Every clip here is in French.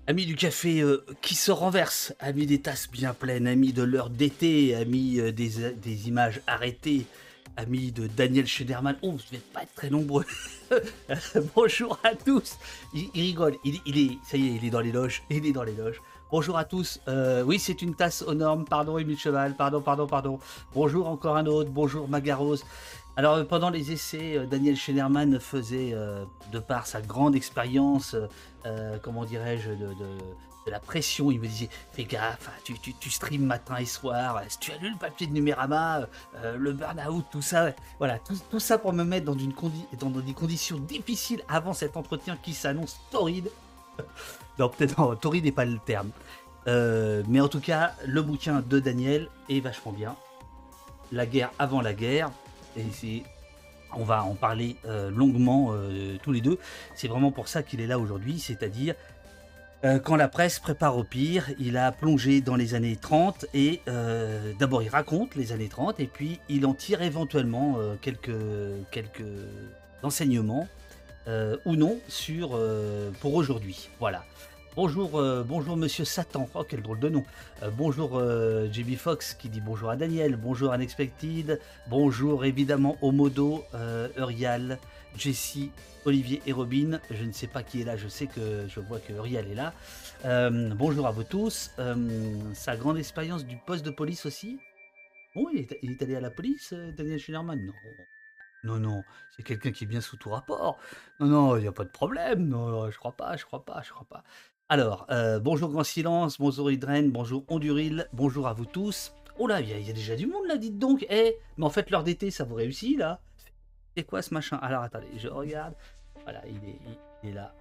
Amis du café qui se renverse, amis des tasses bien pleines, amis de l'heure d'été, amis des images arrêtées, amis de Daniel Schneiderman. Oh, vous ne devez pas être très nombreux. Bonjour à tous. Il rigole, ça y est, il est dans les loges. Il est dans les loges. Bonjour à tous. Oui, c'est une tasse aux normes. Pardon, Émile Cheval. Pardon. Bonjour encore un autre. Bonjour Magarose. Alors, pendant les essais, Daniel Schneiderman faisait, de par sa grande expérience, comment dirais-je, de la pression, il me disait fais gaffe, tu streams matin et soir, si tu as lu le papier de Numérama, le burn-out, tout ça, voilà, tout ça pour me mettre dans des conditions difficiles avant cet entretien qui s'annonce torride. Non, peut-être non, torride n'est pas le terme. Mais en tout cas, le bouquin de Daniel est vachement bien. La guerre avant la guerre, et on va en parler longuement tous les deux. C'est vraiment pour ça qu'il est là aujourd'hui, c'est-à-dire quand la presse prépare au pire, il a plongé dans les années 30 et d'abord il raconte les années 30 et puis il en tire éventuellement quelques enseignements ou non pour aujourd'hui. Voilà. Bonjour Monsieur Satan. Oh, quel drôle de nom. Bonjour JB Fox qui dit bonjour à Daniel. Bonjour Unexpected. Bonjour évidemment Omodo, Urial, Jessie, Olivier et Robin. Je ne sais pas qui est là. Je vois que Urial est là. Bonjour à vous tous. Sa grande expérience du poste de police aussi. Bon, il est allé à la police, Daniel Schneiderman. Non, c'est quelqu'un qui est bien sous tout rapport. Non, il n'y a pas de problème. Non, je crois pas. Alors, bonjour Grand Silence, bonjour Hydren, bonjour Honduril, bonjour à vous tous. Oh là, il y a déjà du monde là, dites donc. Mais en fait, l'heure d'été, ça vous réussit là? C'est quoi ce machin? Alors, attendez, je regarde. Voilà, il est là.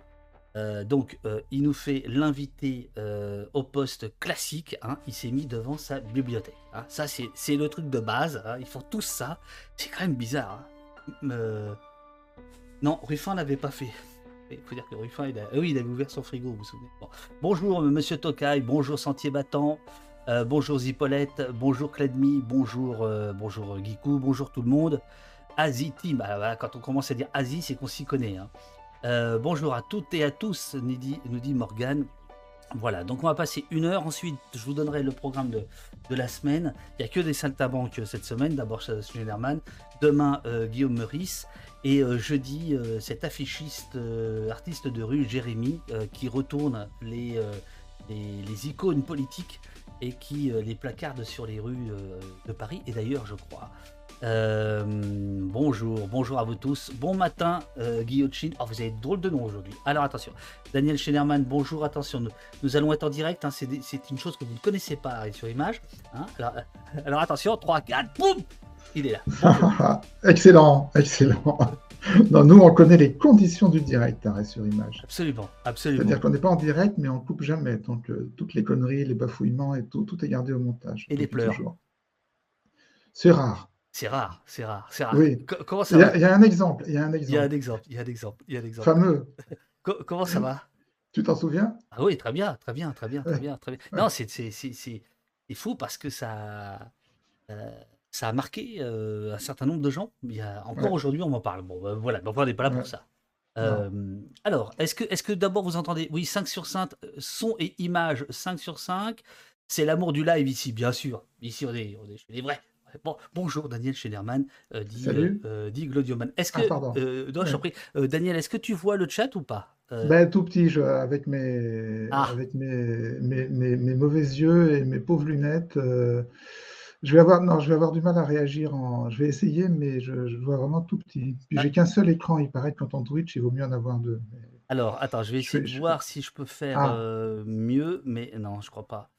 Il nous fait l'invité au poste classique. Hein. Il s'est mis devant sa bibliothèque. Hein. Ça, c'est le truc de base. Hein. Ils font tous ça. C'est quand même bizarre. Hein. Non, Ruffin l'avait pas fait. Il faut dire que Ruffin, il avait ouvert son frigo, vous vous souvenez. Bon. Bonjour Monsieur Tokai, bonjour Sentier Battant, bonjour Zipolette, bonjour Cladmi, bonjour Guikou, bonjour tout le monde. Asie Team, bah, voilà, quand on commence à dire Asie, c'est qu'on s'y connaît. Hein. Bonjour à toutes et à tous, nous dit Morgane. Voilà, donc on va passer 1 heure. Ensuite, je vous donnerai le programme de la semaine. Il n'y a que des saltabanques cette semaine. D'abord, Schneiderman. Demain, Guillaume Meurice. Et jeudi, cet affichiste, artiste de rue, Jérémy, qui retourne les icônes politiques et qui les placarde sur les rues de Paris. Et d'ailleurs, je crois. Bonjour à vous tous. Bon matin, Guillotine. Oh, vous avez drôle de nom aujourd'hui. Alors attention, Daniel Schneiderman, bonjour. Attention, nous allons être en direct. Hein, c'est une chose que vous ne connaissez pas sur image. Hein, alors attention, 3, 4, boum, il est là. Excellent. Non, nous, on connaît les conditions du direct, sur image. Absolument. C'est-à-dire qu'on n'est pas en direct, mais on coupe jamais. Donc, toutes les conneries, les bafouillements et tout est gardé au montage. Et les pleurs. Toujours. C'est rare. C'est rare. Oui. Comment ça va? Il y a un exemple. Il y a un exemple. Fameux. Comment ça va? Tu t'en souviens? Ah oui, très bien. Ouais. Non, c'est fou parce que ça a marqué un certain nombre de gens. Encore aujourd'hui, on m'en parle. Bon, voilà, donc on n'est pas là pour ça. Alors, est-ce que d'abord vous entendez? Oui, 5 sur 5, son et image 5 sur 5. C'est l'amour du live ici, bien sûr. Ici, on est chez les vrais. Bon, bonjour Daniel Schneiderman, dit Glodioman. Est-ce que, non, je t'en prie, Daniel, est-ce que tu vois le chat ou pas? Tout petit, avec mes mauvais yeux et mes pauvres lunettes. Je vais avoir du mal à réagir. Je vais essayer, mais je vois vraiment tout petit. Puis j'ai qu'un seul écran. Il paraît que quand on Twitch, il vaut mieux en avoir 2. Alors, attends, je vais essayer de voir si je peux faire mieux, mais non, je crois pas.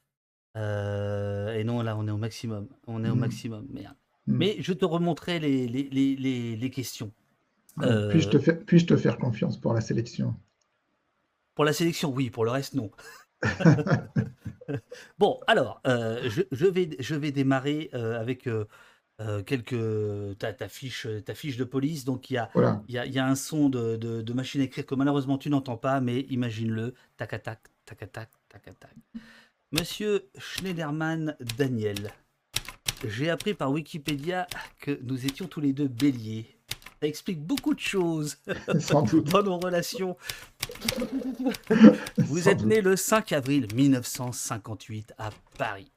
Et non, là, on est au maximum. Merde. Mais je te remontrerai les questions. Puis-je te faire confiance pour la sélection? Pour la sélection, oui. Pour le reste, non. Bon, alors, je vais démarrer avec ta fiche de police. Donc, il y a un son de machine à écrire que malheureusement tu n'entends pas, mais imagine-le. Tac-tac, tac-tac, tac-tac. Monsieur Schneiderman Daniel, j'ai appris par Wikipédia que nous étions tous les deux béliers. Ça explique beaucoup de choses Sans doute, dans nos relations. Vous sans êtes né doute. le 5 avril 1958 à Paris.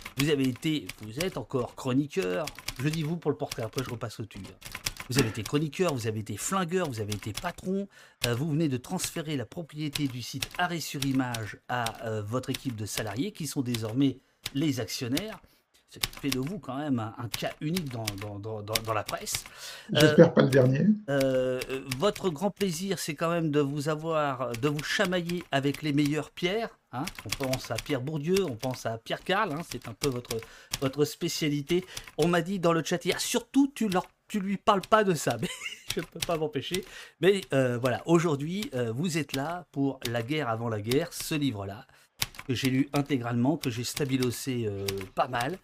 Vous êtes encore chroniqueur. Je dis vous pour le portrait, après je repasse au-dessus. Vous avez été chroniqueur, vous avez été flingueur, vous avez été patron. Vous venez de transférer la propriété du site Arrêt sur Image à votre équipe de salariés qui sont désormais les actionnaires. Ce qui fait de vous quand même un cas unique dans la presse. J'espère pas le dernier. Votre grand plaisir, c'est quand même de vous chamailler avec les meilleures pierres. Hein. On pense à Pierre Bourdieu, on pense à Pierre Carl, hein, c'est un peu votre spécialité. On m'a dit dans le chat hier, surtout tu lui parles pas de ça, mais je ne peux pas m'empêcher. Mais voilà, aujourd'hui, vous êtes là pour La guerre avant la guerre, ce livre-là que j'ai lu intégralement, que j'ai stabilossé pas mal.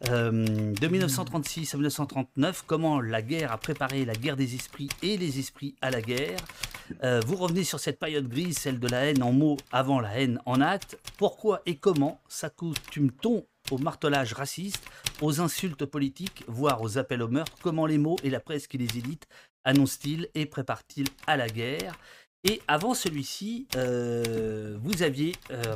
De 1936 à 1939, comment la guerre a préparé la guerre des esprits et les esprits à la guerre. Vous revenez sur cette période grise, celle de la haine en mots avant la haine en actes. Pourquoi et comment s'accoutume-t-on au martelage raciste, aux insultes politiques, voire aux appels au meurtre? Comment les mots et la presse qui les édite annoncent-ils et préparent-ils à la guerre? Et avant celui-ci, vous aviez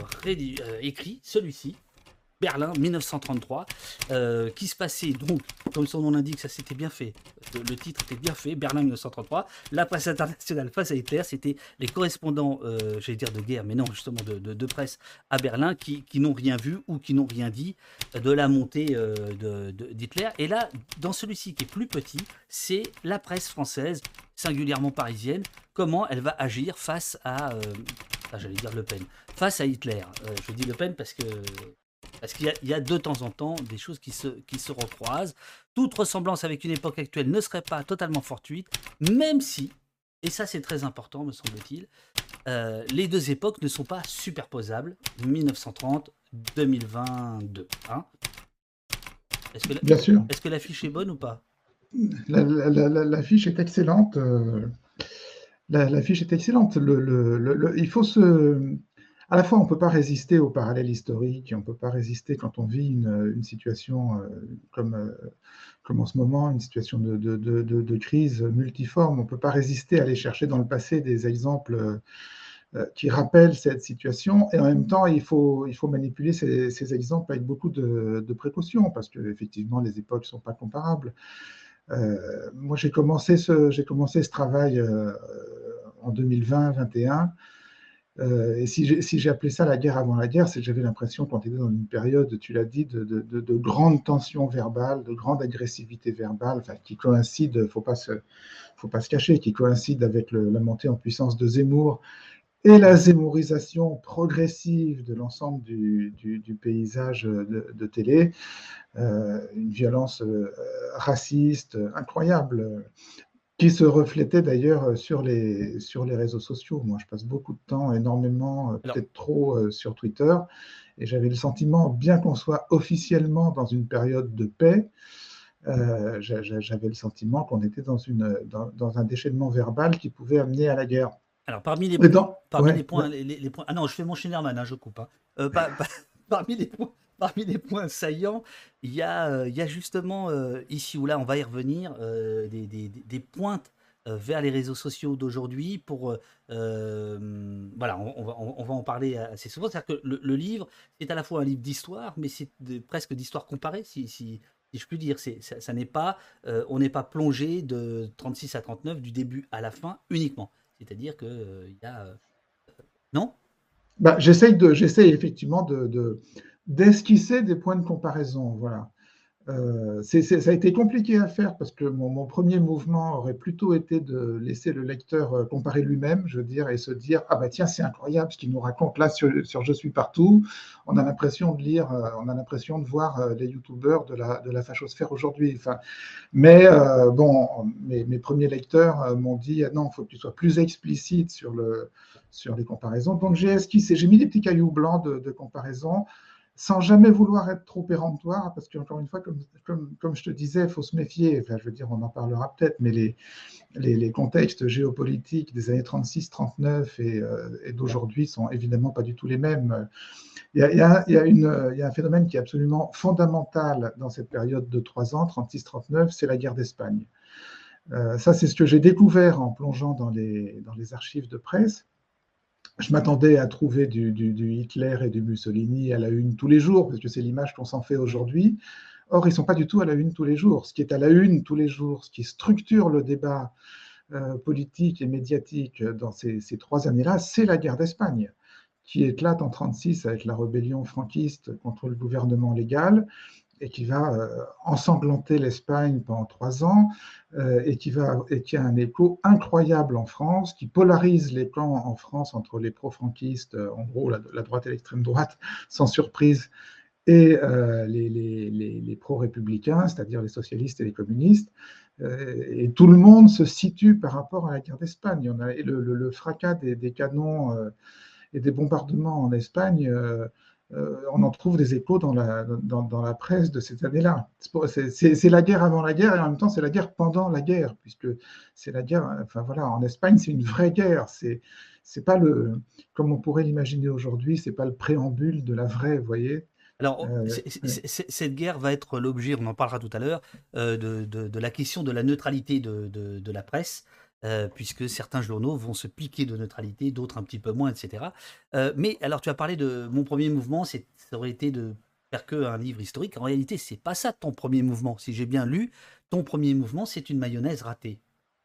écrit celui-ci, Berlin 1933, qui se passait donc, comme son nom l'indique, ça s'était bien fait. Le titre était bien fait, Berlin 1933. La presse internationale face à Hitler, c'était les correspondants, j'allais dire de guerre, mais non, justement de presse à Berlin, qui n'ont rien vu ou qui n'ont rien dit de la montée d'Hitler. Et là, dans celui-ci qui est plus petit, c'est la presse française, singulièrement parisienne, comment elle va agir face à, j'allais dire Le Pen, face à Hitler. Je dis Le Pen parce qu'il y a de temps en temps des choses qui se recroisent. Toute ressemblance avec une époque actuelle ne serait pas totalement fortuite, même si, et ça c'est très important me semble-t-il, les deux époques ne sont pas superposables, 1930, 2022. Hein. Bien sûr. Est-ce que la fiche est bonne ou pas? La fiche est excellente. La fiche est excellente. Il faut se... À la fois, on ne peut pas résister au parallèle historique, on ne peut pas résister quand on vit une situation comme en ce moment, une situation de crise multiforme. On ne peut pas résister à aller chercher dans le passé des exemples qui rappellent cette situation. Et en même temps, il faut manipuler ces exemples avec beaucoup de précautions, parce qu'effectivement, les époques ne sont pas comparables. Moi, j'ai commencé ce travail en 2020-21. Et si j'ai appelé ça la guerre avant la guerre, c'est que j'avais l'impression qu'on était dans une période, tu l'as dit, de grande tension verbale, de grande agressivité verbale, enfin, qui coïncide, faut pas se cacher, qui coïncide avec la montée en puissance de Zemmour et la zémorisation progressive de l'ensemble du paysage de télé. Une violence raciste incroyable, qui se reflétait d'ailleurs sur les réseaux sociaux. Moi, je passe beaucoup de temps, énormément, peut-être trop, sur Twitter, et j'avais le sentiment, bien qu'on soit officiellement dans une période de paix, j'avais le sentiment qu'on était dans un déchaînement verbal qui pouvait amener à la guerre. Alors, parmi les Ouais. points, les points. Ah non, je fais mon Schneiderman, hein, je coupe. Hein. Parmi les points saillants, il y a justement, ici ou là, on va y revenir, des pointes vers les réseaux sociaux d'aujourd'hui pour. Voilà, on va en parler assez souvent. C'est-à-dire que le livre, c'est à la fois un livre d'histoire, mais c'est presque d'histoire comparée, si je puis dire. Ça n'est pas, on n'est pas plongé de 36 à 39, du début à la fin uniquement. C'est-à-dire qu'il y a. Non? Bah, j'essaie effectivement d'esquisser des points de comparaison. Voilà. Ça a été compliqué à faire parce que mon premier mouvement aurait plutôt été de laisser le lecteur comparer lui-même, je veux dire, et se dire ah bah tiens, c'est incroyable ce qu'il nous raconte là sur Je suis partout. On a l'impression de lire, on a l'impression de voir les youtubeurs de la fachosphère aujourd'hui. Enfin, mais bon, mes premiers lecteurs m'ont dit non, il faut que tu sois plus explicite sur les comparaisons. Donc j'ai esquissé, j'ai mis des petits cailloux blancs de comparaison, sans jamais vouloir être trop péremptoire, parce qu'encore une fois, comme je te disais, il faut se méfier. Enfin, je veux dire, on en parlera peut-être, mais les contextes géopolitiques des années 36-39 et d'aujourd'hui sont évidemment pas du tout les mêmes. Il y a un phénomène qui est absolument fondamental dans cette période de 3 ans, 36-39, c'est la guerre d'Espagne. Ça, c'est ce que j'ai découvert en plongeant dans les archives de presse. Je m'attendais à trouver du Hitler et du Mussolini à la une tous les jours, parce que c'est l'image qu'on s'en fait Mmh. aujourd'hui. Or, ils ne sont pas du tout à la une tous les jours. Ce qui est à la une tous les jours, ce qui structure le débat politique et médiatique dans ces 3 années-là, c'est la guerre d'Espagne, qui éclate en 1936 avec la rébellion franquiste contre le gouvernement légal, et qui va ensanglanter l'Espagne pendant 3 ans, et qui a un écho incroyable en France, qui polarise les camps en France entre les pro-franquistes, en gros la droite et l'extrême droite, sans surprise, et les pro-républicains, c'est-à-dire les socialistes et les communistes. Et tout le monde se situe par rapport à la guerre d'Espagne. Le fracas des canons et des bombardements en Espagne, on en trouve des échos dans la presse de cette année-là. C'est la guerre avant la guerre, et en même temps c'est la guerre pendant la guerre, puisque c'est la guerre, enfin voilà, en Espagne c'est une vraie guerre, c'est pas comme on pourrait l'imaginer aujourd'hui, c'est pas le préambule de la vraie, vous voyez. Alors, Ouais. cette guerre va être l'objet, on en parlera tout à l'heure, de la question de la neutralité de la presse, puisque certains journaux vont se piquer de neutralité, d'autres un petit peu moins, etc. Mais alors, tu as parlé de mon premier mouvement, ça aurait été de faire que un livre historique. En réalité, c'est pas ça ton premier mouvement. Si j'ai bien lu, ton premier mouvement, c'est une mayonnaise ratée.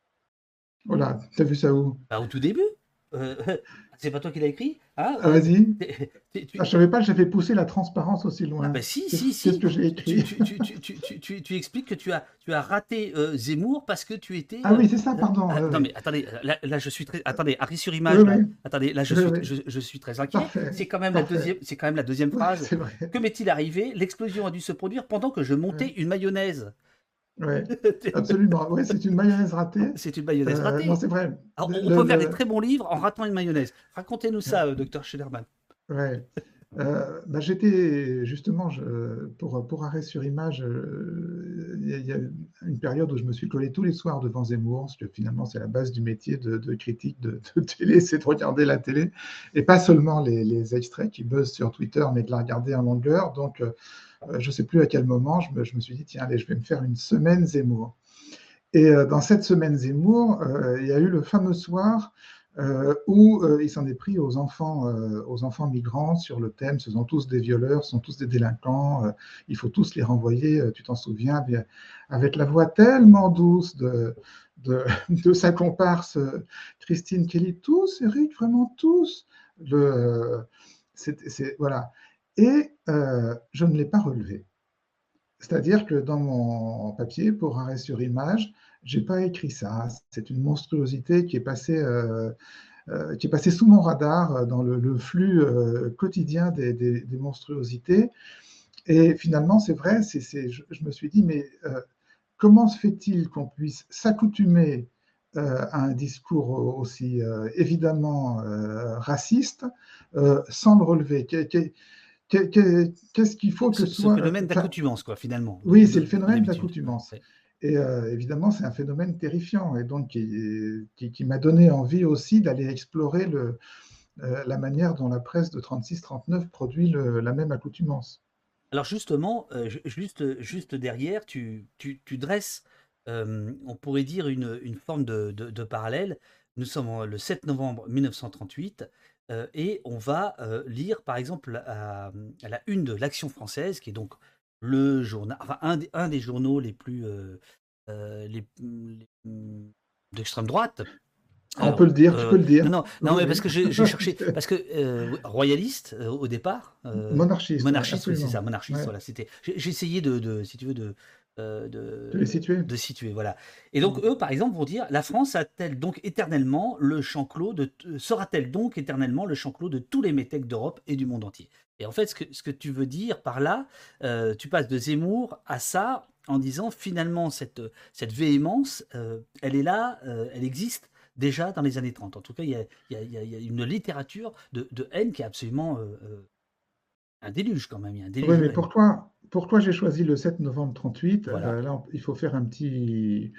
Voilà, t'as vu ça où? Bah, au tout début. Euh, c'est pas toi qui l'as écrit, hein Ah, vas-y. Ah, je tu, savais pas que j'avais poussé la transparence aussi Ah loin. ben si, Qu'est-ce si, qu'est-ce si. que j'ai Tu, écrit? tu, tu, tu, tu, tu expliques que tu as raté Zemmour parce que tu étais. Ah oui, c'est ça, pardon. Ah, Oui, non oui. mais attendez, là je suis très. Attendez, Harry sur Oui, image là. oui, Attendez, là oui, oui. je suis très inquiet. Parfait, C'est parfait. quand même la deuxième Oui, phrase. c'est vrai. Que m'est-il arrivé? L'explosion a dû se produire pendant que je montais Ouais, une mayonnaise. ouais, absolument. Oui, c'est une mayonnaise ratée. C'est une mayonnaise Non, ratée. c'est vrai. Alors, on peut faire des très bons livres en ratant une mayonnaise. Racontez-nous ça, docteur Schneiderman. Ouais. Bah, j'étais justement, pour Arrêt sur image, il y a une période où je me suis collé tous les soirs devant Zemmour, parce que finalement c'est la base du métier de critique de télé, c'est de regarder la télé, et pas seulement les extraits qui buzzent sur Twitter, mais de la regarder en longueur. Donc je ne sais plus à quel moment, je me suis dit, tiens, allez, je vais me faire une semaine Zemmour. Et dans cette semaine Zemmour, il y a eu le fameux soir où il s'en est pris aux enfants migrants sur le thème, ce sont tous des violeurs, ce sont tous des délinquants, il faut tous les renvoyer, tu t'en souviens, bien, avec la voix tellement douce de sa comparse Christine Kelly, tous, Eric, vraiment tous. Le, voilà. Et je ne l'ai pas relevé. C'est-à-dire que dans mon papier, pour Arrêt sur image, j'ai pas écrit ça. C'est une monstruosité qui est passée sous mon radar dans le flux quotidien des monstruosités. Et finalement, c'est vrai, je me suis dit, mais comment se fait-il qu'on puisse s'accoutumer à un discours aussi évidemment raciste sans le relever? Qu'est-ce qu'il faut que Ce soit... phénomène Enfin, d'accoutumance, quoi, finalement, oui, c'est le phénomène d'habitude. d'accoutumance. Ouais. Et évidemment, c'est un phénomène terrifiant, et donc qui m'a donné envie aussi d'aller explorer la manière dont la presse de 36-39 produit la même accoutumance. Alors justement, juste derrière, tu dresses, on pourrait dire une forme de parallèle. Nous sommes le 7 novembre 1938 et on va lire par exemple à la une de l'Action française, qui est donc le journal, enfin un des journaux les plus d'extrême droite. On peut le dire, tu peux le Non, dire. non, non, Oui, mais oui. parce que j'ai cherché, parce que oui, royaliste au départ, Monarchiste, oui, monarchiste, oui, c'est ça, absolument. monarchiste, Ouais. voilà, c'était. J'ai essayé si tu veux, Tu l'es situé. de situer, voilà. Et donc eux, par exemple, vont dire, la France a-t-elle donc éternellement le champ clos sera-t-elle donc éternellement le champ clos de tous les métèques d'Europe et du monde entier? Et en fait, ce que tu veux dire par là, tu passes de Zemmour à ça en disant finalement cette véhémence, elle est là, elle existe déjà dans les années 30. En tout cas, il y a une littérature de haine qui est absolument un déluge quand même. Il y a un Oui, déluge de mais haine. pourquoi j'ai choisi le 7 novembre 38? Voilà. Là, il faut faire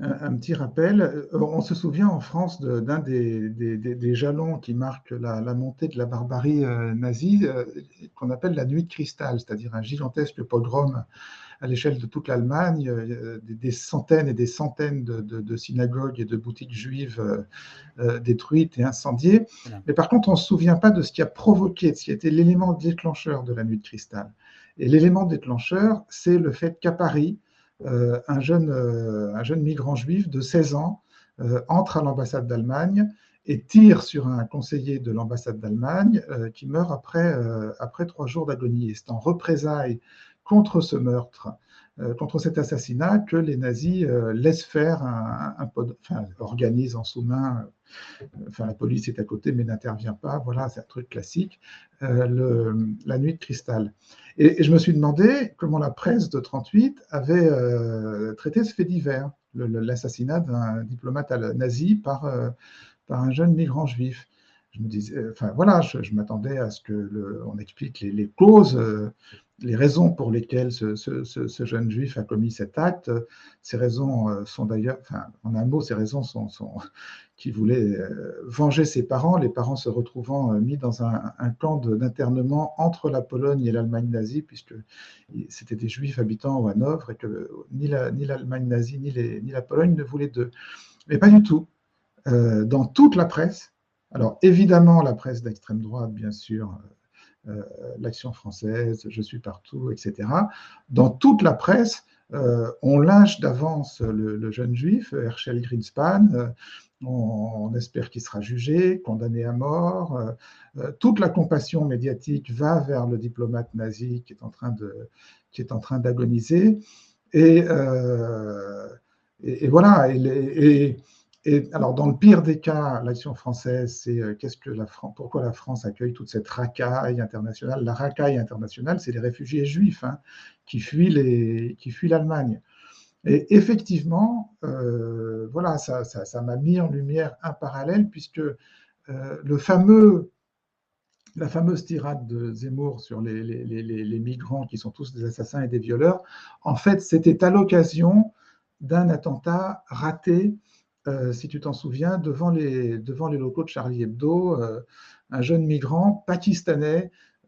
un petit rappel. On se souvient en France d'un des jalons qui marque la montée de la barbarie nazie, qu'on appelle la Nuit de cristal, c'est-à-dire un gigantesque pogrom à l'échelle de toute l'Allemagne, des centaines et des centaines de synagogues et de boutiques juives détruites et incendiées. Voilà. Mais par contre, on ne se souvient pas de ce qui a provoqué, de ce qui a été l'élément déclencheur de la Nuit de cristal. Et l'élément déclencheur, c'est le fait qu'à Paris, un jeune migrant juif de 16 ans entre à l'ambassade d'Allemagne et tire sur un conseiller de l'ambassade d'Allemagne qui meurt après 3 jours d'agonie. Et c'est en représailles contre ce meurtre, contre cet assassinat, que les nazis laissent faire organisent en sous-main, la police est à côté mais n'intervient pas, voilà, c'est un truc classique, la nuit de cristal. Et je me suis demandé comment la presse de 1938 avait traité ce fait divers, l'assassinat d'un diplomate nazi par un jeune migrant juif. Je me disais, je m'attendais à ce qu'on explique les causes, les raisons pour lesquelles ce jeune juif a commis cet acte. Ces raisons sont d'ailleurs, en un mot, ces raisons sont qu'il voulait venger ses parents, les parents se retrouvant mis dans un camp d'internement entre la Pologne et l'Allemagne nazie, puisque c'était des juifs habitant à Hanovre et que ni l'Allemagne nazie ni la Pologne ne voulaient d'eux. Mais pas du tout. Dans toute la presse, alors évidemment la presse d'extrême droite, bien sûr, l'Action française, Je suis partout, etc. Dans toute la presse, on lynche d'avance le jeune juif, Herschel Greenspan, on espère qu'il sera jugé, condamné à mort. Toute la compassion médiatique va vers le diplomate nazi qui est en train d'agoniser. Et voilà. Et alors, dans le pire des cas, l'action française, c'est pourquoi la France accueille toute cette racaille internationale. La racaille internationale, c'est les réfugiés juifs qui fuient l'Allemagne. Et effectivement, ça m'a mis en lumière un parallèle, puisque la fameuse tirade de Zemmour sur les migrants qui sont tous des assassins et des violeurs, en fait, c'était à l'occasion d'un attentat raté, si tu t'en souviens, devant les locaux de Charlie Hebdo. Un jeune migrant pakistanais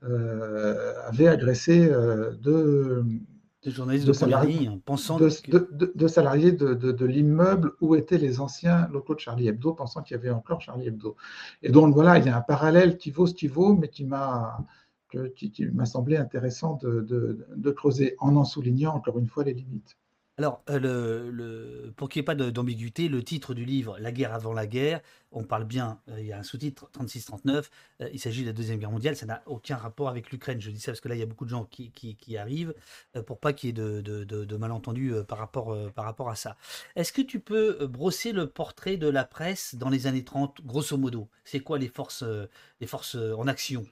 avait agressé deux journalistes de première ligne, pensant de salariés de l'immeuble où étaient les anciens locaux de Charlie Hebdo, pensant qu'il y avait encore Charlie Hebdo. Et donc voilà, il y a un parallèle qui vaut ce qu'il vaut, mais qui m'a semblé intéressant de creuser, en soulignant encore une fois les limites. Alors, pour qu'il n'y ait pas d'ambiguïté, le titre du livre, La guerre avant la guerre, on parle bien, il y a un sous-titre 36-39, il s'agit de la Deuxième Guerre mondiale, ça n'a aucun rapport avec l'Ukraine. Je dis ça parce que là, il y a beaucoup de gens qui arrivent, pour pas qu'il y ait de malentendus par rapport à ça. Est-ce que tu peux brosser le portrait de la presse dans les années 30, grosso modo? C'est quoi les forces en action?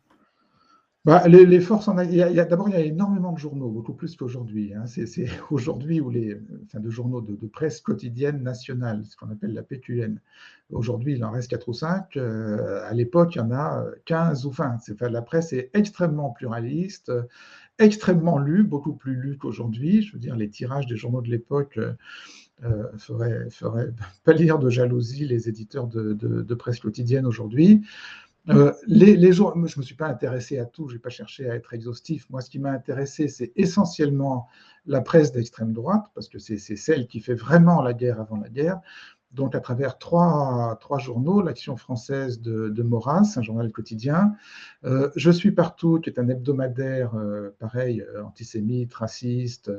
Les forces d'abord, il y a énormément de journaux, beaucoup plus qu'aujourd'hui. C'est aujourd'hui où de journaux de presse quotidienne nationale, ce qu'on appelle la PQN. Aujourd'hui, il en reste 4 ou 5. À l'époque, il y en a 15 ou 20. La presse est extrêmement pluraliste, extrêmement lue, beaucoup plus lue qu'aujourd'hui. Je veux dire, les tirages des journaux de l'époque feraient pâlir de jalousie les éditeurs de presse quotidienne aujourd'hui. Les jours, je ne me suis pas intéressé à tout, je n'ai pas cherché à être exhaustif. Moi, ce qui m'a intéressé, c'est essentiellement la presse d'extrême droite, parce que c'est celle qui fait vraiment la guerre avant la guerre. Donc, à travers trois journaux, l'Action française de Maurras, un journal quotidien, Je suis partout, qui est un hebdomadaire, pareil, antisémite, raciste,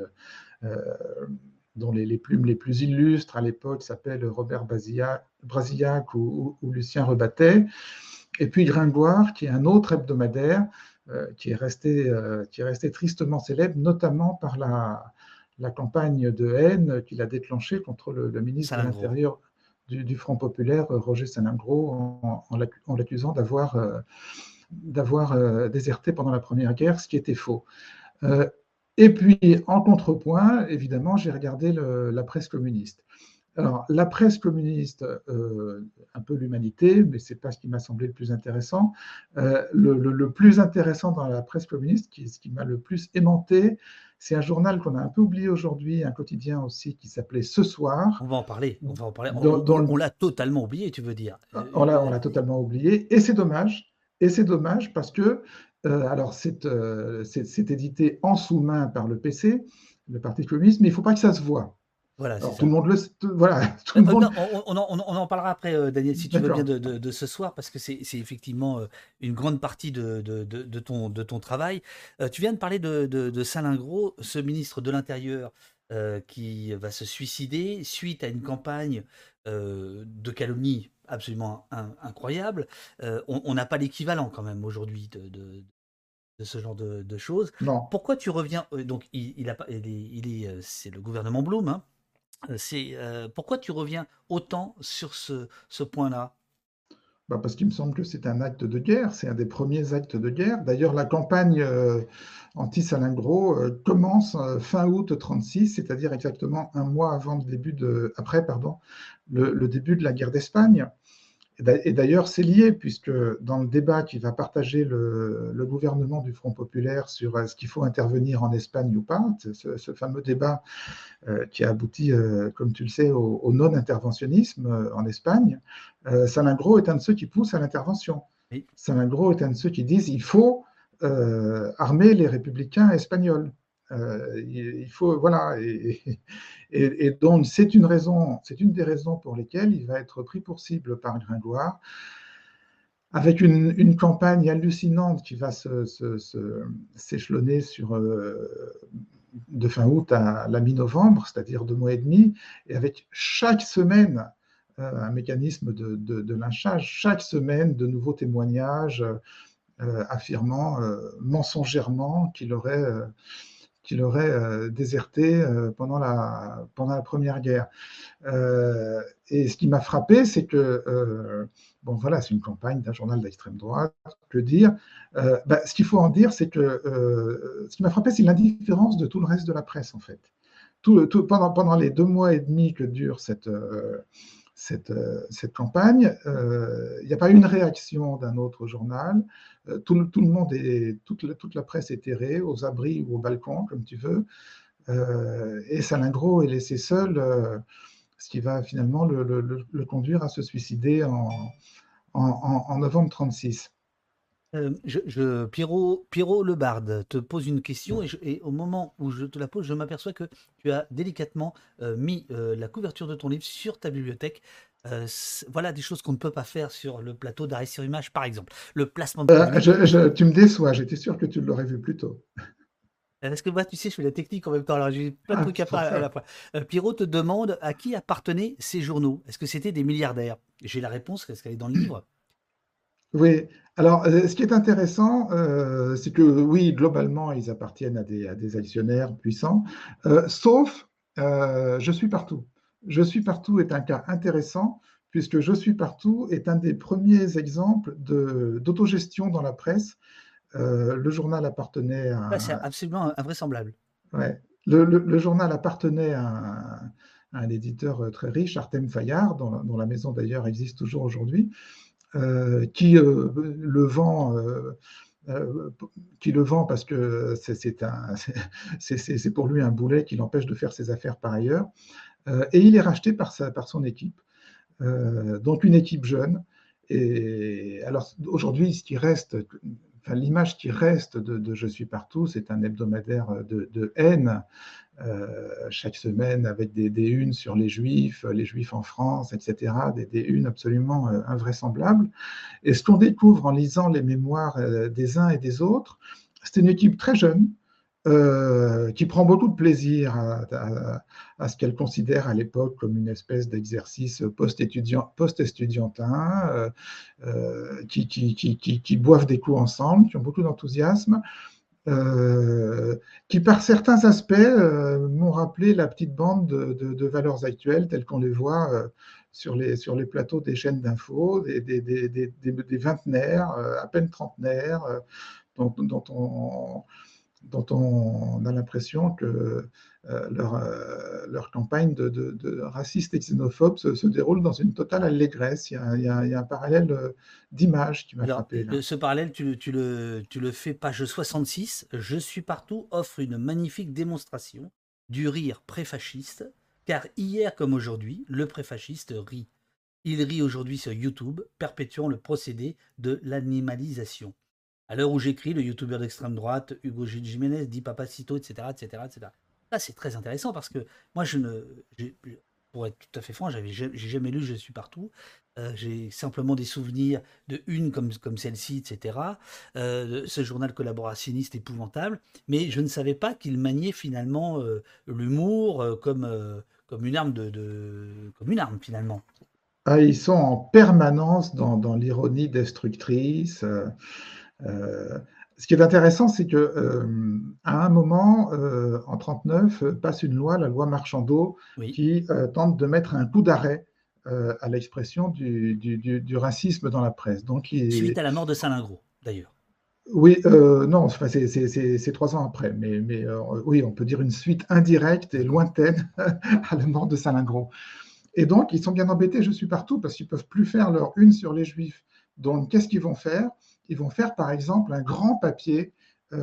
dont les plumes les plus illustres à l'époque s'appellent Robert Brasillac ou Lucien Rebattet. Et puis Gringoire, qui est un autre hebdomadaire qui est resté tristement célèbre, notamment par la campagne de haine qu'il a déclenchée contre le ministre de l'Intérieur du Front populaire, Roger Salengro, en l'accusant d'avoir déserté pendant la Première Guerre, ce qui était faux. Et puis, en contrepoint, évidemment, j'ai regardé la presse communiste. Alors, la presse communiste, un peu l'humanité, mais ce n'est pas ce qui m'a semblé le plus intéressant. Le plus intéressant dans la presse communiste, ce qui m'a le plus aimanté, c'est un journal qu'on a un peu oublié aujourd'hui, un quotidien aussi qui s'appelait Ce Soir, On va en parler, on va en parler. dont, On dont l'a totalement oublié, tu veux dire. on l'a totalement oublié, et c'est dommage. Et c'est dommage parce que, alors, c'est édité en sous-main par le PC, le Parti communiste, mais il ne faut pas que ça se voie. Voilà, c'est Alors, tout le ça. monde le, voilà, tout le monde, Non, on en parlera après, Daniel, si tu veux bien d'accord. de ce soir, parce que c'est effectivement une grande partie de ton travail. Tu viens de parler de Salingro, ce ministre de l'Intérieur qui va se suicider suite à une campagne de calomnie absolument incroyable. On n'a pas l'équivalent quand même aujourd'hui de ce genre de choses. Non. Pourquoi tu reviens donc il a pas, c'est le gouvernement Blum, hein, pourquoi tu reviens autant sur ce point-là? Bah, parce qu'il me semble que c'est un acte de guerre, c'est un des premiers actes de guerre. D'ailleurs, la campagne anti-Salingro commence fin août 1936, c'est-à-dire exactement un mois avant après, pardon, le début de la guerre d'Espagne. Et d'ailleurs, c'est lié, puisque dans le débat qui va partager le gouvernement du Front populaire sur ce qu'il faut intervenir en Espagne ou pas, ce fameux débat qui a abouti, comme tu le sais, au non-interventionnisme en Espagne, Salingro est un de ceux qui pousse à l'intervention. Oui. Salingro est un de ceux qui disent il faut armer les républicains espagnols. Il faut, voilà, et donc c'est une raison, c'est une des raisons pour lesquelles il va être pris pour cible par Gringoire, avec une campagne hallucinante qui va s'échelonner sur de fin août à la mi-novembre, c'est-à-dire 2 mois et demi, et avec chaque semaine un mécanisme de lynchage, chaque semaine de nouveaux témoignages affirmant mensongèrement qu'il aurait déserté pendant la Première Guerre. Et ce qui m'a frappé, c'est que, bon voilà, c'est une campagne d'un journal d'extrême droite, que dire ce qu'il faut en dire, c'est que ce qui m'a frappé, c'est l'indifférence de tout le reste de la presse, en fait. Pendant les 2 mois et demi que dure cette campagne, il n'y a pas une réaction d'un autre journal. Tout le monde toute la presse est terrée, aux abris ou au balcon, comme tu veux. Et Salingro est laissé seul, ce qui va finalement le conduire à se suicider en novembre 1936. Pierrot Lebarde te pose une question et au moment où je te la pose, je m'aperçois que tu as délicatement mis la couverture de ton livre sur ta bibliothèque. Voilà des choses qu'on ne peut pas faire sur le plateau d'arrêt sur image, par exemple. Le placement de produit. Tu me déçois, j'étais sûr que tu l'aurais vu plus tôt. Parce que moi, tu sais, je fais la technique en même temps, alors j'ai plein de Ah, trucs à c'est faire pour à ça. la fois. Pierrot te demande à qui appartenaient ces journaux. Est-ce que c'était des milliardaires? J'ai la réponse, est-ce qu'elle est dans le livre? Oui, alors ce qui est intéressant, c'est que oui, globalement, ils appartiennent à des actionnaires puissants, sauf Je suis partout. Je suis partout est un cas intéressant, puisque Je suis partout est un des premiers exemples d'autogestion dans la presse. Le journal appartenait Là, c'est à, absolument invraisemblable. ouais, le journal appartenait à un éditeur très riche, Artem Fayard, dont la maison d'ailleurs existe toujours aujourd'hui, qui le vend. Qui le vend parce que c'est pour lui un boulet qui l'empêche de faire ses affaires par ailleurs. Et il est racheté par son équipe, donc une équipe jeune. Et alors aujourd'hui, ce qui reste, enfin, l'image qui reste de Je suis partout, c'est un hebdomadaire de haine chaque semaine avec des unes sur les Juifs en France, etc., des unes absolument invraisemblables. Et ce qu'on découvre en lisant les mémoires des uns et des autres, c'est une équipe très jeune qui prend beaucoup de plaisir à ce qu'elle considère à l'époque comme une espèce d'exercice post-estudiantin, qui boivent des coups ensemble, qui ont beaucoup d'enthousiasme, qui par certains aspects m'ont rappelé la petite bande de valeurs actuelles telles qu'on les voit sur les plateaux des chaînes d'infos, des vingtenaires, à peine trentenaires, dont dont on a l'impression que leur campagne de raciste et xénophobe se déroule dans une totale allégresse. Il y a un parallèle d'image qui m'a Alors, frappé là. ce parallèle, tu le fais page 66. Je suis partout offre une magnifique démonstration du rire préfasciste, car hier comme aujourd'hui, le préfasciste rit. Il rit aujourd'hui sur YouTube, perpétuant le procédé de l'animalisation. À l'heure où j'écris, le youtubeur d'extrême droite, Hugo Gilles Jiménez, dit Papacito, etc., etc., etc. Ça, c'est très intéressant parce que moi, pour être tout à fait franc, j'ai jamais lu Je suis partout. J'ai simplement des souvenirs de une comme celle-ci, etc. De ce journal collaborationniste épouvantable. Mais je ne savais pas qu'il maniait finalement l'humour comme une arme comme une arme finalement. Ah, ils sont en permanence dans l'ironie destructrice. Euh, Ce qui est intéressant, c'est que à un moment, en 39, passe une loi, la loi Marchandeau, Oui. qui tente de mettre un coup d'arrêt à l'expression du racisme dans la presse. Donc, Suite à la mort de Salingro, d'ailleurs. oui, non, enfin, c'est 3 ans après, mais oui, on peut dire une suite indirecte et D'accord. lointaine à la mort de Salingro. Et donc, ils sont bien embêtés, je suis partout, parce qu'ils ne peuvent plus faire leur une sur les Juifs. Donc, qu'est-ce qu'ils vont faire? Ils vont faire, par exemple, un grand papier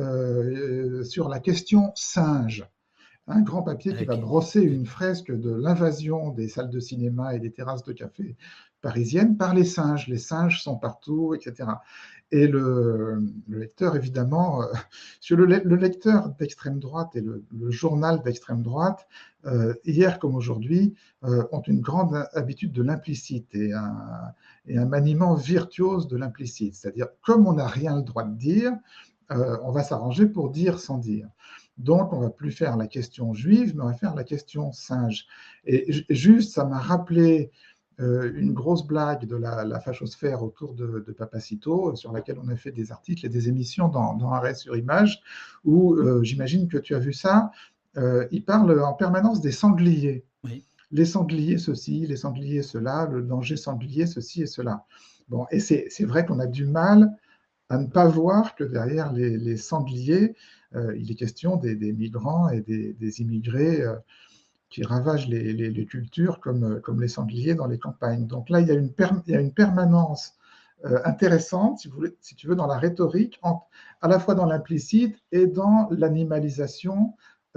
sur la question singe. Un grand papier qui va Ok. brosser une fresque de l'invasion des salles de cinéma et des terrasses de café parisiennes par les singes. Les singes sont partout, etc. Et le lecteur, évidemment, sur le lecteur d'extrême droite et le journal d'extrême droite, hier comme aujourd'hui, ont une grande habitude de l'implicite et un maniement virtuose de l'implicite. C'est-à-dire, comme on n'a rien le droit de dire, on va s'arranger pour dire sans dire. Donc, on ne va plus faire la question juive, mais on va faire la question singe. Et juste, ça m'a rappelé une grosse blague de la fachosphère autour de Papacito, sur laquelle on a fait des articles et des émissions dans Arrêt sur Image, où j'imagine que tu as vu ça. Il parle en permanence des sangliers. Oui. Les sangliers ceci, les sangliers cela, le danger sanglier ceci et cela. Bon, et c'est vrai qu'on a du mal à ne pas voir que derrière les sangliers, il est question des migrants et des immigrés qui ravagent les cultures comme les sangliers dans les campagnes. Donc là, il y a une permanence intéressante, si tu veux, dans la rhétorique, à la fois dans l'implicite et dans l'animalisation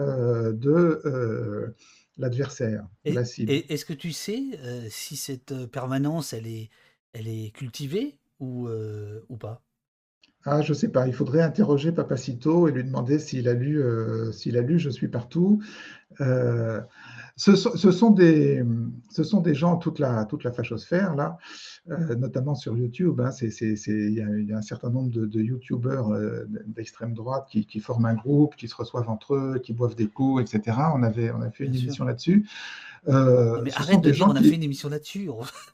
de l'adversaire, de la cible. Est-ce que tu sais si cette permanence, elle est cultivée ou pas? Ah, je sais pas, il faudrait interroger Papacito et lui demander s'il a lu Je suis partout. Euh, ce sont des gens, toute la fachosphère, là, notamment sur YouTube. Hein, il y a un certain nombre de YouTubeurs d'extrême droite qui forment un groupe, qui se reçoivent entre eux, qui boivent des coups, etc. On a fait Bien une sûr. émission là-dessus. Non mais Ce sont arrête de des dire gens on a fait qui... une émission là-dessus.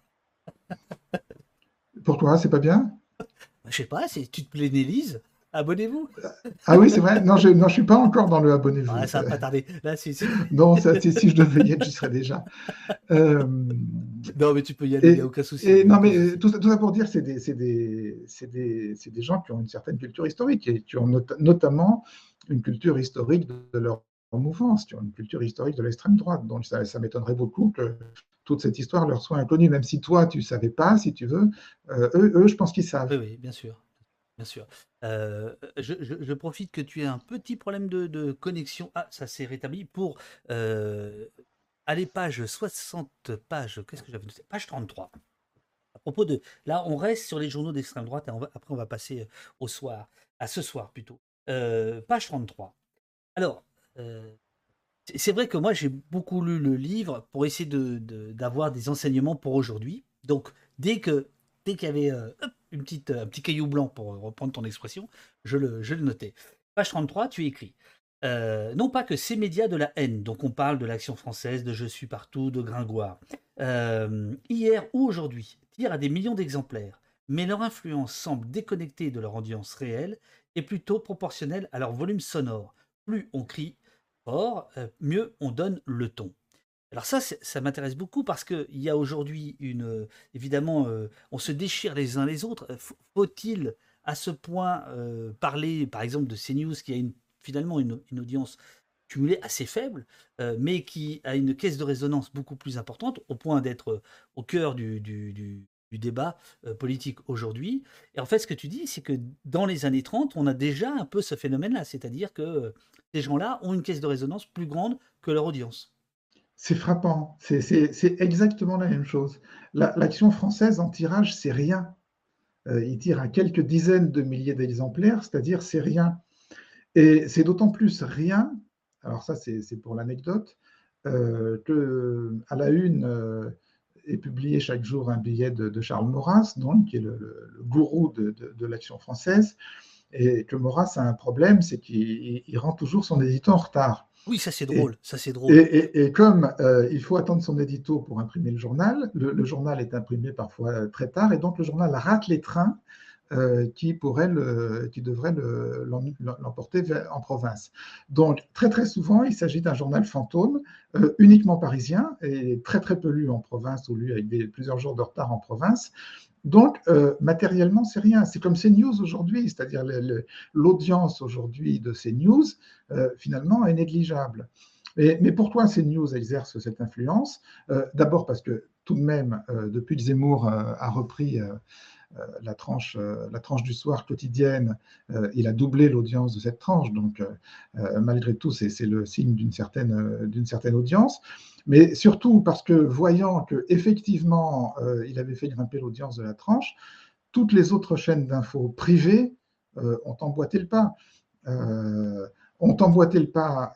Pourquoi? C'est pas bien? Je sais pas, tu te plénélises, abonnez-vous. Ah oui, c'est vrai. Non, je suis pas encore dans le Ah, abonnez-vous. ça va pas tarder. Là, Non, si je devais y être, j'y serais déjà. Euh, Non mais tu peux y aller, il n'y a aucun souci. Y a non, aucun mais souci. tout ça pour dire, c'est des gens qui ont une certaine culture historique et qui ont notamment une culture historique de leur mouvance, qui ont une culture historique de l'extrême droite. Donc ça m'étonnerait beaucoup que toute cette histoire leur soit inconnue, même si toi, tu ne savais pas, si tu veux. Eux, je pense qu'ils savent. Oui, oui, bien sûr. Bien sûr. Je profite que tu aies un petit problème de connexion. Ah, ça s'est rétabli pour aller page 60, qu'est-ce que j'avais noté? Page 33. À propos de. Là, on reste sur les journaux d'extrême droite et après, on va passer au soir, à ce soir plutôt. Page 33. Alors, euh, c'est vrai que moi, j'ai beaucoup lu le livre pour essayer d'avoir des enseignements pour aujourd'hui. Donc, dès qu'il y avait hop, un petit caillou blanc, pour reprendre ton expression, je le notais. Page 33, tu écris. Non pas que ces médias de la haine, donc on parle de l'Action française, de Je suis partout, de Gringoire, hier ou aujourd'hui, tirent à des millions d'exemplaires, mais leur influence semble déconnectée de leur audience réelle et plutôt proportionnelle à leur volume sonore. Plus on crie fort, mieux on donne le ton. Alors ça, ça m'intéresse beaucoup parce qu'il y a aujourd'hui évidemment, on se déchire les uns les autres. Faut-il à ce point parler, par exemple, de CNews qui a une finalement une audience cumulée assez faible, mais qui a une caisse de résonance beaucoup plus importante, au point d'être au cœur du débat politique aujourd'hui. Et en fait, ce que tu dis, c'est que dans les années 30, on a déjà un peu ce phénomène-là, c'est-à-dire que ces gens-là ont une caisse de résonance plus grande que leur audience. C'est frappant, c'est exactement la même chose. L'Action française en tirage, c'est rien. Il tire à quelques dizaines de milliers d'exemplaires, c'est-à-dire c'est rien. Et c'est d'autant plus rien, alors ça c'est pour l'anecdote, qu'à la une est publié chaque jour un billet de Charles Maurras, donc, qui est le gourou de l'Action française, et que Maurras a un problème, c'est qu'il rend toujours son édito en retard. Oui, ça c'est Et, drôle, ça c'est et, drôle. et comme il faut attendre son édito pour imprimer le journal, le journal est imprimé parfois très tard, et donc le journal rate les trains qui devrait l'emporter en province. Donc, très très souvent, il s'agit d'un journal fantôme, uniquement parisien, et très très peu lu en province, ou lu avec plusieurs jours de retard en province. Donc, matériellement, c'est rien. C'est comme CNews aujourd'hui, c'est-à-dire l'audience aujourd'hui de CNews, finalement, est négligeable. Mais pourquoi CNews exerce cette influence? D'abord parce que tout de même, depuis que Zemmour a repris la tranche du soir quotidienne, il a doublé l'audience de cette tranche. Donc, malgré tout, c'est le signe d'une certaine audience. Mais surtout parce que, voyant qu'effectivement, il avait fait grimper l'audience de la tranche, toutes les autres chaînes d'infos privées ont emboîté le pas. Ont emboîté le pas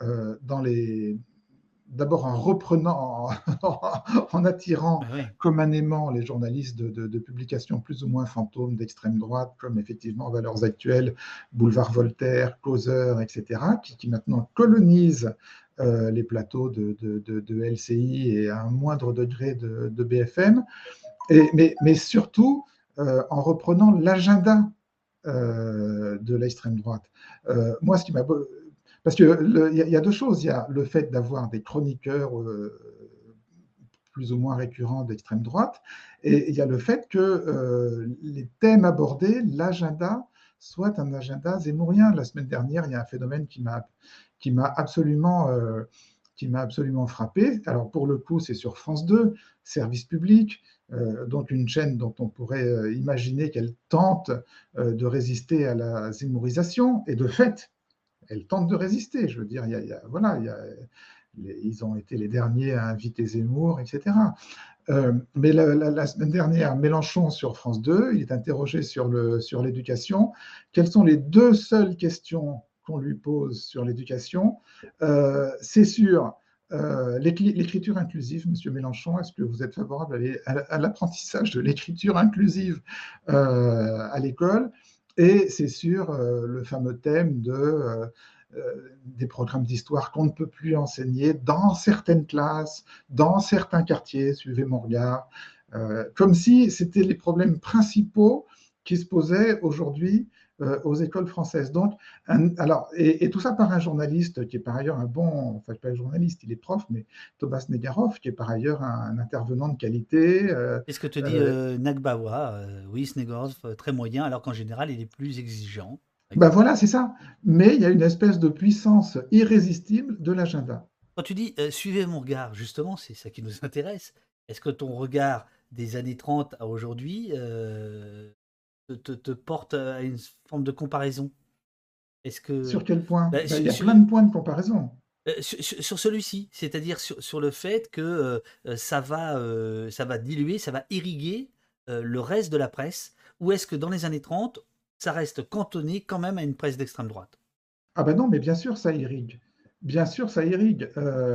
d'abord en reprenant, en attirant Ah oui. comme un aimant les journalistes de publications plus ou moins fantômes d'extrême droite, comme effectivement Valeurs Actuelles, Boulevard Voltaire, Causeur, etc., qui maintenant colonisent les plateaux de LCI et à un moindre degré de BFM, mais surtout en reprenant l'agenda de l'extrême droite. Moi, ce qui m'a parce qu'il y a deux choses. Il y a le fait d'avoir des chroniqueurs plus ou moins récurrents d'extrême droite, et il y a le fait que les thèmes abordés, l'agenda, soit un agenda zémourien. La semaine dernière, il y a un phénomène qui m'a absolument frappé. Alors pour le coup, c'est sur France 2, service public, donc une chaîne dont on pourrait imaginer qu'elle tente de résister à la zémourisation, et de fait, elle tente de résister. Je veux dire, voilà, ils ont été les derniers à inviter Zemmour, etc. Mais la semaine dernière, Mélenchon sur France 2, il est interrogé sur l'éducation. Quelles sont les deux seules questions qu'on lui pose sur l'éducation? C'est sur l'écriture inclusive, Monsieur Mélenchon. Est-ce que vous êtes favorable à l'apprentissage de l'écriture inclusive à l'école? Et c'est sur le fameux thème des programmes d'histoire qu'on ne peut plus enseigner dans certaines classes, dans certains quartiers, suivez mon regard, comme si c'était les problèmes principaux qui se posaient aujourd'hui aux écoles françaises. Donc, et tout ça par un journaliste qui est par ailleurs un bon, enfin pas un journaliste, il est prof, mais Thomas Negaroff, qui est par ailleurs un intervenant de qualité. C'est ce que te dit Nagbawa, oui, Snegorov, très moyen, alors qu'en général, il est plus exigeant. Ben voilà, c'est ça. Mais il y a une espèce de puissance irrésistible de l'agenda. Quand tu dis suivez mon regard, justement, c'est ça qui nous intéresse. Est-ce que ton regard des années 30 à aujourd'hui te porte à une forme de comparaison? Est-ce que. Sur quel point? Bah, Ben, il y a plein de points de comparaison. sur celui-ci, c'est-à-dire sur le fait que ça va diluer, ça va irriguer le reste de la presse, ou est-ce que dans les années 30, ça reste cantonné quand même à une presse d'extrême droite? Ah ben non, mais bien sûr, ça irrigue. Bien sûr, ça irrigue.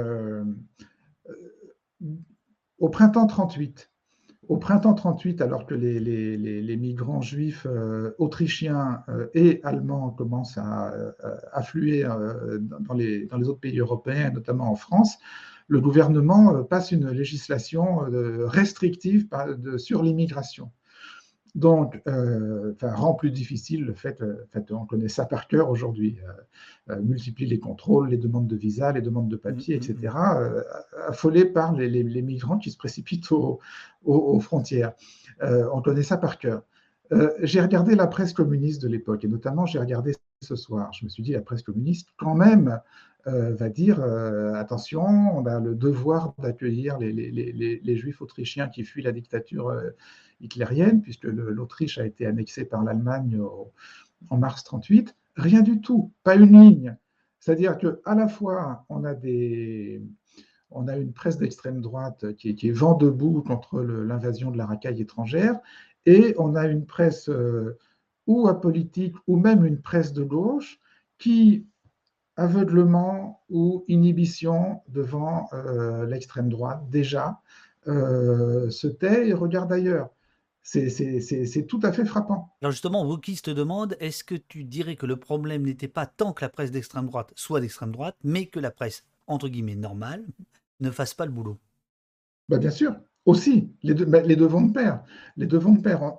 Au printemps 38, alors que les migrants juifs autrichiens et allemands commencent à affluer dans les autres pays européens, notamment en France, le gouvernement passe une législation restrictive sur l'immigration. Donc, rend plus difficile le fait, on connaît ça par cœur aujourd'hui, multiplie les contrôles, les demandes de visa, les demandes de papier, etc., affolés par les migrants qui se précipitent aux frontières. On connaît ça par cœur. J'ai regardé la presse communiste de l'époque, et notamment j'ai regardé ce soir. Je me suis dit, la presse communiste, quand même, va dire, attention, on a le devoir d'accueillir les Juifs autrichiens qui fuient la dictature hitlérienne, puisque l'Autriche a été annexée par l'Allemagne en mars 1938. Rien du tout, pas une ligne. C'est-à-dire qu'à la fois, on a une presse d'extrême droite qui est vent debout contre l'invasion de la racaille étrangère, et on a une presse ou apolitique, ou même une presse de gauche, qui, aveuglement ou inhibition devant l'extrême droite, déjà, se tait et regarde ailleurs. C'est tout à fait frappant. Alors justement, Wokis te demande, est-ce que tu dirais que le problème n'était pas tant que la presse d'extrême droite soit d'extrême droite, mais que la presse, entre guillemets, normale, ne fasse pas le boulot? Ben, bien sûr, aussi, les deux vont de pair. Les deux vont de pair.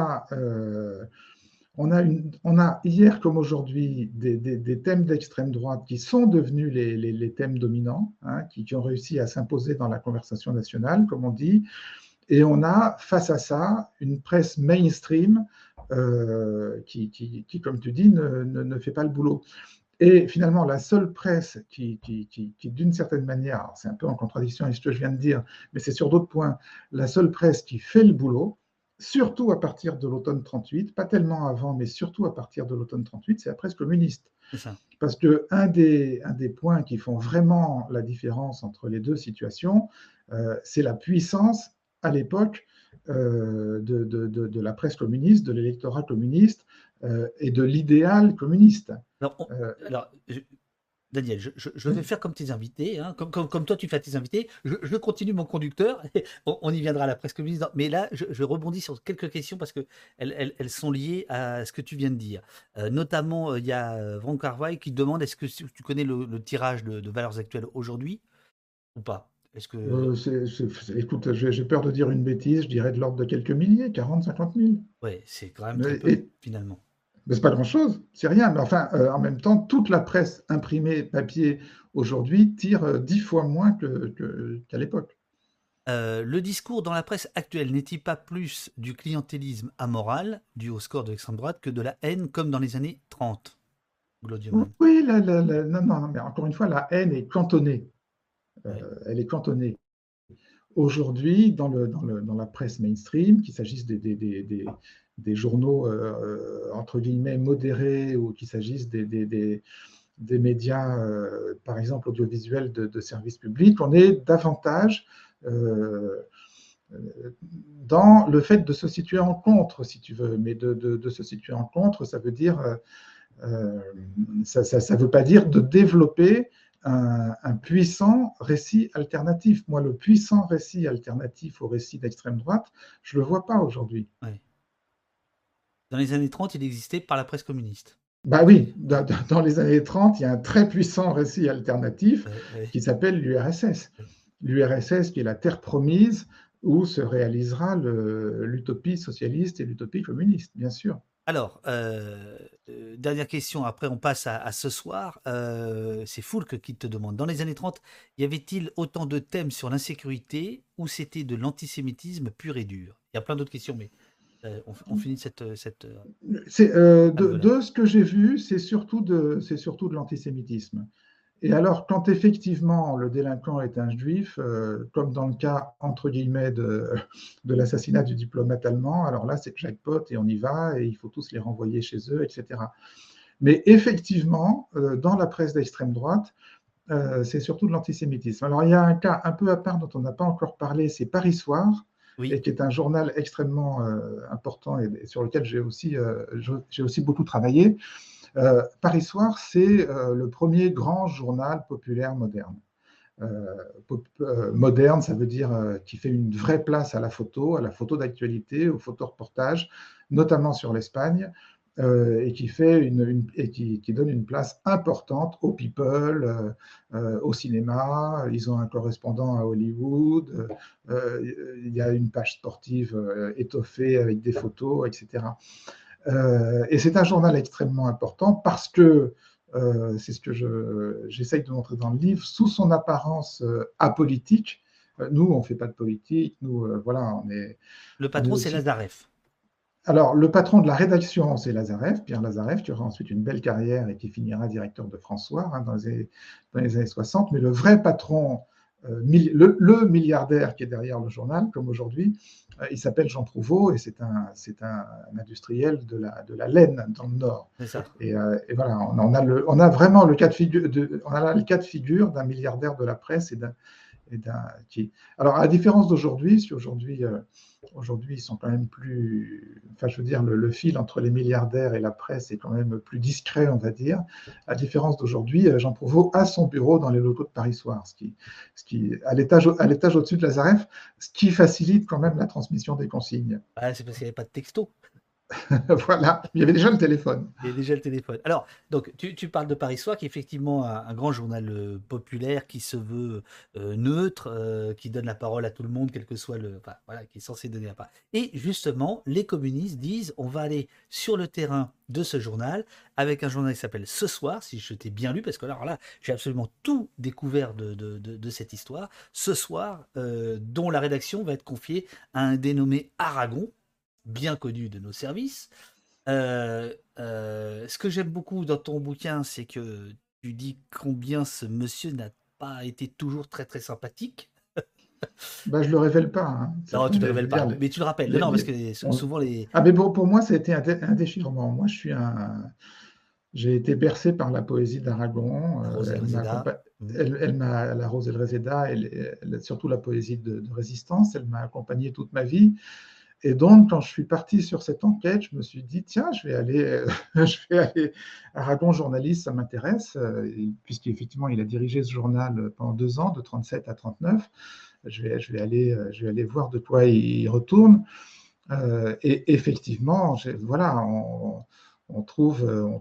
On a hier comme aujourd'hui des thèmes d'extrême droite qui sont devenus les thèmes dominants, hein, qui ont réussi à s'imposer dans la conversation nationale, comme on dit. Et on a face à ça une presse mainstream qui, comme tu dis, ne fait pas le boulot. Et finalement, la seule presse qui d'une certaine manière, c'est un peu en contradiction avec ce que je viens de dire, mais c'est sur d'autres points, la seule presse qui fait le boulot, surtout à partir de l'automne 38, pas tellement avant, mais surtout à partir de l'automne 38, c'est la presse communiste. C'est ça. Parce qu'un un des points qui font vraiment la différence entre les deux situations, c'est la puissance à l'époque de la presse communiste, de l'électorat communiste et de l'idéal communiste. Alors, Daniel, je vais faire comme tes invités, hein, comme toi tu fais à tes invités. Je continue mon conducteur, et on y viendra à la presse communiste. Mais là, je rebondis sur quelques questions parce qu'elles sont liées à ce que tu viens de dire. Notamment, il y a Franck Carvaille qui demande est-ce que tu connais le tirage de Valeurs Actuelles aujourd'hui ou pas? Est-ce que. Écoute, j'ai peur de dire une bêtise, je dirais de l'ordre de quelques milliers, 40, 50 000. Ouais, c'est quand même très Mais, peu, finalement. mais c'est pas grand-chose, c'est rien. Mais enfin, en même temps, toute la presse imprimée, papier, aujourd'hui, tire 10 fois moins qu'à l'époque. Le discours dans la presse actuelle n'est-il pas plus du clientélisme amoral, dû au score de l'extrême droite, que de la haine comme dans les années 30, Glodioman? Oui, non, non, mais encore une fois, la haine est cantonnée. Ouais. Elle est cantonnée. Aujourd'hui, dans la presse mainstream, qu'il s'agisse des journaux entre guillemets modérés ou qu'il s'agisse des médias, par exemple audiovisuels de service public, on est davantage euh, dans le fait de se situer en contre, si tu veux. Mais de se situer en contre, ça veut dire, euh, ça veut pas dire de développer un puissant récit alternatif. Moi, le puissant récit alternatif au récit d'extrême droite, je ne le vois pas aujourd'hui. Ouais. Dans les années 30, il existait par la presse communiste. Bah oui, dans les années 30, il y a un très puissant récit alternatif Ouais. qui s'appelle l'URSS. Ouais. L'URSS qui est la terre promise où se réalisera l'utopie socialiste et l'utopie communiste, bien sûr. Alors, dernière question, après on passe à ce soir. C'est Foulque qui te demande. Dans les années 30, y avait-il autant de thèmes sur l'insécurité ou c'était de l'antisémitisme pur et dur? Il y a plein d'autres questions, mais on finit cette alvéole. De ce que j'ai vu, c'est surtout de l'antisémitisme. Et alors, quand effectivement le délinquant est un juif, comme dans le cas, entre guillemets, de l'assassinat du diplomate allemand, alors là, c'est jackpot et on y va et il faut tous les renvoyer chez eux, etc. Mais effectivement, dans la presse d'extrême droite, c'est surtout de l'antisémitisme. Alors, il y a un cas un peu à part dont on n'a pas encore parlé, c'est Paris Soir, Oui. et qui est un journal extrêmement important et sur lequel j'ai aussi beaucoup travaillé. Paris Soir, c'est le premier grand journal populaire moderne. Moderne, ça veut dire qui fait une vraie place à la photo d'actualité, au photoreportage, notamment sur l'Espagne, et qui donne une place importante aux people, au cinéma. Ils ont un correspondant à Hollywood. Il y a une page sportive étoffée avec des photos, etc. Et c'est un journal extrêmement important parce que c'est ce que j'essaye de montrer dans le livre, sous son apparence apolitique. Nous, on ne fait pas de politique, nous, voilà, Le on est patron, c'est aussi. Lazareff. Alors, le patron de la rédaction, c'est Lazarev, Pierre Lazarev, qui aura ensuite une belle carrière et qui finira directeur de France Soir hein, dans les années 60. Mais le vrai patron, le milliardaire qui est derrière le journal, comme aujourd'hui, il s'appelle Jean Prouveau et c'est un industriel de la laine dans le Nord. C'est ça. Et voilà, on a vraiment le cas de figure, on a le cas de figure d'un milliardaire de la presse qui. Alors, à la différence d'aujourd'hui, si aujourd'hui, ils sont quand même plus. Enfin, je veux dire, le fil entre les milliardaires et la presse est quand même plus discret, on va dire. À la différence d'aujourd'hui, Jean Prouveau a son bureau dans les locaux de Paris Soir, à l'étage au-dessus de Lazareff, ce qui facilite quand même la transmission des consignes. Ah, c'est parce qu'il n'y avait pas de texto. Voilà, il y avait déjà le téléphone. Il y a déjà le téléphone. Alors, donc, tu parles de Paris Soir, qui est effectivement un grand journal populaire qui se veut neutre, qui donne la parole à tout le monde, quel que soit le. Enfin, voilà, qui est censé donner la parole. Et justement, les communistes disent on va aller sur le terrain de ce journal avec un journal qui s'appelle Ce Soir, si je t'ai bien lu, parce que alors là, j'ai absolument tout découvert de cette histoire. Ce Soir, dont la rédaction va être confiée à un dénommé Aragon, bien connu de nos services. Ce que j'aime beaucoup dans ton bouquin, c'est que tu dis combien ce monsieur n'a pas été toujours très très sympathique. Ben, je ne le révèle pas. Hein. Non, tu ne le Je veux révèles dire, pas, mais tu le rappelles. Non, non, parce que souvent les. Ah, mais bon, pour moi, ça a été un déchirement. Moi, j'ai été bercé par la poésie d'Aragon. Rosel Reseda. La Rose El Reseda, surtout la poésie de résistance, elle m'a accompagné toute ma vie. Et donc, quand je suis parti sur cette enquête, je me suis dit, tiens, je vais aller Aragon journaliste, ça m'intéresse, puisqu'effectivement, il a dirigé ce journal pendant 2 ans, de 37 à 39. Je vais aller voir de quoi il retourne. Et effectivement, voilà, on trouve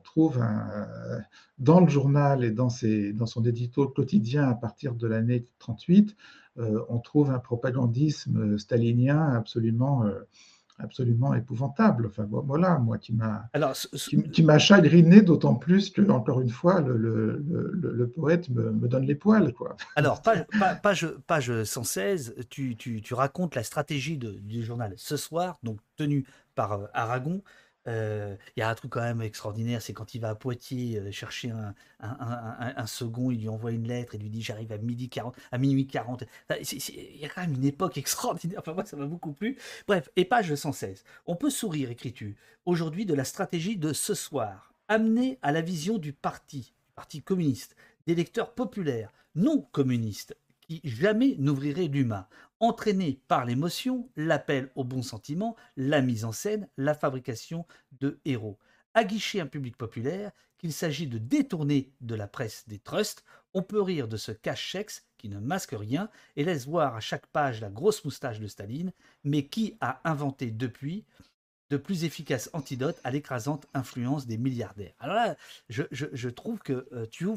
dans le journal et dans son édito quotidien à partir de l'année 38, on trouve un propagandisme stalinien absolument épouvantable. Enfin, voilà, moi Alors, qui m'a chagriné, d'autant plus que, encore une fois, le poète me donne les poils, quoi. alors page 116, tu racontes la stratégie du journal Ce Soir, donc tenu par Aragon. Il y a un truc quand même extraordinaire, c'est quand il va à Poitiers chercher un second, il lui envoie une lettre et lui dit j'arrive à midi 40, à minuit 40. Il y a quand même une époque extraordinaire, enfin moi ça m'a beaucoup plu. Bref, et page 116. On peut sourire, écris-tu, aujourd'hui de la stratégie de Ce Soir, amener à la vision du parti communiste, des lecteurs populaires, non communistes, qui jamais n'ouvriraient l'humain, entraînés par l'émotion, l'appel au bon sentiment, la mise en scène, la fabrication de héros. Aguicher un public populaire, qu'il s'agit de détourner de la presse des trusts, on peut rire de ce cache-sexe qui ne masque rien et laisse voir à chaque page la grosse moustache de Staline, mais qui a inventé depuis de plus efficaces antidotes à l'écrasante influence des milliardaires. Alors là, je trouve que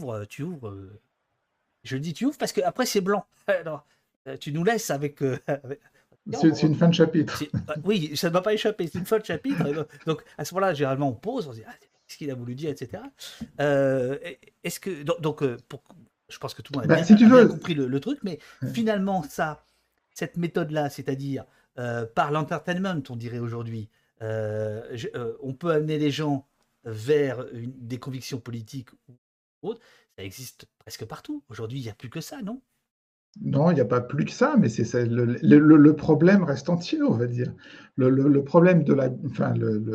je dis tu ouvres parce que après c'est blanc. Alors, tu nous laisses avec. C'est une fin de chapitre. Oui, ça ne m'a pas échappé. C'est une fin de chapitre. Donc, à ce moment-là, généralement, on pose, on se dit qu'est-ce qu'il a voulu dire, etc. Est-ce que donc, je pense que tout le monde a bien compris le truc, mais finalement, cette méthode-là, c'est-à-dire par l'entertainment, on dirait aujourd'hui, on peut amener les gens vers des convictions politiques ou autres. Ça existe presque partout. Aujourd'hui, il n'y a plus que ça, non? Non, il n'y a pas plus que ça, mais le problème reste entier, on va dire. Le problème de la, enfin,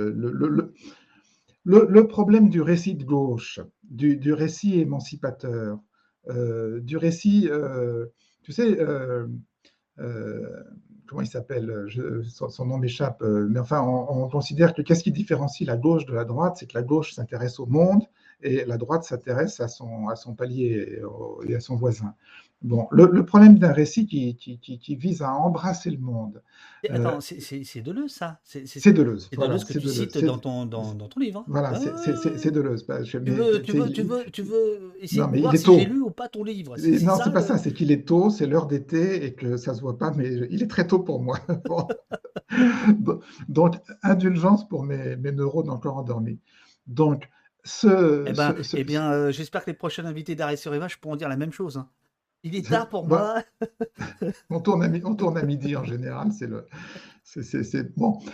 le problème du récit de gauche, du récit émancipateur, du récit, tu sais, comment il s'appelle, son nom m'échappe, mais enfin, on considère que qu'est-ce qui différencie la gauche de la droite, c'est que la gauche s'intéresse au monde et la droite s'intéresse à son palier et à son voisin. Bon, le problème d'un récit qui vise à embrasser le monde. Attends, c'est Deleuze, ça? C'est Deleuze. C'est Deleuze que tu cites dans ton livre. Hein. Voilà, c'est Deleuze. Tu veux essayer non, de voir si j'ai lu ou pas ton livre. Non, c'est pas ça, c'est qu'il est tôt, c'est l'heure d'été et que ça se voit pas, mais il est très tôt pour moi. Bon. Donc, indulgence pour mes neurones encore endormis. Donc, j'espère que les prochains invités d'Arrêt sur Eva pourront dire la même chose. Hein. Il est tard pour moi. On tourne à midi en général, c'est bon.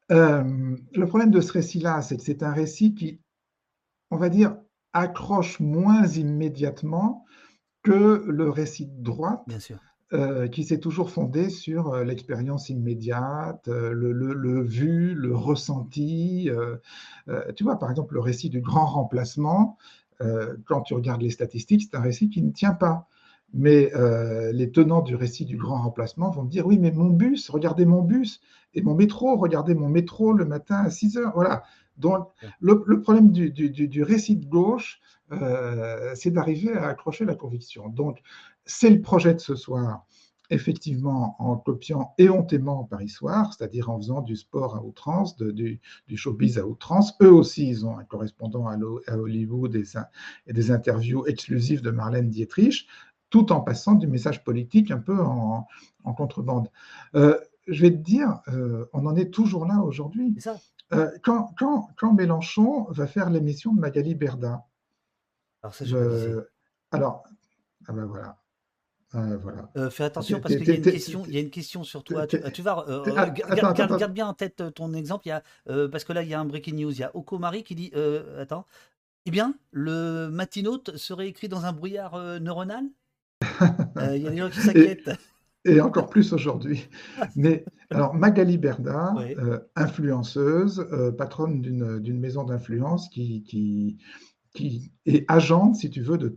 Le problème de ce récit-là, c'est que c'est un récit qui, on va dire, accroche moins immédiatement que le récit de Bien droite, sûr. qui s'est toujours fondé sur l'expérience immédiate, le vu, le ressenti. Tu vois, par exemple, le récit du grand remplacement, quand tu regardes les statistiques, c'est un récit qui ne tient pas. Mais les tenants du récit du grand remplacement vont dire, oui, mais mon bus, regardez mon bus, et mon métro, regardez mon métro le matin à 6 heures. Voilà. Donc, le problème du récit de gauche, c'est d'arriver à accrocher la conviction. Donc, c'est le projet de ce soir, effectivement, en copiant éhontément Paris Soir, c'est-à-dire en faisant du sport à outrance, du showbiz à outrance. Eux aussi, ils ont un correspondant à Hollywood et des interviews exclusives de Marlène Dietrich, tout en passant du message politique un peu en contrebande. Je vais te dire, on en est toujours là aujourd'hui. C'est ça. Quand Mélenchon va faire l'émission de Magali Berda, Alors ça, j'ai pas visé. alors, ah ben voilà. Voilà. Fais attention T'es- parce t'es- qu'il y a t'es- une t'es- question, il y a une question sur t'es- toi. Tu vas, Attends, attends, garde attends. bien en tête ton exemple. Parce que là, il y a un breaking news. Il y a Okomari qui dit, attends, eh bien, le matinote serait écrit dans un brouillard neuronal. Il y a des gens qui Et, s'inquiètent. et encore plus aujourd'hui. Mais alors, Magali Berda, Ouais, influenceuse, patronne d'une maison d'influence qui est agente, si tu veux,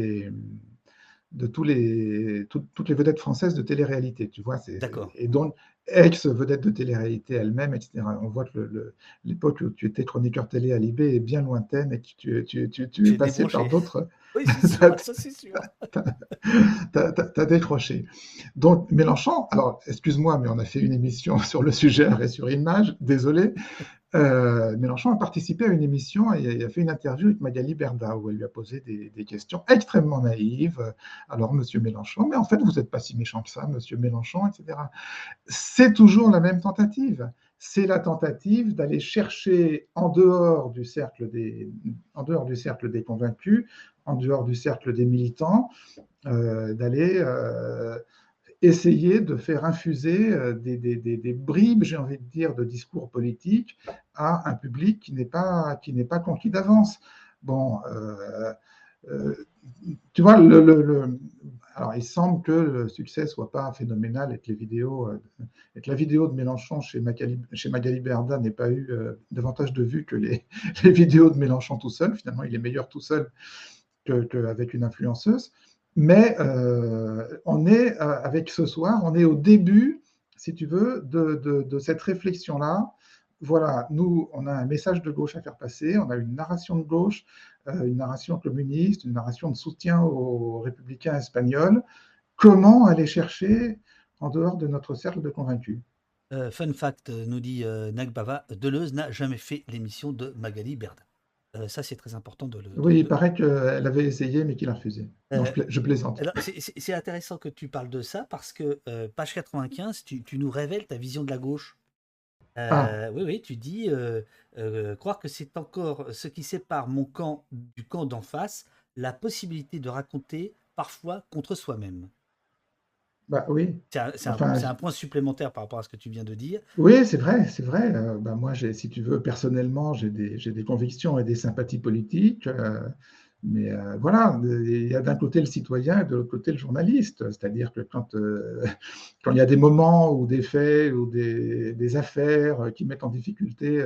toutes les vedettes françaises de télé-réalité, tu vois, d'accord. et donc ex-vedette de télé-réalité elle-même, etc. On voit que l'époque où tu étais chroniqueur télé à Libé est bien lointaine et que tu es J'ai passé par débranché. d'autres. Oui, c'est sûr, ça c'est sûr. Tu as décroché. Donc Mélenchon, alors excuse-moi, mais on a fait une émission sur le sujet arrêt sur image, désolé. Mélenchon a participé à une émission et il a fait une interview avec Magali Berda où elle lui a posé des questions extrêmement naïves. Alors, Monsieur Mélenchon, mais en fait, vous n'êtes pas si méchant que ça, Monsieur Mélenchon, etc. C'est toujours la même tentative. C'est la tentative d'aller chercher en dehors du cercle des convaincus, en dehors du cercle des militants, d'aller essayer de faire infuser des bribes, j'ai envie de dire, de discours politiques à un public qui n'est pas conquis d'avance. Bon, euh, tu vois, alors il semble que le succès soit pas phénoménal et que la vidéo de Mélenchon chez Magali Berda n'ait pas eu davantage de vues que les vidéos de Mélenchon tout seul. Finalement, il est meilleur tout seul qu'avec une influenceuse. Mais on est, avec ce soir, on est au début, si tu veux, de cette réflexion-là. Voilà, nous, on a un message de gauche à faire passer, on a une narration de gauche, une narration communiste, une narration de soutien aux républicains espagnols. Comment aller chercher en dehors de notre cercle de convaincus? Fun fact, nous dit Nagbava, Deleuze n'a jamais fait l'émission de Magali Berda. Ça, c'est très important Oui, il paraît qu'elle avait essayé, mais qu'il a refusé. Non, Euh, je plaisante. alors, c'est intéressant que tu parles de ça parce que page 95, tu nous révèles ta vision de la gauche. Ah, Oui, oui, tu dis croire que c'est encore ce qui sépare mon camp du camp d'en face, la possibilité de raconter parfois contre soi-même. bah oui. Enfin, C'est un point supplémentaire par rapport à ce que tu viens de dire. oui, c'est vrai, c'est vrai. Bah, moi, si tu veux, personnellement, j'ai des convictions et des sympathies politiques. Mais voilà, il y a d'un côté le citoyen et de l'autre côté le journaliste. C'est-à-dire que quand il y a des moments ou des faits ou des affaires qui mettent en difficulté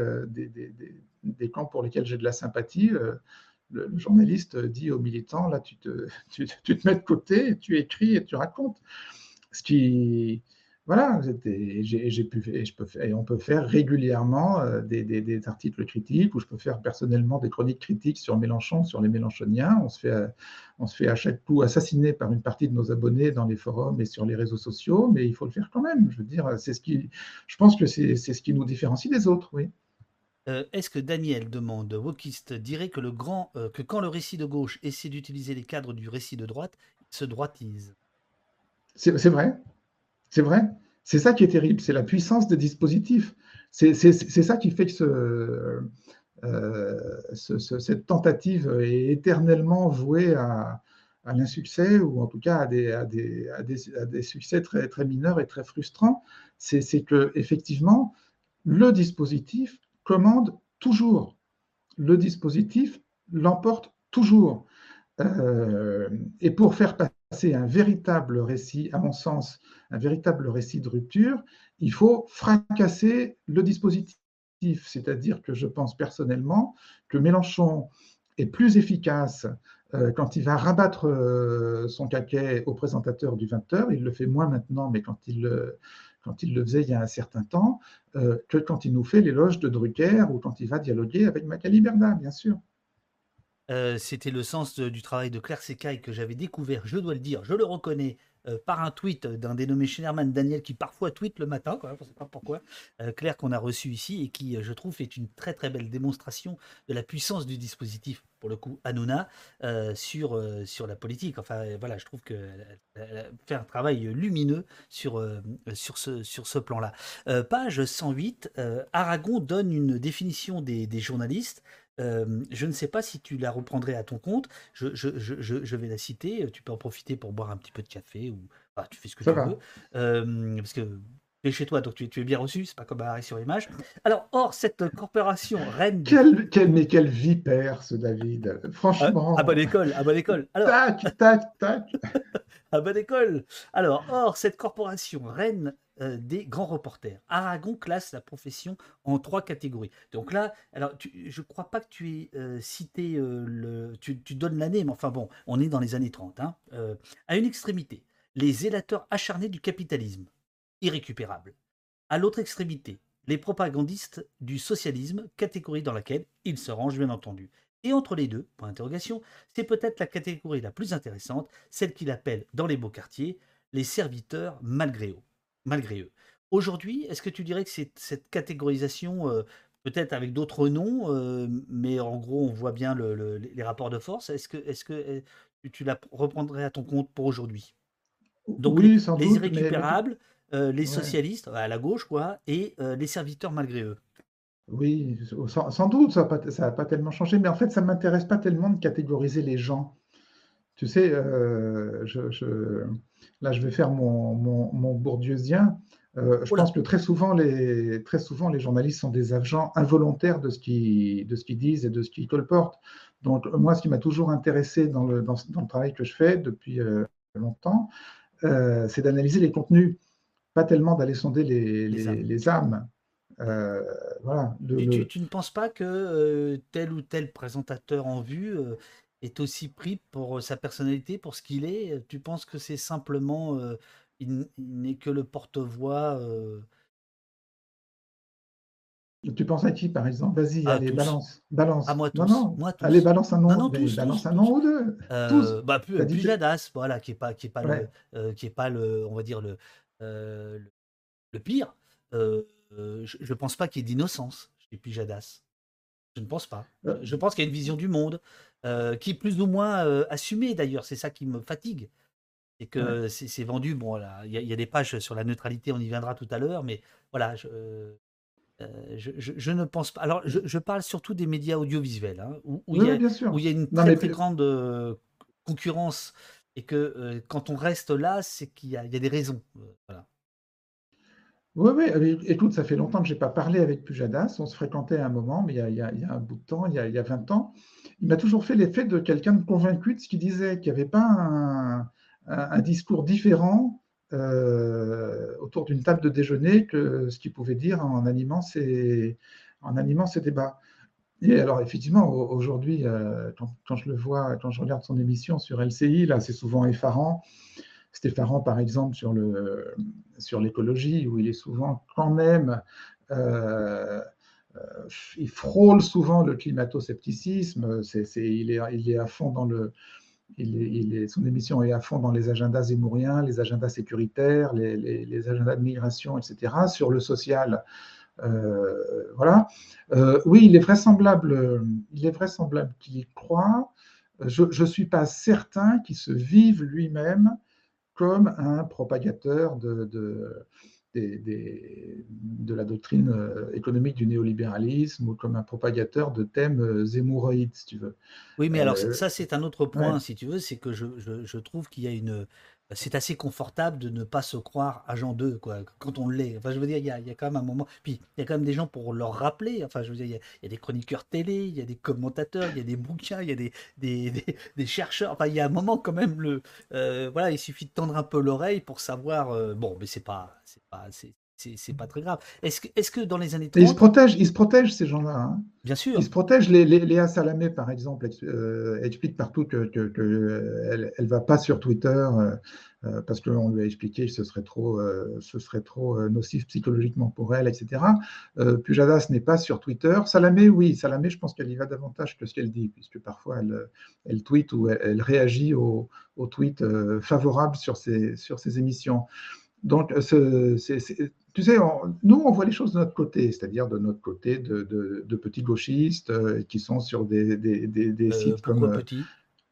des camps pour lesquels j'ai de la sympathie, le journaliste dit aux militants, là, tu te mets de côté, et tu écris et tu racontes. Ce qui, voilà, j'ai pu, et on peut faire régulièrement des articles critiques, ou je peux faire personnellement des chroniques critiques sur Mélenchon, sur les Mélenchoniens. On se fait à chaque coup assassiner par une partie de nos abonnés dans les forums et sur les réseaux sociaux, mais il faut le faire quand même. Je veux dire, je pense que c'est ce qui nous différencie des autres, oui. Est-ce que Daniel demande, wokiste, dirait que, que quand le récit de gauche essaie d'utiliser les cadres du récit de droite, il se droitise? C'est vrai, c'est vrai. C'est ça qui est terrible, c'est la puissance des dispositifs. C'est ça qui fait que cette tentative est éternellement vouée à l'insuccès, ou en tout cas à des succès très, très mineurs et très frustrants. C'est que effectivement, le dispositif commande toujours. Le dispositif l'emporte toujours. Et pour faire passer un véritable récit, à mon sens, un véritable récit de rupture, il faut fracasser le dispositif. C'est-à-dire que je pense personnellement que Mélenchon est plus efficace quand il va rabattre son caquet au présentateur du 20h. Il le fait moins maintenant, mais quand il le faisait il y a un certain temps, que quand il nous fait l'éloge de Drucker ou quand il va dialoguer avec Magali Berda, bien sûr. C'était le sens du travail de Claire Secaille que j'avais découvert, je dois le dire, je le reconnais, par un tweet d'un dénommé Schneiderman Daniel qui parfois tweet le matin, quand même, je ne sais pas pourquoi. Claire qu'on a reçu ici et qui, je trouve, est une très très belle démonstration de la puissance du dispositif, pour le coup, Hanouna, sur la politique. Enfin, voilà, je trouve qu'elle a fait un travail lumineux sur ce plan-là. Page 108, Aragon donne une définition des journalistes. Je ne sais pas si tu la reprendrais à ton compte. Je vais la citer. Tu peux en profiter pour boire un petit peu de café ou tu fais ce que Ça tu veux. va. Parce que tu es chez toi, donc tu es bien reçu. C'est pas comme à arrêt sur image. Alors, or, cette corporation reine des. Mais quel vipère, ce David. À bonne Franchement. école, à bonne école. Alors, Tac, tac, tac. à bonne école. Alors, or, cette corporation reine des grands reporters. Aragon classe la profession en 3 catégories. Donc là, alors, je ne crois pas que tu aies cité tu donnes l'année, mais enfin bon, on est dans les années 30. Hein. À une extrémité, les zélateurs acharnés du capitalisme, irrécupérables. À l'autre extrémité, les propagandistes du socialisme, catégorie dans laquelle ils se rangent bien entendu. Et entre les deux, point d'interrogation, c'est peut-être la catégorie la plus intéressante, celle qu'il appelle dans les beaux quartiers les serviteurs malgré eux. Aujourd'hui, est-ce que tu dirais que c'est cette catégorisation, peut-être avec d'autres noms, mais en gros on voit bien les rapports de force, est-ce que tu la reprendrais à ton compte pour aujourd'hui? Donc Oui, sans les doute, irrécupérables, les ouais. socialistes, à la gauche quoi, et les serviteurs malgré eux. Oui, sans doute, ça va pas tellement changé, mais en fait, ça ne m'intéresse pas tellement de catégoriser les gens. Tu sais, là, je vais faire mon bourdieusien. Je Oh pense là! que très souvent, les journalistes sont des agents involontaires de ce qu'ils disent et de ce qu'ils colportent. Donc, moi, ce qui m'a toujours intéressé dans le travail que je fais depuis longtemps, c'est d'analyser les contenus, pas tellement d'aller sonder Les âmes. les âmes. Euh, voilà, Tu ne penses pas que, tel ou tel présentateur en vue, est aussi pris pour, sa personnalité, pour ce qu'il est? Tu penses que c'est simplement, il n'est que le porte-voix, tu penses à qui, par exemple? Vas-y, à allez, tous? balance, À balance. moi Non, tous, non, moi allez, tous. balance un Non, nom, non, mais tous, balance tous, un nom tous. ou deux. Tous. T'as dit, Pujadas, voilà, ouais. qui est pas le, on va dire le pire. Je pense pas qu'il y ait d'innocence chez Pujadas. Je ne pense pas. Euh, Je pense qu'il y a une vision du monde, qui est plus ou moins, assumée d'ailleurs. C'est ça qui me fatigue. C'est ouais. que c'est vendu. Bon, là, il y a des pages sur la neutralité, on y viendra tout à l'heure, mais voilà, je ne pense pas. Alors, je parle surtout des médias audiovisuels, hein, Oui, oui, bien où sûr. il y a une Non, très mais très grande concurrence et que quand on reste là, c'est qu'il y a des raisons. Voilà. oui, oui, écoute, ça fait longtemps que je n'ai pas parlé avec Pujadas. On se fréquentait à un moment, mais il y a un bout de temps, il y a 20 ans. Il m'a toujours fait l'effet de quelqu'un de convaincu de ce qu'il disait, qu'il n'y avait pas un discours différent autour d'une table de déjeuner que ce qu'il pouvait dire en animant ses débats. Et alors, effectivement, aujourd'hui, quand je le vois, quand je regarde son émission sur LCI, là, c'est souvent effarant. C'est effarant, par exemple, sur l'écologie, où il est souvent quand même, euh, il frôle souvent le climato-scepticisme. Il est à fond dans son émission est à fond dans les agendas zémouriens, les agendas sécuritaires, les agendas de migration, etc. Sur le social, voilà. Oui, il est vraisemblable qu'il y croit. Je ne suis pas certain qu'il se vive lui-même comme un propagateur de la doctrine économique du néolibéralisme ou comme un propagateur de thèmes zémouroïdes, si tu veux. Oui, mais alors Euh, ça, c'est un autre ouais, point, si tu veux, c'est que je trouve qu'il y a une, c'est assez confortable de ne pas se croire agent 2, quoi, quand on l'est. Enfin, je veux dire, il y a quand même un moment. Puis, il y a quand même des gens pour leur rappeler. Enfin, je veux dire, il y a des chroniqueurs télé, il y a des commentateurs, il y a des bouquins, il y a des chercheurs. Enfin, il y a un moment quand même. Voilà, il suffit de tendre un peu l'oreille pour savoir. Bon, mais c'est pas très grave. Est-ce que dans les années Et 30, ils se protègent ces gens-là, hein. bien Ils sûr, se protègent. Léa Salamé, par exemple, explique partout elle va pas sur Twitter parce qu'on lui a expliqué que ce serait trop nocif psychologiquement pour elle, etc. Pujadas n'est pas sur Twitter. Salamé, oui, Salamé, je pense qu'elle y va davantage que ce qu'elle dit, puisque parfois elle tweet ou elle réagit aux tweets favorables sur ses émissions. Donc, tu sais, nous, on voit les choses de notre côté, c'est-à-dire de notre côté de petits gauchistes qui sont sur des sites comme pourquoi petit?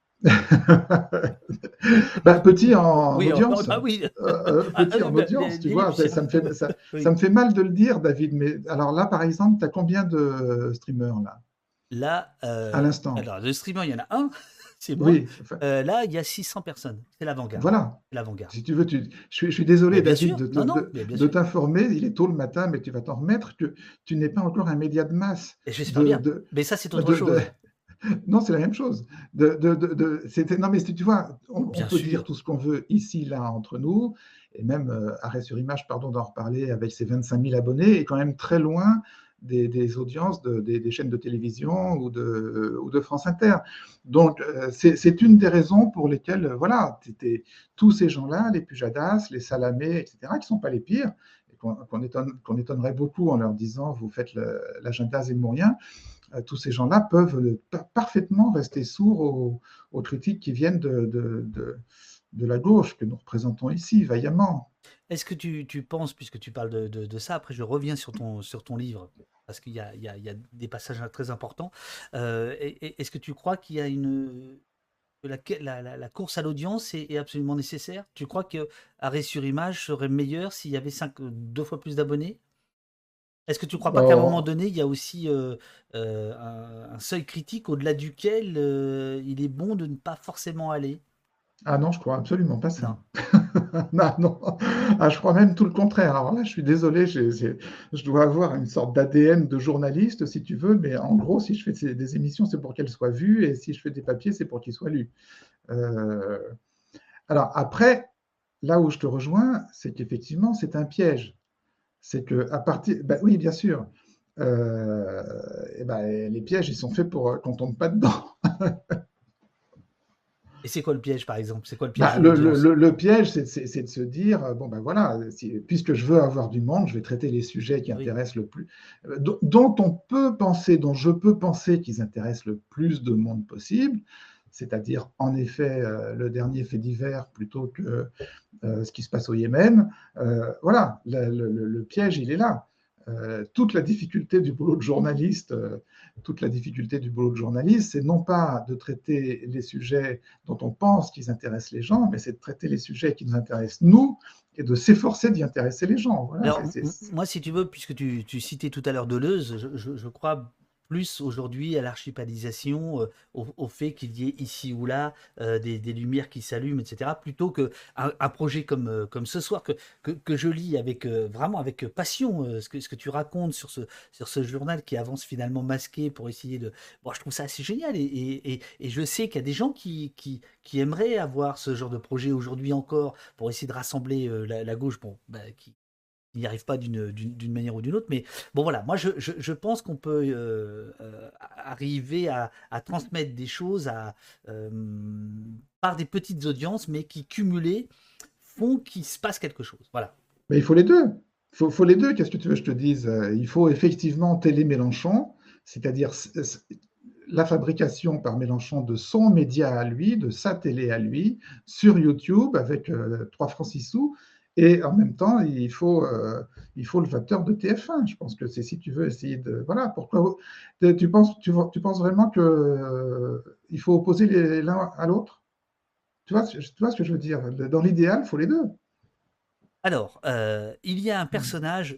bah, petits en Oui, audience. ah oui. Petit en audience, tu vois, ça Oui. me fait mal de le dire, David, mais alors là, par exemple, tu as combien de streamers là, Là, à l'instant? alors le streamer, il y en a un, c'est moi. Oui, enfin, Là, il y a 600 personnes. C'est l'avant-garde. voilà. C'est l'avant-garde. Si tu veux, je suis Mais désolé, bien David, sûr, non, non, mais bien de sûr. t'informer. Il est tôt le matin, mais tu vas t'en remettre que tu n'es pas encore un média de masse. Et j'espère De, bien. de, Mais ça, c'est autre de, chose. Non, c'est la même chose. Non, mais tu vois, on Bien peut dire sûr. tout ce qu'on veut ici, là, entre nous, et même Arrêt sur Image, pardon d'en reparler, avec ses 25 000 abonnés, est quand même très loin des audiences des chaînes de télévision ou de France Inter. Donc, c'est une des raisons pour lesquelles, voilà, tous ces gens-là, les Pujadas, les Salamé, etc., qui ne sont pas les pires, et qu'on étonnerait beaucoup en leur disant, vous faites l'agenda zémourien, tous ces gens-là peuvent parfaitement rester sourds aux critiques qui viennent de la gauche que nous représentons ici vaillamment. Est-ce que tu penses, puisque tu parles de ça, après je reviens sur ton livre, parce qu'il y a des passages très importants. Est-ce que tu crois qu'il y a que la course à l'audience est absolument nécessaire? Tu crois que Arrêt sur Image serait meilleur s'il y avait deux fois plus d'abonnés? Est-ce que tu ne crois pas qu'à un moment Oh, donné, il y a aussi un seuil critique au-delà duquel il est bon de ne pas forcément aller? ah non, je crois absolument pas Non. ça. Non, non. Ah, je crois même tout le contraire. Alors là, je suis désolé, je dois avoir une sorte d'ADN de journaliste, si tu veux, mais en gros, si je fais des émissions, c'est pour qu'elles soient vues, et si je fais des papiers, c'est pour qu'ils soient lus. Euh, alors après, là où je te rejoins, c'est qu'effectivement, c'est un piège. C'est que à partir, bah oui, bien sûr. Et ben, les pièges, ils sont faits pour qu'on tombe pas dedans. Et c'est quoi le piège, par exemple? C'est quoi le piège Bah, de l'audience? le piège, c'est de se dire, bon ben voilà, puisque je veux avoir du monde, je vais traiter les sujets qui Oui. intéressent le plus, dont on peut penser, dont je peux penser qu'ils intéressent le plus de monde possible, c'est-à-dire en effet le dernier fait divers plutôt que ce qui se passe au Yémen. Voilà, le piège, il est là. Toute la difficulté du boulot de journaliste, toute la difficulté du boulot de journaliste, c'est non pas de traiter les sujets dont on pense qu'ils intéressent les gens, mais c'est de traiter les sujets qui nous intéressent nous et de s'efforcer d'y intéresser les gens. Voilà, Alors, moi, si tu veux, puisque tu citais tout à l'heure Deleuze, je crois plus aujourd'hui à l'archipélisation, au fait qu'il y ait ici ou là des lumières qui s'allument, etc., plutôt que un projet comme ce soir que je lis avec vraiment avec passion ce que tu racontes sur ce journal qui avance finalement masqué pour essayer de. Bon, je trouve ça assez génial et je sais qu'il y a des gens qui aimeraient avoir ce genre de projet aujourd'hui encore pour essayer de rassembler la gauche, bon, bah, qui il n'y arrive pas d'une manière ou d'une autre. Mais bon, voilà, moi, je pense qu'on peut arriver à transmettre des choses euh, par des petites audiences, mais qui, cumulées, font qu'il se passe quelque chose. Voilà. mais il faut les deux. Faut les deux. Qu'est-ce que tu veux que je te dise? Il faut effectivement télé-Mélenchon, c'est-à-dire la fabrication par Mélenchon de son média à lui, de sa télé à lui, sur YouTube avec 3 francs 6 sous. Et en même temps, il faut le facteur de TF1. Je pense que c'est si tu veux essayer de. Voilà, pourquoi. Tu penses vraiment qu'il il faut opposer l'un à l'autre? Tu vois ce que je veux dire? Dans l'idéal, il faut les deux. Alors, il y a un personnage,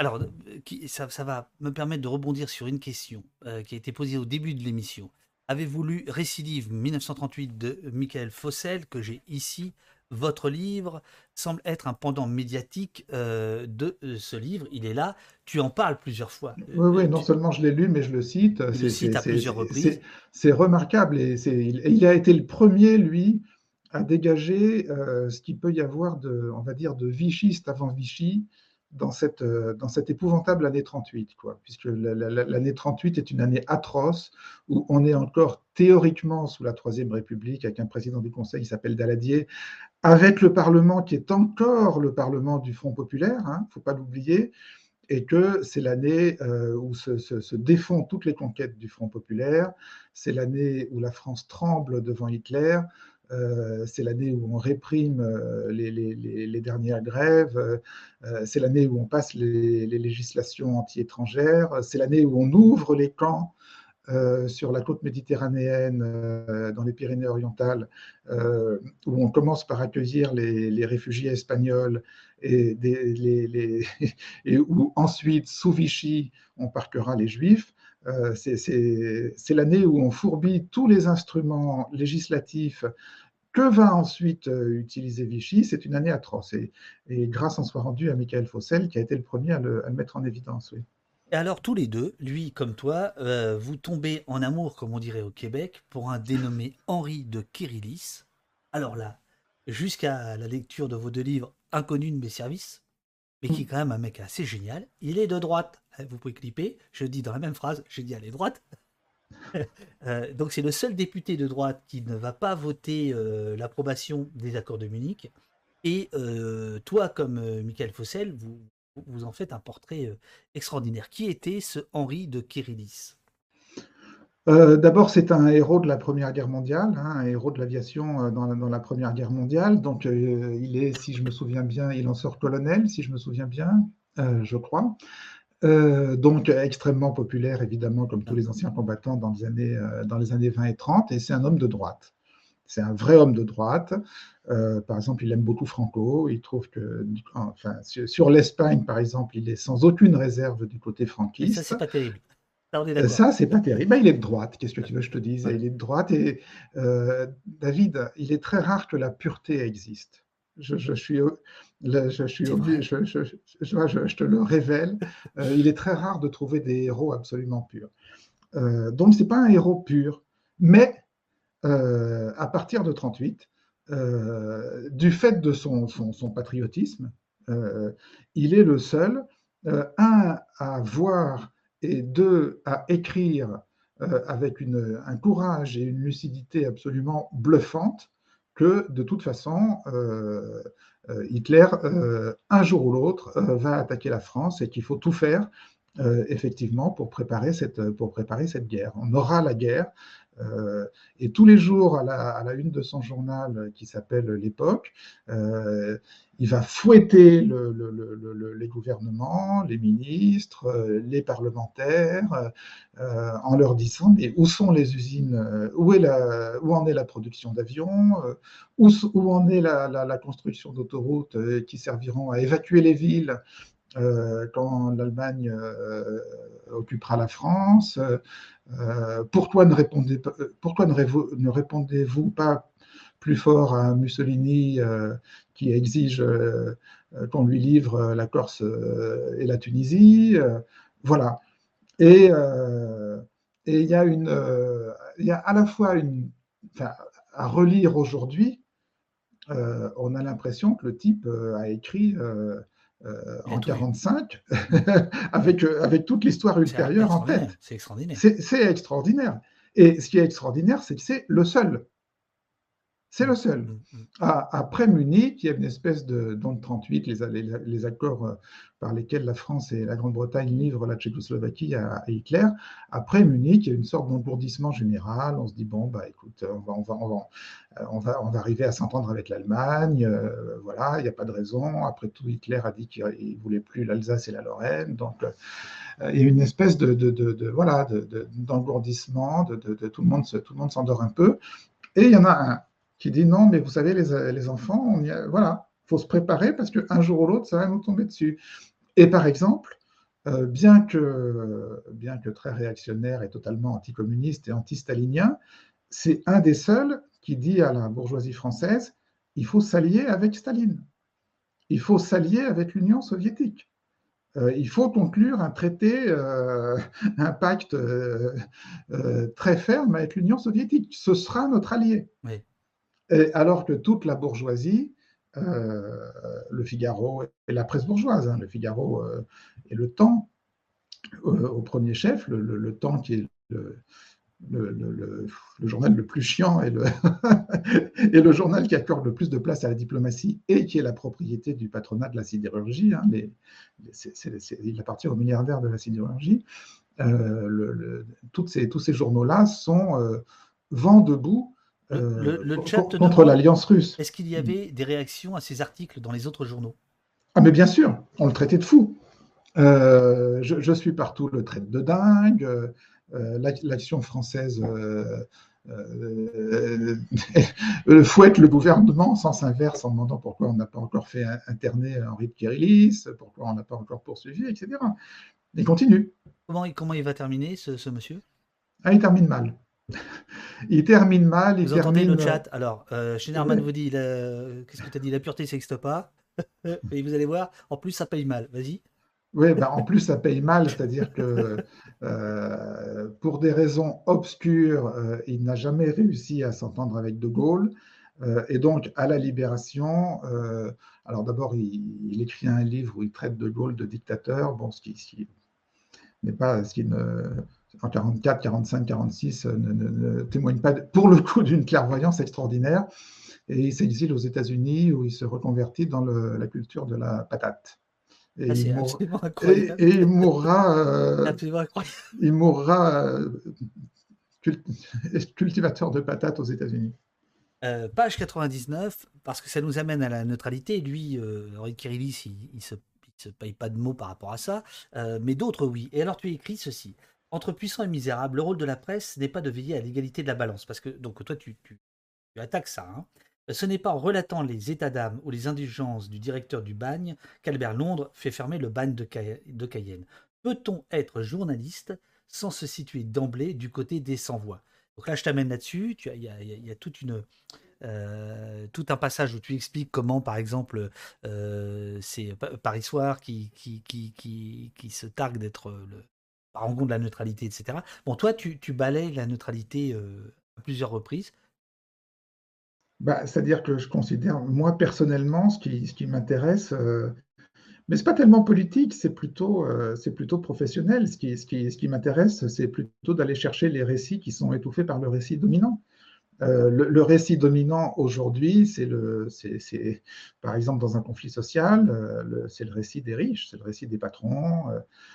ça va me permettre de rebondir sur une question qui a été posée au début de l'émission. Avez-vous lu Récidive 1938 de Michael Fossel, que j'ai ici votre livre semble être un pendant médiatique de ce livre. Il est là, tu en parles plusieurs fois. Oui, oui, non seulement je l'ai lu, mais je le cite. Tu le cites à plusieurs reprises. C'est remarquable. Il a été le premier, lui, à dégager ce qu'il peut y avoir de, on va dire, de vichiste avant Vichy dans cette épouvantable année 38, quoi, puisque l'année 38 est une année atroce où on est encore théoriquement sous la Troisième République avec un président du Conseil qui s'appelle Daladier, avec le Parlement qui est encore le Parlement du Front populaire, il ne faut pas l'oublier, et que c'est l'année où se défont toutes les conquêtes du Front populaire, c'est l'année où la France tremble devant Hitler, c'est l'année où on réprime les dernières grèves, c'est l'année où on passe les législations anti-étrangères, c'est l'année où on ouvre les camps sur la côte méditerranéenne, dans les Pyrénées-Orientales, où on commence par accueillir les réfugiés espagnols et où ensuite, sous Vichy, on parquera les Juifs. C'est l'année où on fourbit tous les instruments législatifs que va ensuite utiliser Vichy. C'est une année atroce. Et grâce en soit rendu à Michael Fossel, qui a été le premier à le mettre en évidence. Oui. Et alors tous les deux, lui comme toi, vous tombez en amour, comme on dirait au Québec, pour un dénommé Henri de Kérillis. Alors là, jusqu'à la lecture de vos deux livres, Inconnu de mes services, mais qui est quand même un mec assez génial, il est de droite. Vous pouvez clipper, je dis dans la même phrase, j'ai dit elle est droite. Donc c'est le seul député de droite qui ne va pas voter l'approbation des accords de Munich. Et toi, comme Michael Fossel, vous en faites un portrait extraordinaire. Qui était ce Henri de Kérillis? D'abord, c'est un héros de la Première Guerre mondiale, un héros de l'aviation dans la Première Guerre mondiale. Donc, il est, si je me souviens bien, il en sort colonel, si je me souviens bien, je crois. Donc, extrêmement populaire, évidemment, comme tous les anciens combattants dans les années 20 et 30. Et c'est un homme de droite. C'est un vrai homme de droite. Par exemple, il aime beaucoup Franco. Il trouve que, enfin, sur l'Espagne, par exemple, il est sans aucune réserve du côté Et ça, c'est franquiste. pas terrible. Ça, on est d'accord. Ça, c'est pas terrible. Ben, il est de droite, qu'est-ce que tu veux que je te dise? Voilà. Il est de droite et David, il est très rare que la pureté existe. Je suis, je suis C'est obligé, vrai. je te le révèle. Il est très rare de trouver des héros absolument purs. Donc, c'est pas un héros pur, mais à partir de 38, du fait de son patriotisme, il est le seul, un, à voir et deux, à écrire avec un courage et une lucidité absolument bluffante que de toute façon, Hitler, un jour ou l'autre, va attaquer la France et qu'il faut tout faire effectivement pour préparer cette guerre. On aura la guerre. Et tous les jours, à la une de son journal qui s'appelle L'Époque, il va fouetter les gouvernements, les ministres, les parlementaires, en leur disant mais où sont les usines, où en est la production d'avions, où en est la construction d'autoroutes qui serviront à évacuer les villes quand l'Allemagne occupera la France. Pourquoi ne répondez-vous pas plus fort à Mussolini qui exige qu'on lui livre la Corse et la Tunisie? Voilà. Et et il y a à la fois enfin, à relire aujourd'hui, on a l'impression que le type a écrit Il a en tout vu. 45 avec toute l'histoire C'est ultérieure en extraordinaire. tête. C'est extraordinaire. C'est extraordinaire. Et ce qui est extraordinaire, c'est que c'est le seul. C'est le Mm, seul. mm, mm. Après Munich, il y a une espèce dans le 38, les accords par lesquels la France et la Grande-Bretagne livrent la Tchécoslovaquie à Hitler. Après Munich, il y a une sorte d'engourdissement général. On se dit, bon, bah, écoute, on va arriver à s'entendre avec l'Allemagne. Voilà, il n'y a pas de raison. Après tout, Hitler a dit qu'il ne voulait plus l'Alsace et la Lorraine. Donc, il y a une espèce voilà, d'engourdissement, tout le monde s'endort un peu. Et il y en a un qui dit non, mais vous savez, les enfants, voilà, il faut se préparer parce qu'un jour ou l'autre, ça va nous tomber dessus. Et par exemple, bien que très réactionnaire et totalement anticommuniste et anti-stalinien, c'est un des seuls qui dit à la bourgeoisie française, il faut s'allier avec Staline. Il faut s'allier avec l'Union soviétique. Il faut conclure un traité, un pacte très ferme avec l'Union soviétique. Ce sera notre allié. Oui. Et alors que toute la bourgeoisie, le Figaro et la presse bourgeoise, hein, le Figaro et le Temps, au premier chef, le Temps qui est le journal le plus chiant et et le journal qui accorde le plus de place à la diplomatie et qui est la propriété du patronat de la sidérurgie. Hein, il appartient aux milliardaires de la sidérurgie. Tous ces journaux-là sont vent debout Le chat te contre demande, l'Alliance russe. est-ce qu'il y avait des réactions à ces articles dans les autres journaux? Ah mais bien sûr, on le traitait de fou. Je suis partout le traite de dingue. L'action française fouette le gouvernement, sens inverse, en demandant pourquoi on n'a pas encore fait interner Henri de Kérillis, pourquoi on n'a pas encore poursuivi, etc. Il continue. Comment il va terminer, ce monsieur? Ah, il termine mal. Il termine mal, il Vous entendez le termine. chat? Alors, Schneiderman Ouais, vous dit, qu'est-ce que tu as dit? La pureté n'existe pas. Et vous allez voir, en plus, ça paye mal. Vas-y. ouais, bah, en plus, ça paye mal, c'est-à-dire que pour des raisons obscures, il n'a jamais réussi à s'entendre avec De Gaulle. Et donc, à la Libération, alors d'abord, il écrit un livre où il traite De Gaulle de dictateur, bon, ce qui n'est pas, ce qui ne, en 44, 45, 46, ne témoigne pas, pour le coup, d'une clairvoyance extraordinaire. Et il s'exile aux États-Unis où il se reconvertit dans la culture de la patate. Et Ah, il, c'est mourra, absolument incroyable. et Absolument incroyable. il mourra cultivateur de patates aux États-Unis. Page 99, parce que ça nous amène à la neutralité. Lui, Henri Kérillis, il se paye pas de mots par rapport à ça, mais d'autres, oui. Et alors, tu écris ceci. Entre puissants et misérables, le rôle de la presse n'est pas de veiller à l'égalité de la balance. Parce que, donc, toi, tu attaques ça. Hein. Ce n'est pas en relatant les états d'âme ou les indulgences du directeur du bagne qu'Albert Londres fait fermer le bagne de Cayenne. Peut-on être journaliste sans se situer d'emblée du côté des sans-voix? Donc là, je t'amène là-dessus. Il y a tout un passage où tu expliques comment, par exemple, c'est Paris Soir qui se targue d'être le parangon de la neutralité, etc. Bon, toi, tu balayes la neutralité à plusieurs reprises. Bah, c'est-à-dire que je considère, moi personnellement, ce qui m'intéresse, mais ce n'est pas tellement politique, c'est plutôt professionnel. Ce qui m'intéresse, c'est plutôt d'aller chercher les récits qui sont étouffés par le récit dominant. Le récit dominant aujourd'hui, par exemple dans un conflit social, c'est le récit des riches, c'est le récit des patrons,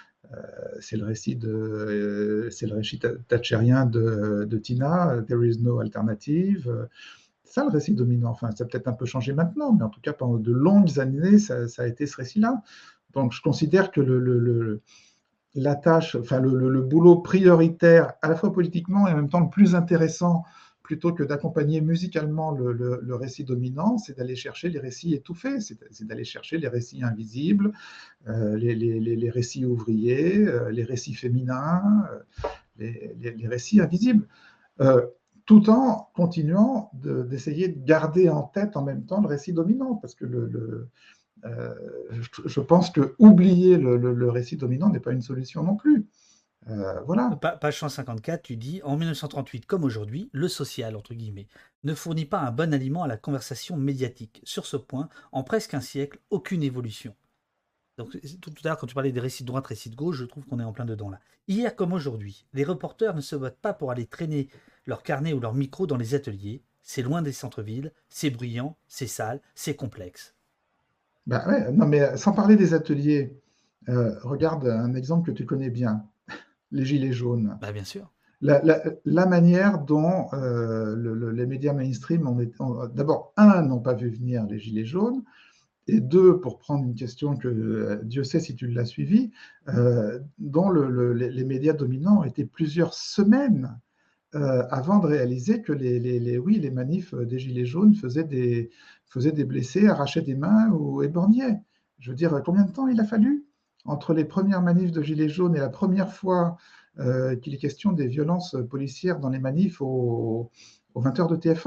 c'est le récit thatchérien de Tina, There is no alternative. C'est ça le récit dominant. Enfin, ça a peut-être un peu changé maintenant, mais en tout cas pendant de longues années, ça a été ce récit-là. Donc je considère que la tâche, enfin le boulot prioritaire, à la fois politiquement et en même temps le plus intéressant, plutôt que d'accompagner musicalement le récit dominant, c'est d'aller chercher les récits étouffés, c'est d'aller chercher les récits invisibles, les récits ouvriers, les récits féminins, les récits invisibles, euh, tout en continuant d'essayer de garder en tête en même temps le récit dominant, parce que euh, je pense que oublier le récit dominant n'est pas une solution non plus. Voilà. Page 154, tu dis, en 1938 comme aujourd'hui, le social, entre guillemets, ne fournit pas un bon aliment à la conversation médiatique. Sur ce point, en presque un siècle, aucune évolution. Donc, tout à l'heure, quand tu parlais des récits de droite, récits de gauche, je trouve qu'on est en plein dedans là. Hier comme aujourd'hui, les reporters ne se battent pas pour aller traîner leur carnet ou leur micro dans les ateliers. C'est loin des centres-villes, c'est bruyant, c'est sale, c'est complexe. Bah ouais, non, mais sans parler des ateliers, regarde un exemple que tu connais bien, les Gilets jaunes. Bah bien sûr. La manière dont les médias mainstream d'abord, un, n'ont pas vu venir les Gilets jaunes, et deux, pour prendre une question que Dieu sait si tu l'as suivi, dont les médias dominants étaient plusieurs semaines avant de réaliser que oui, les manifs des Gilets jaunes faisaient des blessés, arrachaient des mains ou éborgnaient. Je veux dire, combien de temps il a fallu entre les premières manifs de Gilets jaunes et la première fois qu'il est question des violences policières dans les manifs aux 20h de TF1?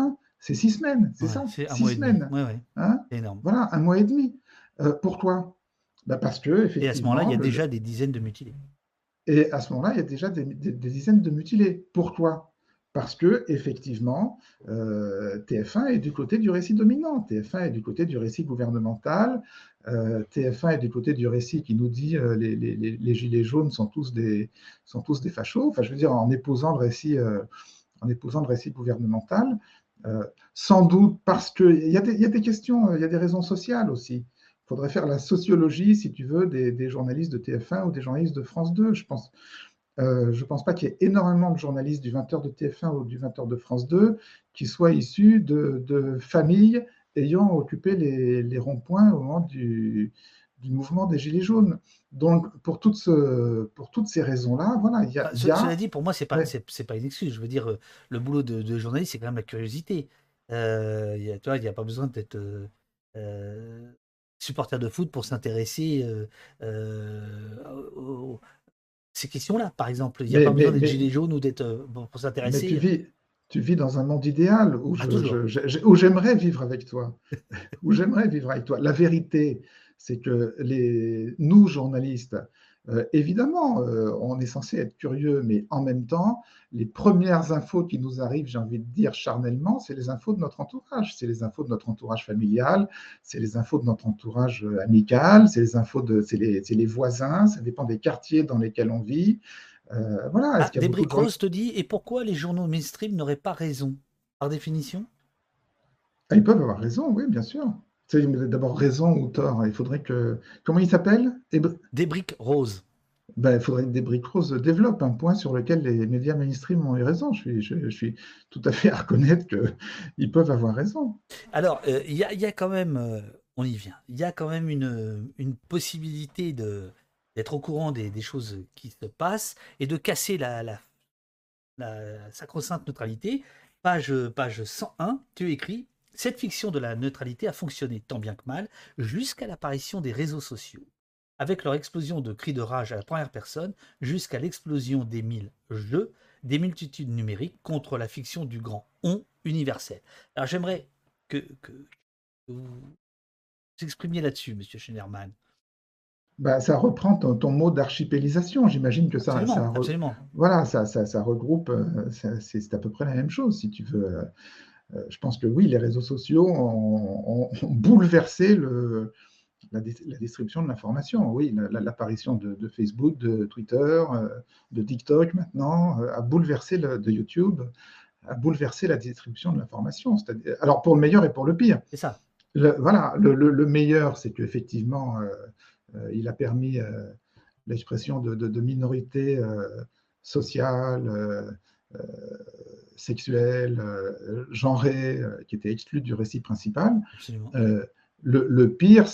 C'est 6 semaines, c'est Ouais, ça, c'est un six mois et demi. semaines. Ouais, ouais, Hein? c'est énorme. Voilà, 1 mois et demi. Pourquoi? Bah, parce que Et à ce moment-là, il y effectivement, a déjà des dizaines de mutilés. et à ce moment-là, il y a déjà des dizaines de mutilés. Pourquoi? Parce que effectivement, TF1 est du côté du récit dominant. TF1 est du côté du récit gouvernemental. TF1 est du côté du récit qui nous dit les gilets jaunes sont tous des fachos. Enfin, je veux dire, en épousant le récit gouvernemental, sans doute parce qu'il y a des questions, il y a des raisons sociales aussi. Il faudrait faire la sociologie, si tu veux, des journalistes de TF1 ou des journalistes de France 2. Je pense pas qu'il y ait énormément de journalistes du 20h de TF1 ou du 20h de France 2 qui soient issus de familles ayant occupé les ronds-points au moment du mouvement des Gilets jaunes. Donc, pour toutes ces raisons-là, voilà, Enfin, il y cela a dit, pour moi, ouais, c'est pas une excuse. Je veux dire, le boulot de journaliste, c'est quand même la curiosité. Tu vois, il n'y a pas besoin d'être euh, supporter de foot pour s'intéresser aux ces questions-là, par exemple. Il n'y a mais, pas besoin mais, d'être mais, gilet jaune ou d'être pour mais s'intéresser. tu vis dans un monde idéal Pas toujours. où j'aimerais vivre avec toi. Où j'aimerais vivre avec toi. La vérité, c'est que nous, journalistes, évidemment, on est censé être curieux, mais en même temps, les premières infos qui nous arrivent, j'ai envie de dire charnellement, c'est les infos de notre entourage. C'est les infos de notre entourage familial, c'est les infos de notre entourage amical, c'est les voisins, ça dépend des quartiers dans lesquels on vit. Voilà, est-ce Ah, qu'il y a beaucoup de Desbriques gens? Rose te dit, et pourquoi les journaux mainstream n'auraient pas raison? Par définition? Ah, ils peuvent avoir raison, oui, bien sûr. C'est d'abord raison ou tort. Il faudrait que. Comment il s'appelle? Desbriques Rose. Ben, il faudrait que Desbriques Rose développe un point sur lequel les médias mainstream ont eu raison. Je suis tout à fait à reconnaître qu'ils peuvent avoir raison. Alors, il y a quand même, on y vient, il y a quand même une possibilité d'être au courant des choses qui se passent et de casser la sacro-sainte neutralité. Page 101, tu écris: cette fiction de la neutralité a fonctionné tant bien que mal jusqu'à l'apparition des réseaux sociaux. Avec leur explosion de cris de rage à la première personne, jusqu'à l'explosion des mille jeux, des multitudes numériques contre la fiction du grand on universel. Alors j'aimerais que vous vous exprimiez là-dessus, monsieur Schneiderman. Ben, ça reprend ton mot d'archipélisation. J'imagine que Absolument, absolument. voilà, ça regroupe, c'est à peu près la même chose, si tu veux. Je pense que oui, les réseaux sociaux ont bouleversé la distribution de l'information. Oui, l'apparition de Facebook, de Twitter, de TikTok maintenant, a bouleversé de YouTube, a bouleversé la distribution de l'information. Alors pour le meilleur et pour le pire. C'est ça. Voilà, le meilleur, c'est qu'effectivement, il a permis l'expression de minorités sociales, euh, sexuelles, genrées, qui étaient exclues du récit principal. Absolument. Euh, le pire,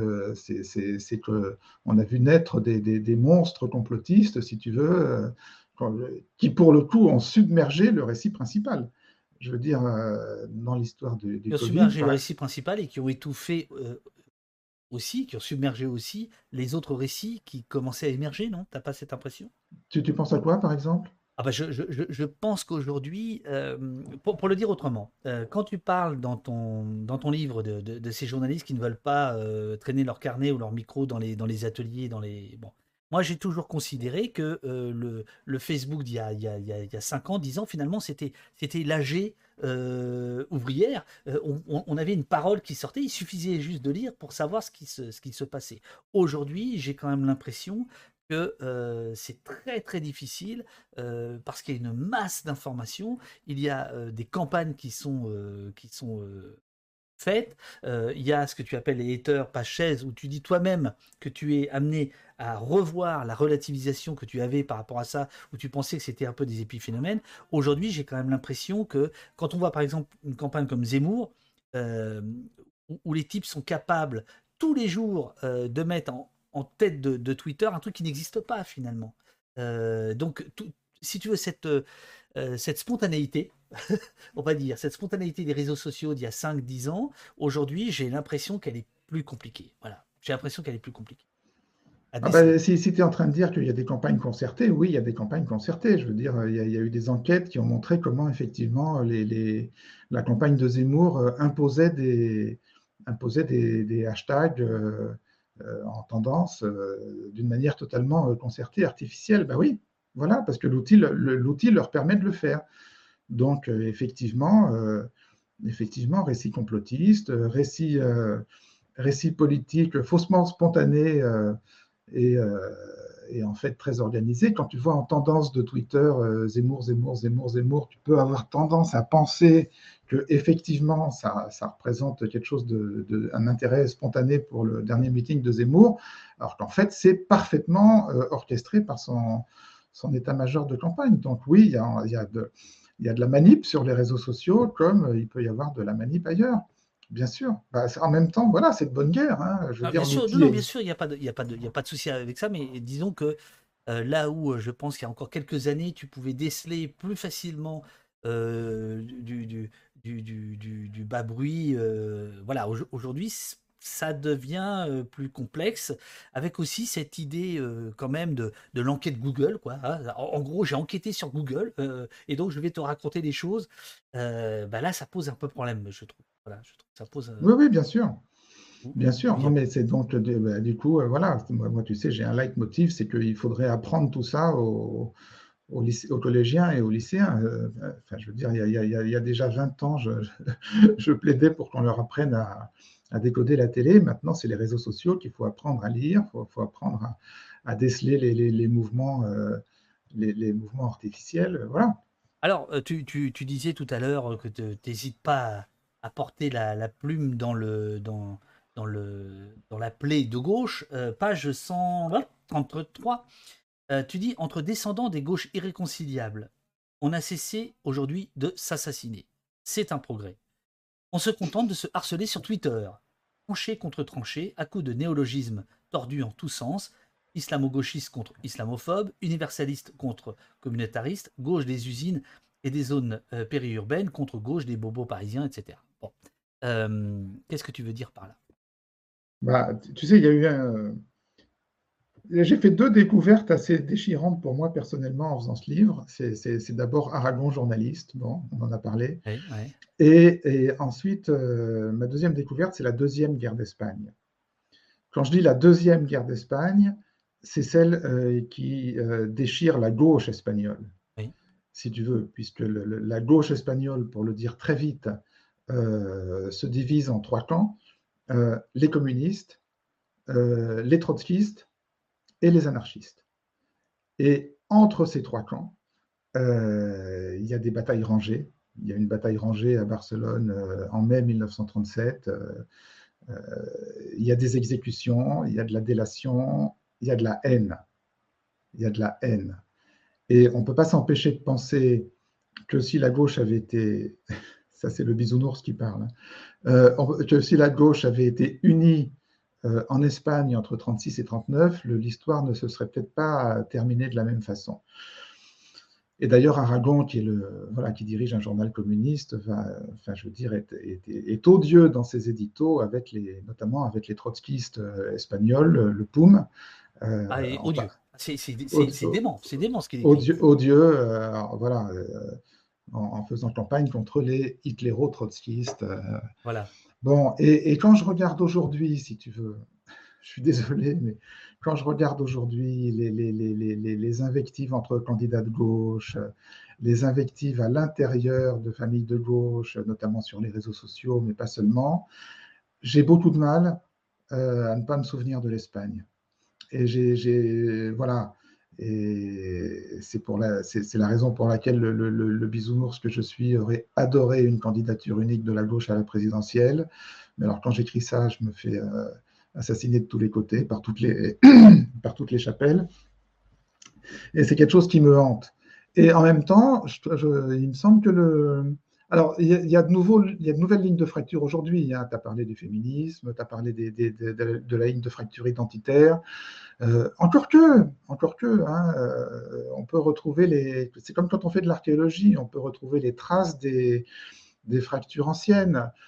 c'est que on a vu naître des monstres complotistes, si tu veux, qui pour le coup ont submergé le récit principal. Je veux dire, dans l'histoire du Qui ont Covid, submergé le récit principal et qui ont étouffé aussi, qui ont submergé aussi les autres récits qui commençaient à émerger, non? T'as pas cette impression? tu penses à quoi, par exemple? Ah bah je pense qu'aujourd'hui, pour le dire autrement, quand tu parles dans ton livre de ces journalistes qui ne veulent pas traîner leur carnet ou leur micro dans les ateliers, bon. Moi, j'ai toujours considéré que le Facebook d'il y a, il y a 5 ans, 10 ans, finalement, c'était l'AG ouvrière. On avait une parole qui sortait, il suffisait juste de lire pour savoir ce qui se passait. Aujourd'hui, j'ai quand même l'impression que c'est très très difficile parce qu'il y a une masse d'informations, il y a des campagnes qui sont faites, il y a ce que tu appelles les haters pas chaises, où tu dis toi-même que tu es amené à revoir la relativisation que tu avais par rapport à ça, où tu pensais que c'était un peu des épiphénomènes. Aujourd'hui, j'ai quand même l'impression que quand on voit par exemple une campagne comme Zemmour, euh, où les types sont capables tous les jours de mettre en tête Twitter un truc qui n'existe pas finalement. Donc, si tu veux, cette spontanéité, on va dire, cette spontanéité des réseaux sociaux d'il y a 5 10 ans, aujourd'hui, j'ai l'impression qu'elle est plus compliquée. Voilà, j'ai l'impression qu'elle est plus compliquée. à Ah déceler. bah, si tu es en train de dire qu'il y a des campagnes concertées, oui, il y a des campagnes concertées. Je veux dire, il y a eu des enquêtes qui ont montré comment, effectivement, la campagne de Zemmour imposait des hashtags en tendance d'une manière totalement concertée, artificielle. Ben oui, voilà, parce que l'outil leur permet de le faire. Donc, effectivement, récit complotiste, récit politique faussement spontané et, euh, et en fait très organisé. Quand tu vois en tendance de Twitter Zemmour, Zemmour, Zemmour, Zemmour, tu peux avoir tendance à penser que effectivement ça représente quelque chose un intérêt spontané pour le dernier meeting de Zemmour, alors qu'en fait c'est parfaitement orchestré par son état-major de campagne. Donc oui, il y a de la manip sur les réseaux sociaux comme il peut y avoir de la manip ailleurs. Bien sûr. Bah, en même temps, voilà, c'est de bonne guerre. Hein. Je veux Ah, dire, bien sûr, non, l'outil non, bien est. sûr, il n'y a pas de, il y a pas de, il y a pas de souci avec ça, mais disons que là où je pense qu'il y a encore quelques années, tu pouvais déceler plus facilement du bas bruit. Voilà, aujourd'hui, ça devient plus complexe, avec aussi cette idée quand même de l'enquête Google, quoi. Hein. En gros, j'ai enquêté sur Google et donc je vais te raconter des choses. Bah là, ça pose un peu problème, je trouve. Voilà, je trouve que ça pose. Oui, oui, bien sûr. Où- Bien où sûr. il y Non, a- mais c'est donc, bah, du coup, voilà. Moi, tu sais, j'ai un leitmotiv, c'est qu'il faudrait apprendre tout ça aux collégiens et aux lycéens. Enfin, je veux dire, il y a déjà 20 ans, je plaidais pour qu'on leur apprenne à décoder la télé. Maintenant, c'est les réseaux sociaux qu'il faut apprendre à lire, faut apprendre à déceler les mouvements, les mouvements artificiels. Voilà. Alors, tu disais tout à l'heure que tu n'hésites pas à porter la plume dans la plaie de gauche. Page 133, tu dis entre descendants des gauches irréconciliables, on a cessé aujourd'hui de s'assassiner. C'est un progrès. On se contente de se harceler sur Twitter. Tranché contre tranché, à coups de néologismes tordus en tous sens, islamo-gauchiste contre islamophobe, universaliste contre communautariste, gauche des usines et des zones périurbaines contre gauche des bobos parisiens, etc. Bon. Qu'est-ce que tu veux dire par là? Bah, tu sais, il y a eu un. J'ai fait deux découvertes assez déchirantes pour moi personnellement en faisant ce livre. C'est d'abord Aragon, journaliste, bon, on en a parlé. Oui, ouais. Et ensuite, ma deuxième découverte, c'est la Deuxième Guerre d'Espagne. Quand je dis la Deuxième Guerre d'Espagne, c'est celle qui déchire la gauche espagnole, Oui. si tu veux, puisque la gauche espagnole, pour le dire très vite, se divise en trois camps, les communistes, les trotskistes et les anarchistes. Et entre ces trois camps, il y a des batailles rangées. Il y a une bataille rangée à Barcelone en mai 1937. Il y a des exécutions, il y a de la délation, il y a de la haine. Il y a de la haine. Et on ne peut pas s'empêcher de penser que si la gauche avait été, ça c'est le bisounours qui parle, que si la gauche avait été unie en Espagne entre 36 et 39, l'histoire ne se serait peut-être pas terminée de la même façon. Et d'ailleurs, Aragon, voilà, qui dirige un journal communiste, enfin, je veux dire, est odieux dans ses éditos, notamment avec les trotskistes espagnols, le POUM. Ah, et Enfin, odieux. C'est dément ce qu'il écrit. odieux, voilà, en faisant campagne contre les hitléro-trotskistes. Voilà. Bon, et quand je regarde aujourd'hui, si tu veux, je suis désolé, mais quand je regarde aujourd'hui les invectives entre candidats de gauche, les invectives à l'intérieur de familles de gauche, notamment sur les réseaux sociaux, mais pas seulement, j'ai beaucoup de mal à ne pas me souvenir de l'Espagne. Et voilà. Et c'est la raison pour laquelle le bisounours que je suis aurait adoré une candidature unique de la gauche à la présidentielle. Mais alors, quand j'écris ça, je me fais assassiner de tous les côtés, par toutes les chapelles. Et c'est quelque chose qui me hante. Et en même temps, il me semble que Alors, il y a de nouvelles lignes de fracture aujourd'hui. Hein. Tu as parlé du féminisme, tu as parlé de la ligne de fracture identitaire. Encore que, hein, on peut retrouver c'est comme quand on fait de l'archéologie, on peut retrouver les traces des fractures anciennes.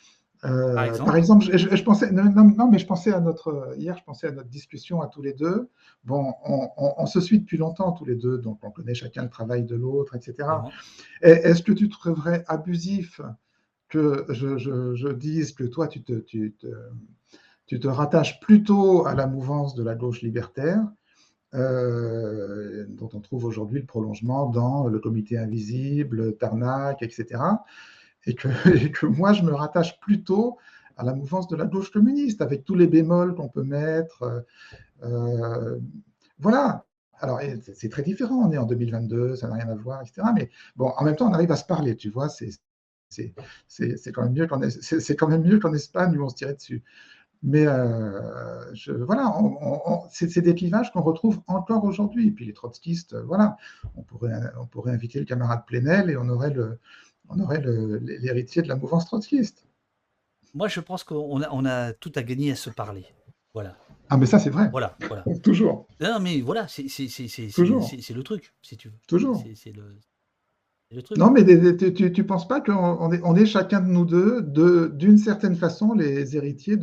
Par Par exemple? exemple, je pensais, non, non, non, mais je pensais à hier, je pensais à notre discussion à tous les deux. Bon, on se suit depuis longtemps tous les deux, donc on connaît chacun le travail de l'autre, etc. Bon. Est-ce que tu trouverais abusif que je dise que toi, tu te rattaches plutôt à la mouvance de la gauche libertaire, dont on trouve aujourd'hui le prolongement dans le Comité invisible, Tarnac, etc. Et que, et que moi, je me rattache plutôt à la mouvance de la gauche communiste, avec tous les bémols qu'on peut mettre. Euh, voilà. Alors, c'est très différent, on est en 2022, ça n'a rien à voir, etc. Mais bon, en même temps, on arrive à se parler, tu vois, c'est quand même mieux c'est quand même mieux qu'en Espagne où on se tirait dessus. Mais voilà, c'est des clivages qu'on retrouve encore aujourd'hui. Et puis les trotskistes, voilà, on pourrait inviter le camarade Plenel et on aurait l'héritier de la mouvance trotskiste. Moi, je pense on a tout à gagner à se parler. Voilà. Ah, mais ça, c'est vrai. Voilà, voilà. Toujours, Non, mais voilà, toujours, c'est le truc, si tu veux. toujours. C'est le truc. Non, mais tu penses pas on est chacun de nous deux, d'une certaine façon, les héritiers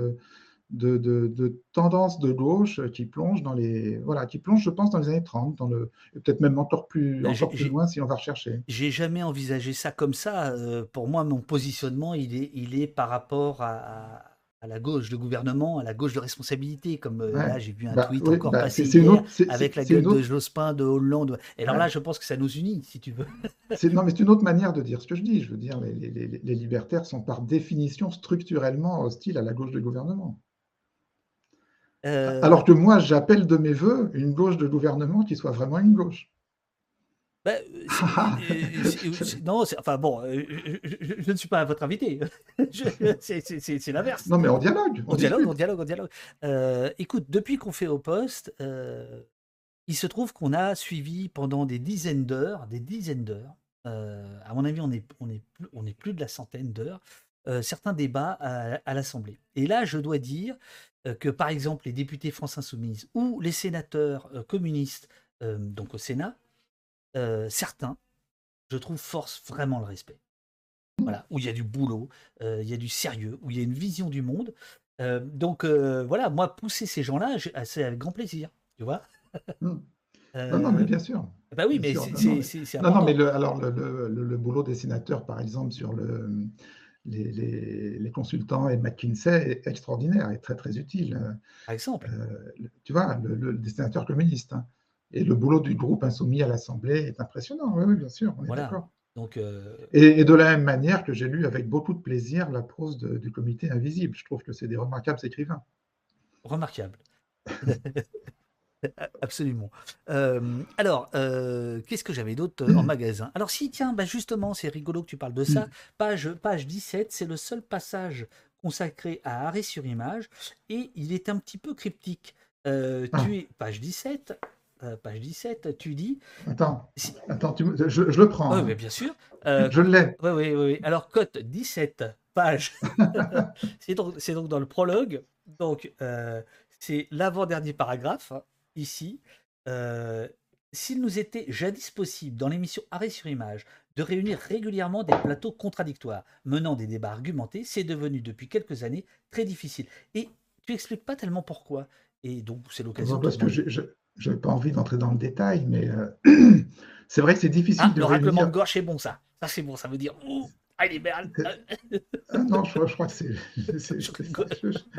de tendances de gauche qui plongent voilà, qui plongent, je pense, dans les années 30, et peut-être même J'ai encore plus j'ai- loin si on va rechercher. j'ai jamais envisagé ça comme ça. Pour moi, mon positionnement, il est par rapport à la gauche de gouvernement, à la gauche de responsabilité. Comme Ouais. là, j'ai vu un Bah, tweet oui, encore bah, passé c'est une hier autre, avec la c'est une gueule de autre, Jospin, de Hollande. Et alors là, ouais. je pense que ça nous unit, si tu veux. Non, mais c'est une autre manière de dire ce que je dis. Je veux dire, les libertaires sont par définition structurellement hostiles à la gauche du gouvernement. Euh, Alors que moi, j'appelle de mes voeux une gauche de gouvernement qui soit vraiment une gauche. Bah, non, enfin bon, je ne suis pas votre invité. C'est l'inverse. Non, mais on dialogue, on On dialogue, on discute. dialogue, on dialogue. Écoute, depuis qu'on fait au poste, il se trouve qu'on a suivi pendant des dizaines d'heures. À mon avis, on est plus de la centaine d'heures. Certains débats à l'Assemblée. Et là, je dois dire que, par exemple, les députés France Insoumise ou les sénateurs communistes, donc au Sénat, certains je trouve, force vraiment le respect. Voilà, où il y a du boulot, il y a du sérieux, où il y a une vision du monde. Donc voilà, moi, pousser ces gens-là, c'est avec grand plaisir, tu vois. Hmm. Non, non, mais Euh, bien sûr. Bah oui, Bien mais sûr. Non, non, mais, c'est non, non, mais important, alors le boulot des sénateurs, par exemple, sur les consultants et McKinsey est extraordinaire et très, très utile. par exemple. Tu vois, des sénateurs communistes, hein. Et le boulot du groupe insoumis à l'Assemblée est impressionnant. Oui, oui, bien sûr, on est Voilà. d'accord. Donc, Et de la même manière que j'ai lu avec beaucoup de plaisir la prose du Comité invisible. Je trouve que c'est des remarquables écrivains. remarquable. Absolument. Alors, qu'est-ce que j'avais d'autre en magasin? Alors, si, tiens, bah justement, c'est rigolo que tu parles de ça. Page 17, c'est le seul passage consacré à arrêt sur image et il est un petit peu cryptique. Ah, Page 17, tu dis. attends, Si, attends, je le prends, ouais, hein. ouais, bien sûr. Je l'ai. Ouais, ouais, ouais, ouais. Alors, cote 17, page. C'est donc dans le prologue. Donc, c'est l'avant-dernier paragraphe, hein, ici. Euh, S'il nous était jadis possible, dans l'émission Arrêt sur image, de réunir régulièrement des plateaux contradictoires, menant des débats argumentés, c'est devenu depuis quelques années très difficile. Et tu expliques pas tellement pourquoi. Et donc, c'est l'occasion de te Parce que demander. je n'ai pas envie d'entrer dans le détail, mais c'est vrai que c'est difficile Ah, de le raclement de réunir. gorge, c'est bon, ça. Ça, c'est bon, ça veut dire. Ouh, ah, il est bien. Ah non, je crois que Je rigole.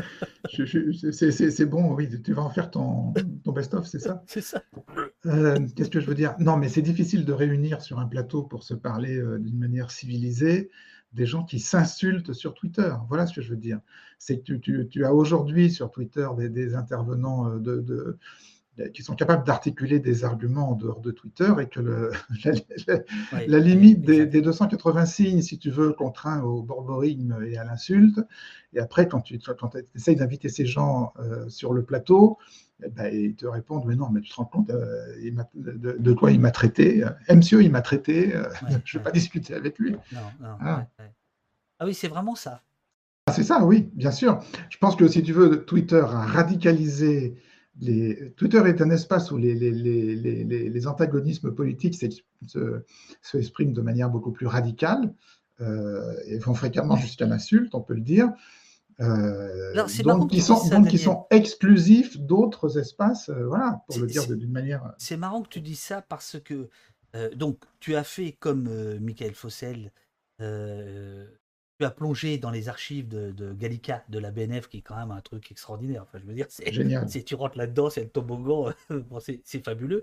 c'est bon, oui, tu vas en faire ton best-of, c'est ça? C'est ça. Qu'est-ce que je veux dire? Non, mais c'est difficile de réunir sur un plateau pour se parler d'une manière civilisée des gens qui s'insultent sur Twitter. Voilà ce que je veux dire. C'est que tu as aujourd'hui sur Twitter des intervenants qui sont capables d'articuler des arguments en dehors de Twitter et que la, la- Oui, la oui, limite exact. des 280 signes, si tu veux, contraint au borborigme et à l'insulte. Et après, quand tu essayes d'inviter ces gens sur le plateau, eh ben, ils te répondent, mais non, mais tu te rends compte de quoi il m'a traité. Monsieur, il m'a traité, Ouais, je ne vais ouais. pas discuter avec lui. Non, non, Ah. ouais, ouais. Ah oui, c'est vraiment ça. Ah, c'est ça, oui, bien sûr. Je pense que si tu veux, Twitter a radicalisé Twitter est un espace où les antagonismes politiques se expriment de manière beaucoup plus radicale. et vont fréquemment jusqu'à l'insulte, on peut le dire, Alors, c'est marrant donc, que tu dises ça, qui Daniel. sont exclusifs d'autres espaces, voilà, pour C'est le dire c'est- d'une manière. c'est marrant que tu dises ça parce que, donc, tu as fait comme Michael Fossel, euh, tu as plongé dans les archives de Gallica, de la BNF, qui est quand même un truc extraordinaire. Enfin, je veux dire, Génial. tu rentres là-dedans, c'est le toboggan, bon, c'est fabuleux.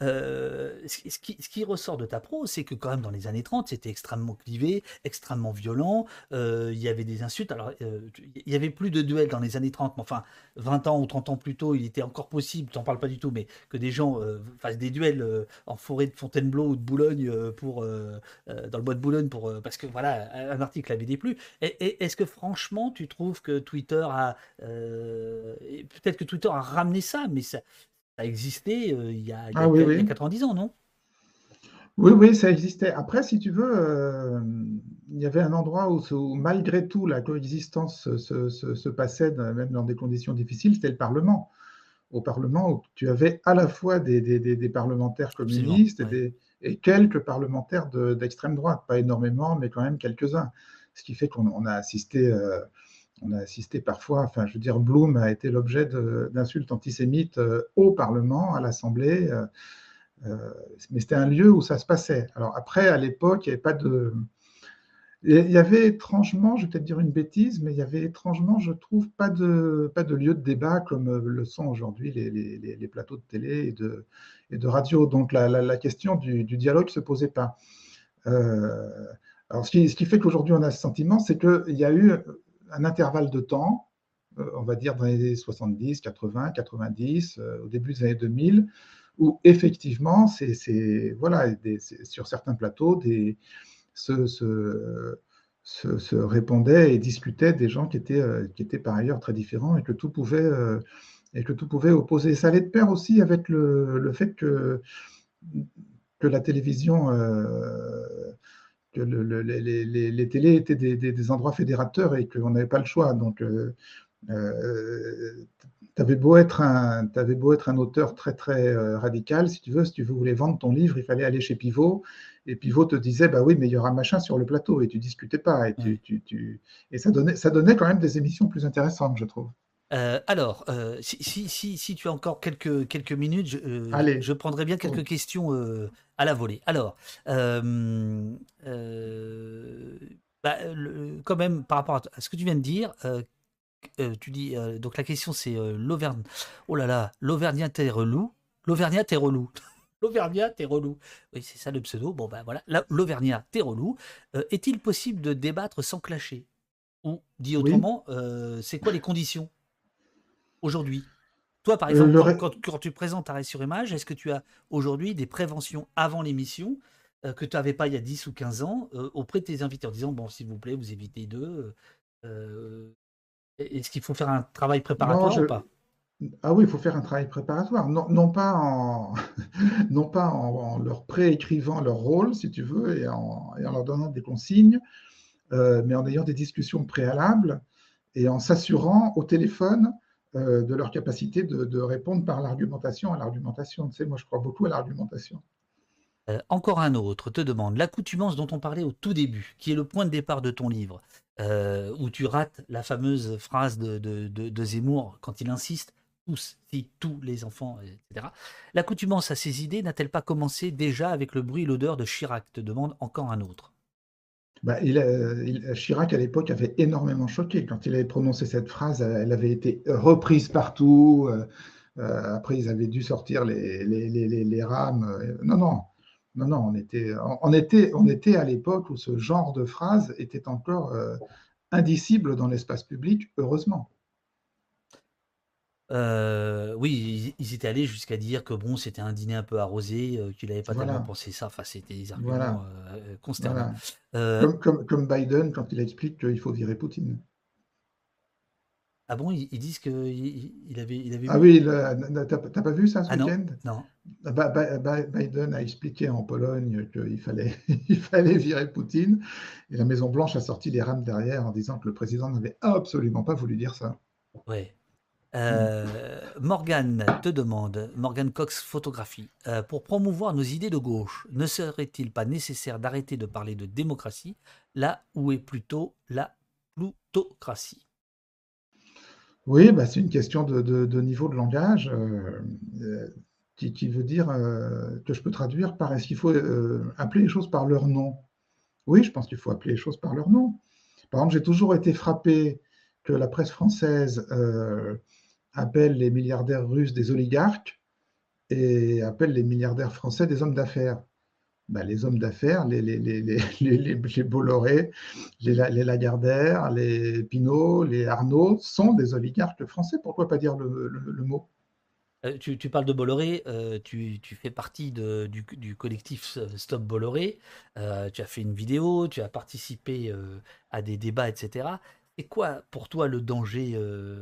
Ce qui ressort de ta prose, c'est que quand même dans les années 30, c'était extrêmement clivé, extrêmement violent. Il y avait des insultes. Alors, il y avait plus de duels dans les années 30, mais enfin, 20 ans ou 30 ans plus tôt, il était encore possible, t'en parles pas du tout, mais que des gens fassent des duels en forêt de Fontainebleau ou de Boulogne dans le bois de Boulogne parce que voilà, un article avait déplu. Est-ce que franchement, tu trouves que Twitter et peut-être que Twitter a ramené ça, mais ça a existé Ah oui, il y a oui. 90 ans, non? Oui, oui, ça existait. Après, si tu veux, il y avait un endroit où, malgré tout, la coexistence se passait, même dans des conditions difficiles, c'était le Parlement. Au Parlement, où tu avais à la fois des parlementaires Absolument, communistes ouais. et quelques parlementaires d'extrême droite. Pas énormément, mais quand même quelques-uns. Ce qui fait qu'on a assisté, on a assisté parfois, enfin, je veux dire, Blum a été l'objet d'insultes antisémites au Parlement, à l'Assemblée. Mais c'était un lieu où ça se passait. Alors après, à l'époque, il n'y avait pas de. Il y avait étrangement, je vais peut-être dire une bêtise, mais il y avait étrangement, je trouve, pas de lieu de débat comme le sont aujourd'hui les plateaux de télé et de radio. Donc la question du dialogue ne se posait pas. Euh, alors ce qui fait qu'aujourd'hui on a ce sentiment, c'est qu'il y a eu un intervalle de temps, on va dire dans les années 70, 80, 90, au début des années 2000, où effectivement, voilà, sur certains plateaux, se, se, se répondaient et discutaient des gens qui étaient par ailleurs très différents et que tout pouvait opposer. Ça allait de pair aussi avec le fait que la télévision, que les télés étaient des endroits fédérateurs et qu'on n'avait pas le choix. Donc, t'avais beau être un auteur très très radical, si tu voulais vendre ton livre, il fallait aller chez Pivot, et Pivot te disait bah oui, mais il y aura machin sur le plateau, et tu discutais pas, Ouais. et ça donnait quand même des émissions plus intéressantes, je trouve. Alors, si tu as encore quelques minutes, Allez, je prendrai bien quelques oh, questions à la volée. Alors, euh, euh, quand même, par rapport à ce que tu viens de dire, tu dis, donc la question c'est l'Auvergne. Oh là là, l'Auvergnat t'es relou. L'Auvergnat t'es relou. L'Auvergnat t'es relou. Oui, c'est ça le pseudo. Bon, ben voilà, l'Auvergnat t'es relou. Est-il possible de débattre sans clasher? Ou, dit oui. autrement, c'est quoi les conditions aujourd'hui? Toi, par exemple, Le, ré- quand tu présentes Arrêt sur Image, est-ce que tu as aujourd'hui des préventions avant l'émission que tu n'avais pas il y a 10 ou 15 ans auprès de tes invités en disant, bon, s'il vous plaît, vous évitez d'eux. Est-ce qu'il faut faire un travail non, préparatoire ou pas? ah oui, il faut faire un travail préparatoire, non pas non pas en leur préécrivant leur rôle, si tu veux, et en leur donnant des consignes, mais en ayant des discussions préalables et en s'assurant au téléphone de leur capacité de répondre par l'argumentation à l'argumentation. Tu sais, moi, je crois beaucoup à l'argumentation. Encore un autre te demande l'accoutumance dont on parlait au tout début, qui est le point de départ de ton livre, où tu rates la fameuse phrase de Zemmour quand il insiste, tous, si, tous les enfants, etc. L'accoutumance à ces idées n'a-t-elle pas commencé déjà avec le bruit et l'odeur de Chirac? Te demande encore un autre. Bah, Chirac, à l'époque, avait énormément choqué. Quand il avait prononcé cette phrase, elle avait été reprise partout. Après, ils avaient dû sortir les rames. Non, non, non, non, on était à l'époque où ce genre de phrase était encore indicible dans l'espace public, heureusement. Oui, ils étaient allés jusqu'à dire que bon, c'était un dîner un peu arrosé, qu'il n'avait pas tellement Voilà, pensé ça. Enfin, c'était des arguments voilà, consternants. voilà. Euh, Comme Biden quand il explique qu'il faut virer Poutine. ah bon, ils disent il avait Ah mis? oui, t'as pas vu ça ce Ah non, week-end? non. Biden a expliqué en Pologne qu'il fallait, il fallait virer Poutine, et la Maison-Blanche a sorti les rames derrière en disant que le président n'avait absolument pas voulu dire ça. Ouais. Morgane te demande, Morgane Cox Photographie, pour promouvoir nos idées de gauche, ne serait-il pas nécessaire d'arrêter de parler de démocratie là où est plutôt la plutocratie? Oui, bah, c'est une question de niveau de langage qui veut dire que je peux traduire par est-ce qu'il faut appeler les choses par leur nom? Oui, je pense qu'il faut appeler les choses par leur nom. Par exemple, j'ai toujours été frappé que la presse française appelle les milliardaires russes des oligarques et appelle les milliardaires français des hommes d'affaires. Ben, les hommes d'affaires, les Bolloré, les Lagardère, les Pinault, les Arnault sont des oligarques français. Pourquoi pas dire le mot? Tu parles de Bolloré, tu fais partie du collectif Stop Bolloré, tu as fait une vidéo, tu as participé à des débats, etc. C'est quoi pour toi le danger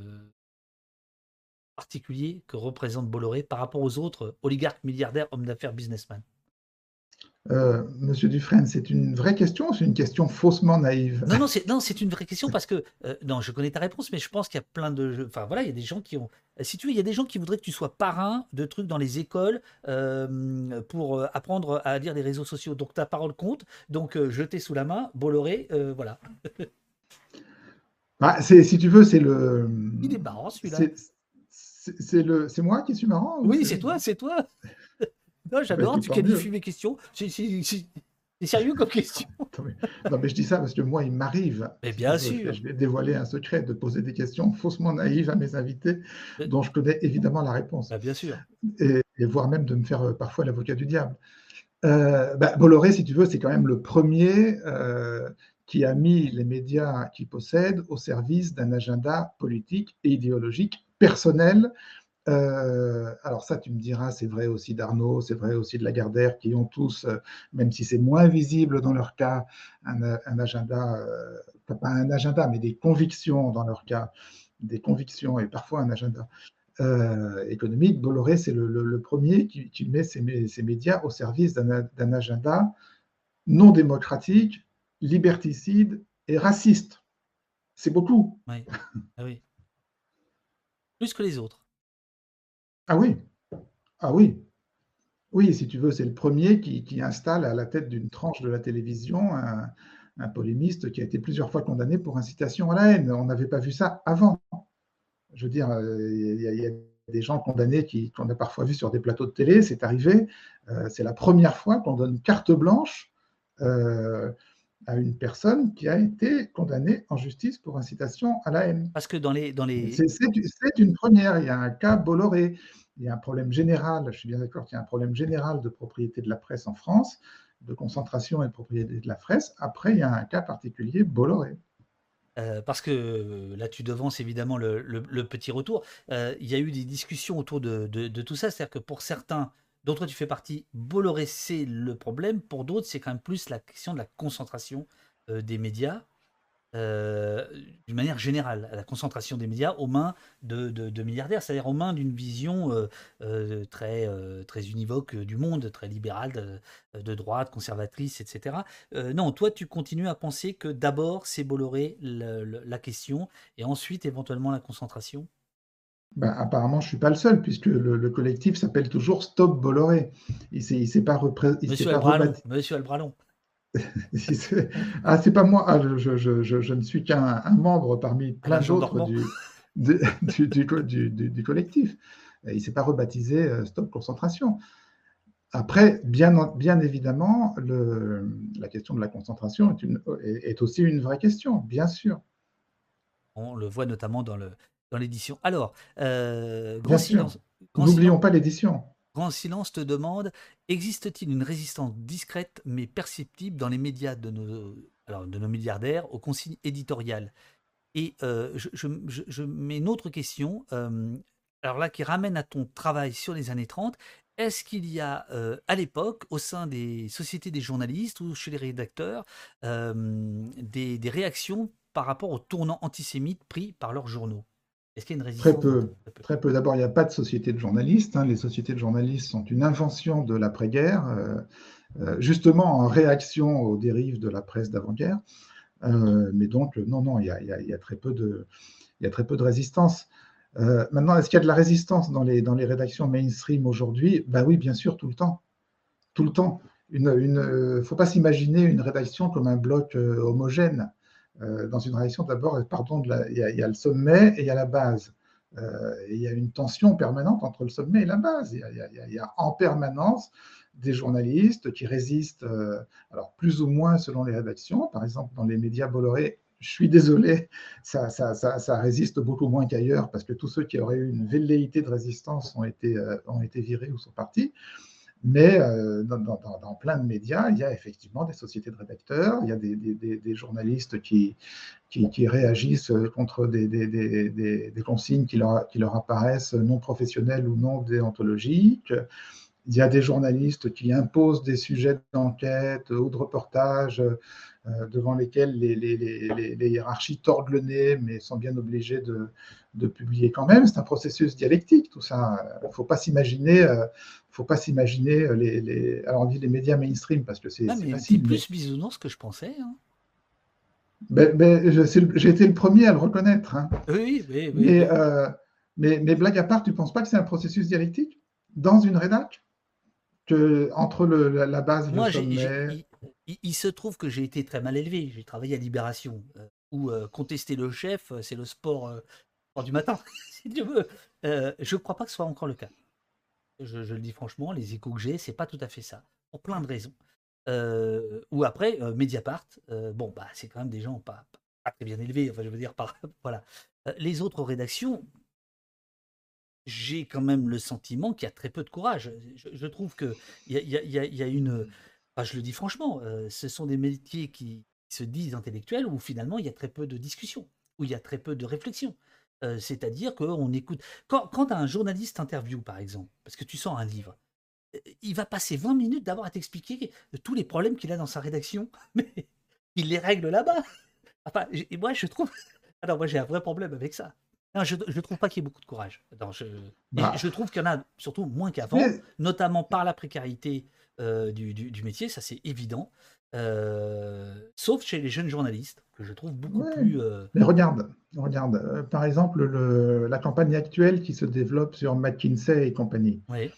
particulier que représente Bolloré par rapport aux autres oligarques, milliardaires, hommes d'affaires, businessmen? Monsieur Dufresne, c'est une vraie question ou c'est une question faussement naïve? Non, c'est une vraie question parce que non, je connais ta réponse, mais je pense qu'il y a plein de, enfin voilà, il y a des gens qui ont, si tu veux, il y a des gens qui voudraient que tu sois parrain de trucs dans les écoles pour apprendre à lire les réseaux sociaux. Donc ta parole compte. Donc je t'ai sous la main, Bolloré, voilà. Ah, si tu veux, c'est le, Il est marrant celui-là. c'est c'est moi qui suis marrant ou Oui, c'est... c'est toi, c'est toi. Non, Bah, j'adore, écoute, tu tant qualifies mieux. mes questions. C'est sérieux comme question. Attends, non, mais je dis ça parce que moi, il m'arrive, Mais si tu bien veux, sûr. je vais dévoiler un secret, de poser des questions faussement naïves à mes invités dont je connais évidemment la réponse, Bah, bien sûr. et voire même de me faire parfois l'avocat du diable. Bah, Bolloré, si tu veux, c'est quand même le premier qui a mis les médias qu'il possède au service d'un agenda politique et idéologique personnel. Alors ça, tu me diras, c'est vrai aussi d'Arnaud, c'est vrai aussi de Lagardère, qui ont tous, même si c'est moins visible dans leur cas, un agenda, pas un agenda, mais des convictions dans leur cas, des convictions et parfois un agenda économique. Bolloré, c'est le premier qui met ses médias au service d'un agenda non démocratique, liberticide et raciste. C'est beaucoup. Oui. Ah oui. Plus que les autres. Ah oui, ah oui. Oui, si tu veux, c'est le premier qui installe à la tête d'une tranche de la télévision un polémiste qui a été plusieurs fois condamné pour incitation à la haine. On n'avait pas vu ça avant. Je veux dire, il y a des gens condamnés qu'on a parfois vus sur des plateaux de télé, c'est arrivé. C'est la première fois qu'on donne carte blanche euh, à une personne qui a été condamnée en justice pour incitation à la haine. Parce que dans les, C'est une première. Il y a un cas Bolloré. Il y a un problème général, je suis bien d'accord qu'il y a un problème général de propriété de la presse en France, de concentration et de propriété de la presse. Après, il y a un cas particulier Bolloré. Parce que là, tu devances évidemment le petit retour. Il y a eu des discussions autour de tout ça. C'est-à-dire que pour certains, dont toi tu fais partie, Bolloré, c'est le problème. Pour d'autres, c'est quand même plus la question de la concentration des médias. euh, d'une manière générale, à la concentration des médias aux mains de milliardaires, c'est-à-dire aux mains d'une vision très univoque du monde, très libérale, de droite, conservatrice, etc. Non, toi, tu continues à penser que d'abord, c'est Bolloré la question, et ensuite, éventuellement, la concentration. Ben, apparemment, je ne suis pas le seul, puisque le collectif s'appelle toujours Stop Bolloré. Il ne s'est pas, Monsieur pas Albralon, rebaptisé. Monsieur Albralon. Ah, c'est pas moi. Ah, je ne suis qu'un membre parmi Alain plein Jean d'autres Dormand. du collectif. Il ne s'est pas rebaptisé Stop Concentration. Après, bien évidemment, la question de la concentration est aussi une vraie question, bien sûr. On le voit notamment dans l'édition. Alors, grand Bien sûr. silence. Grand silence. N'oublions pas l'édition. Grand silence te demande, existe-t-il une résistance discrète mais perceptible dans les médias de nos milliardaires aux consignes éditoriales? Et je mets une autre question, alors là qui ramène à ton travail sur les années 30. Est-ce qu'il y a à l'époque, au sein des sociétés des journalistes ou chez les rédacteurs, des réactions par rapport au tournant antisémite pris par leurs journaux? Est-ce qu'il y a une Très résistance peu. très peu. Très peu. D'abord, il n'y a pas de société de journalistes, hein. Les sociétés de journalistes sont une invention de l'après-guerre, justement en réaction aux dérives de la presse d'avant-guerre. Mais donc, non, non, il y a très peu de résistance. Maintenant, est-ce qu'il y a de la résistance dans les rédactions mainstream aujourd'hui? Ben oui, bien sûr, tout le temps. Tout le temps. Faut pas s'imaginer une rédaction comme un bloc homogène. Dans une rédaction, d'abord, pardon, il y a le sommet et il y a la base. Et il y a une tension permanente entre le sommet et la base. Il y a en permanence des journalistes qui résistent, alors plus ou moins selon les rédactions. Par exemple, dans les médias Bolloré, je suis désolé, ça résiste beaucoup moins qu'ailleurs parce que tous ceux qui auraient eu une velléité de résistance ont été virés ou sont partis. Mais dans plein de médias, il y a effectivement des sociétés de rédacteurs, il y a des journalistes qui réagissent contre des consignes qui leur apparaissent non professionnelles ou non déontologiques. Il y a des journalistes qui imposent des sujets d'enquête ou de reportage devant lesquels les hiérarchies tordent le nez, mais sont bien obligés de publier quand même. C'est un processus dialectique, tout ça. Il ne faut pas s'imaginer, alors on dit les médias mainstream parce que c'est Ah, mais t'es facile, mais plus bisounours que je pensais, hein. j'ai été le premier à le reconnaître. Hein. Oui, oui, oui, Mais, oui. mais blague à part, tu ne penses pas que c'est un processus dialectique dans une rédac entre la base et le Moi, sommet? il se trouve que j'ai été très mal élevé. J'ai travaillé à Libération, où contester le chef, c'est le sport du matin, si tu veux. Je ne crois pas que ce soit encore le cas. Je le dis franchement, les échos que j'ai, c'est pas tout à fait ça, pour plein de raisons. Ou après, Mediapart, bon, bah, c'est quand même des gens pas très bien élevés, enfin, je veux dire, voilà. Les autres rédactions, j'ai quand même le sentiment qu'il y a très peu de courage. Je trouve qu'il y a une. Enfin, je le dis franchement, ce sont des métiers qui se disent intellectuels où finalement il y a très peu de discussion, où il y a très peu de réflexion. C'est-à-dire qu'on écoute. Quand un journaliste interview, par exemple, parce que tu sors un livre, il va passer 20 minutes d'abord à t'expliquer tous les problèmes qu'il a dans sa rédaction, mais il les règle là-bas. Enfin, et moi, je trouve. Alors, moi, j'ai un vrai problème avec ça. Non, je ne trouve pas qu'il y ait beaucoup de courage. Non, et Bah, je trouve qu'il y en a surtout moins qu'avant, mais, notamment par la précarité du métier, ça c'est évident. Sauf chez les jeunes journalistes, que je trouve beaucoup ouais. plus. Mais regarde, par exemple, la campagne actuelle qui se développe sur McKinsey et compagnie, Oui,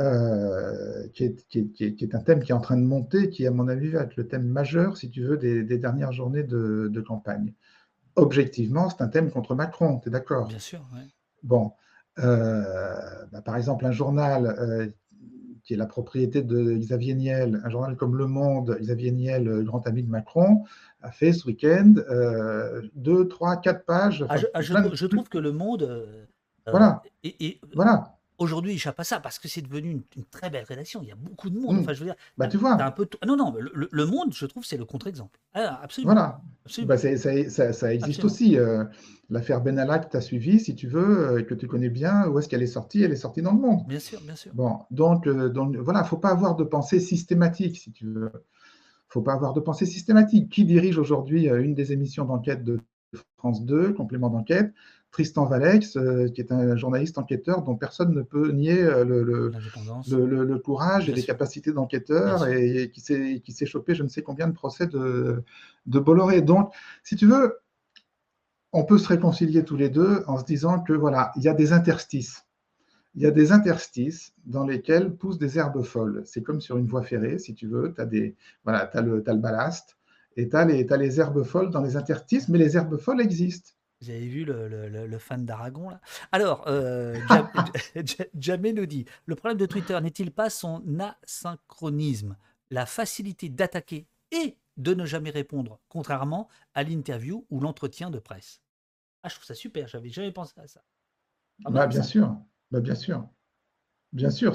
qui est un thème qui est en train de monter, qui, à mon avis, va être le thème majeur, si tu veux, des dernières journées de campagne. Objectivement, c'est un thème contre Macron, tu es d'accord? bien sûr. Ouais. Bon, par exemple, un journal qui est la propriété de Xavier Niel, un journal comme Le Monde, Xavier Niel, grand ami de Macron, a fait ce week-end 2, 3, 4 pages, Ah, enfin plein de... je trouve que le monde Voilà, et voilà. aujourd'hui échappe à ça parce que c'est devenu une très belle rédaction. Il y a beaucoup de monde. Hmm. Enfin, je veux dire, Bah, tu t'as un vois, peu tout. Ah, non, non, le monde, je trouve, c'est le contre-exemple. Ah, absolument. voilà. Absolument. Bah, ça existe Absolument. aussi. L'affaire Benalla que tu as suivie, si tu veux, que tu connais bien, où est-ce qu'elle est sortie? Elle est sortie dans Le Monde. Bien sûr, bien sûr. Bon, donc voilà, il ne faut pas avoir de pensée systématique, si tu veux. Faut pas avoir de pensée systématique. Qui dirige aujourd'hui une des émissions d'enquête de France 2, complément d'enquête? Tristan Valex, qui est un journaliste enquêteur dont personne ne peut nier L'indépendance, le courage et bien les sûr, capacités bien d'enquêteur sûr. et qui s'est chopé je ne sais combien de procès de Bolloré. Donc, si tu veux, on peut se réconcilier tous les deux en se disant que voilà, il y a des interstices. Il y a des interstices dans lesquels poussent des herbes folles. C'est comme sur une voie ferrée, si tu veux. Tu as, voilà, t'as le ballast et tu as, les herbes folles dans les interstices, mais les herbes folles existent. Vous avez vu le fan d'Aragon là? Alors, Jamé nous dit, le problème de Twitter n'est-il pas son asynchronisme, la facilité d'attaquer et de ne jamais répondre, contrairement à l'interview ou l'entretien de presse? Ah, je trouve ça super, j'avais jamais pensé à ça. Pas Bah, mal bien ça. sûr, bah, bien sûr. Bien sûr,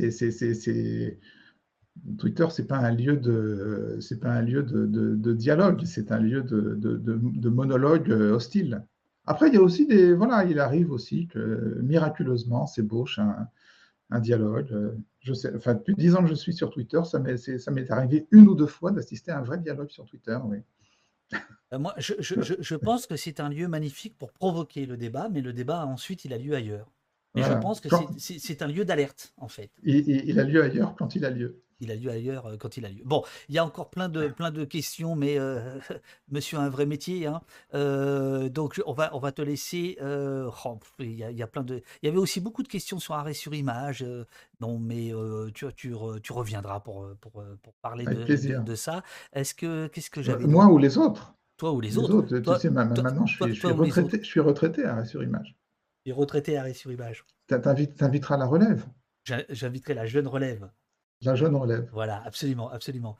Twitter, c'est pas un lieu de dialogue, c'est un lieu de monologue hostile. Après, il y a aussi voilà, il arrive aussi que miraculeusement s'ébauche un dialogue. Je sais, enfin, depuis 10 ans que je suis sur Twitter, ça m'est arrivé une ou deux fois d'assister à un vrai dialogue sur Twitter, oui. Moi, je pense que c'est un lieu magnifique pour provoquer le débat, mais le débat ensuite il a lieu ailleurs. Et je Voilà. pense que c'est un lieu d'alerte en fait. Il a lieu ailleurs quand il a lieu. Il a lieu ailleurs quand il a lieu. Bon, il y a encore plein de questions, mais monsieur a un vrai métier, hein. Donc on va te laisser. Il y a plein de. Il y avait aussi beaucoup de questions sur arrêt sur image. Non, mais tu reviendras pour parler avec plaisir. de ça. Qu'est-ce que j'avais Moi d'autre? ou les autres? Toi ou les Les autres? autres, tu Toi, sais, toi, maintenant, toi, je suis toi ou les autres? retraité, à sur image. Les retraités arrêt sur image. T'inviteras la relève, J'inviterai la jeune relève. la jeune relève. Voilà, absolument, absolument.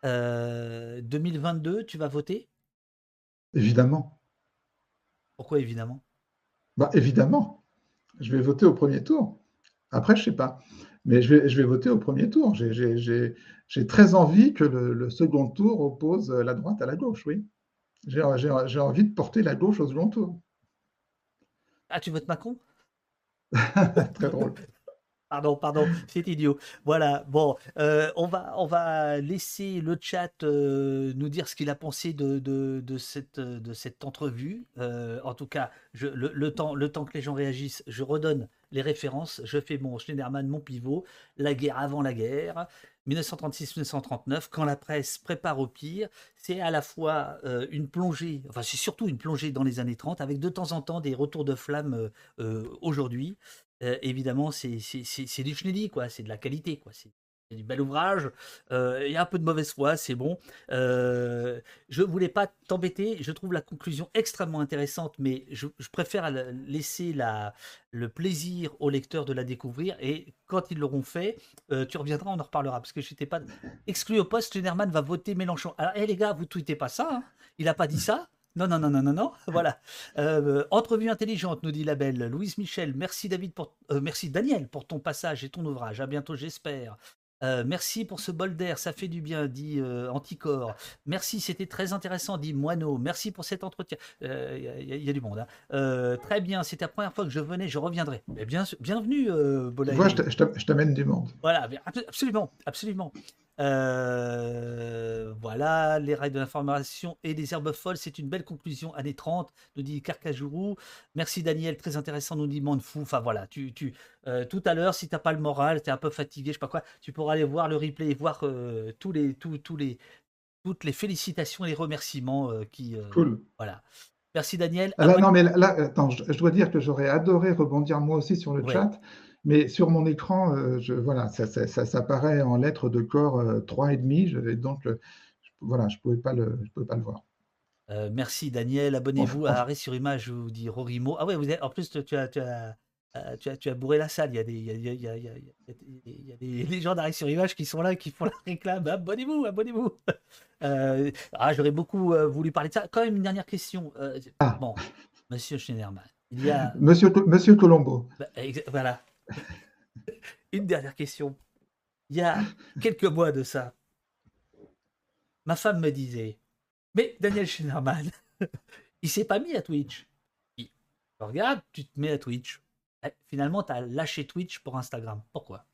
2022, tu vas voter? Évidemment. Pourquoi évidemment? Bah, évidemment. Je vais voter au premier tour. Après, je sais pas. Mais je vais voter au premier tour. J'ai très envie que le second tour oppose la droite à la gauche, oui. J'ai envie de porter la gauche au second tour. Ah, tu votes Macron? Très drôle. Pardon, c'est idiot. Voilà, bon, on va laisser le chat nous dire ce qu'il a pensé de cette entrevue. En tout cas, le temps que les gens réagissent, je redonne les références. Je fais mon Schneiderman, mon pivot, la guerre avant la guerre, 1936-1939, quand la presse prépare au pire. C'est à la fois une plongée, enfin c'est surtout une plongée dans les années 30, avec de temps en temps des retours de flamme aujourd'hui. Évidemment, c'est du Schnelli, quoi, c'est de la qualité, quoi. C'est du bel ouvrage. Il y a un peu de mauvaise foi, c'est bon. Je voulais pas t'embêter. Je trouve la conclusion extrêmement intéressante, mais je préfère laisser le plaisir aux lecteurs de la découvrir. Et quand ils l'auront fait, tu reviendras, on en reparlera. Parce que je n'étais pas exclu au poste. Schneerman va voter Mélenchon. Alors, les gars, vous tweetez pas ça, hein. Il n'a pas dit ça. Non, non, non, non, non, non. Voilà. Entrevue intelligente, nous dit la belle Louise Michel. Merci David merci Daniel pour ton passage et ton ouvrage. À bientôt, j'espère. Merci pour ce bol d'air, ça fait du bien, dit Anticor. Merci, c'était très intéressant, dit Moineau. Merci pour cet entretien. Il y a du monde, hein. Très bien, c'était la première fois que je venais, je reviendrai. Mais bienvenue, Tu vois, Bolaï. je t'amène du monde. Voilà, absolument, absolument. Voilà, les rails de l'information et les herbes folles, c'est une belle conclusion, années 30, nous dit Carcajourou. Merci Daniel, très intéressant, nous dit Mandefou. Enfin voilà, tout à l'heure, si t'as pas le moral, t'es un peu fatigué, je sais pas quoi, tu pourras aller voir le replay et voir toutes les félicitations et les remerciements Cool. voilà. Merci Daniel. Non, mais là, attends, je dois dire que j'aurais adoré rebondir moi aussi sur le Ouais. chat, mais sur mon écran, voilà, ça paraît en lettres de corps 3,5, et donc, voilà, je pouvais pas le voir. Merci Daniel, abonnez-vous à Enfin, Arrêt sur Image, je vous dis Rorimo. Ah ouais, en plus tu as bourré la salle. Il y a des gens d'Arrêt sur Image qui sont là, qui font la réclame. Abonnez-vous, abonnez-vous. J'aurais beaucoup voulu parler de ça. Quand même, une dernière question. Bon, Monsieur Schneiderman, il y a. Monsieur Colombo. Voilà. Une dernière question. Il y a quelques mois de ça, ma femme me disait, mais Daniel Schneiderman, il s'est pas mis à Twitch. Regarde, tu te mets à Twitch. Finalement, tu as lâché Twitch pour Instagram. Pourquoi?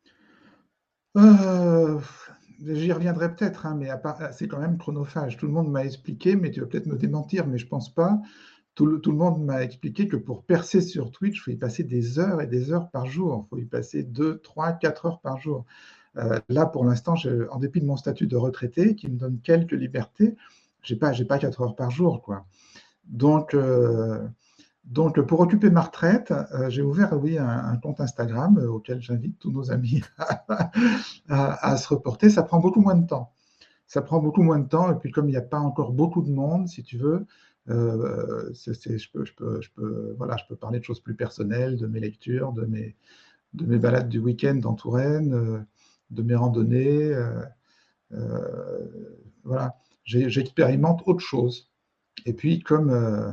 J'y reviendrai peut-être, hein, mais c'est quand même chronophage. Tout le monde m'a expliqué, mais tu vas peut-être me démentir, mais je pense pas. Tout le monde m'a expliqué que pour percer sur Twitch, il faut y passer des heures et des heures par jour. Il faut y passer 2, 3, 4 heures par jour. Là, pour l'instant, en dépit de mon statut de retraité, qui me donne quelques libertés, j'ai pas 4 heures par jour, quoi. Donc, pour occuper ma retraite, j'ai ouvert, oui, un compte Instagram auquel j'invite tous nos amis à se reporter. Ça prend beaucoup moins de temps. Et puis, comme il n'y a pas encore beaucoup de monde, si tu veux, je peux parler de choses plus personnelles, de mes lectures, de mes balades du week-end en Touraine, de mes randonnées. Voilà, j'expérimente autre chose. Et puis, comme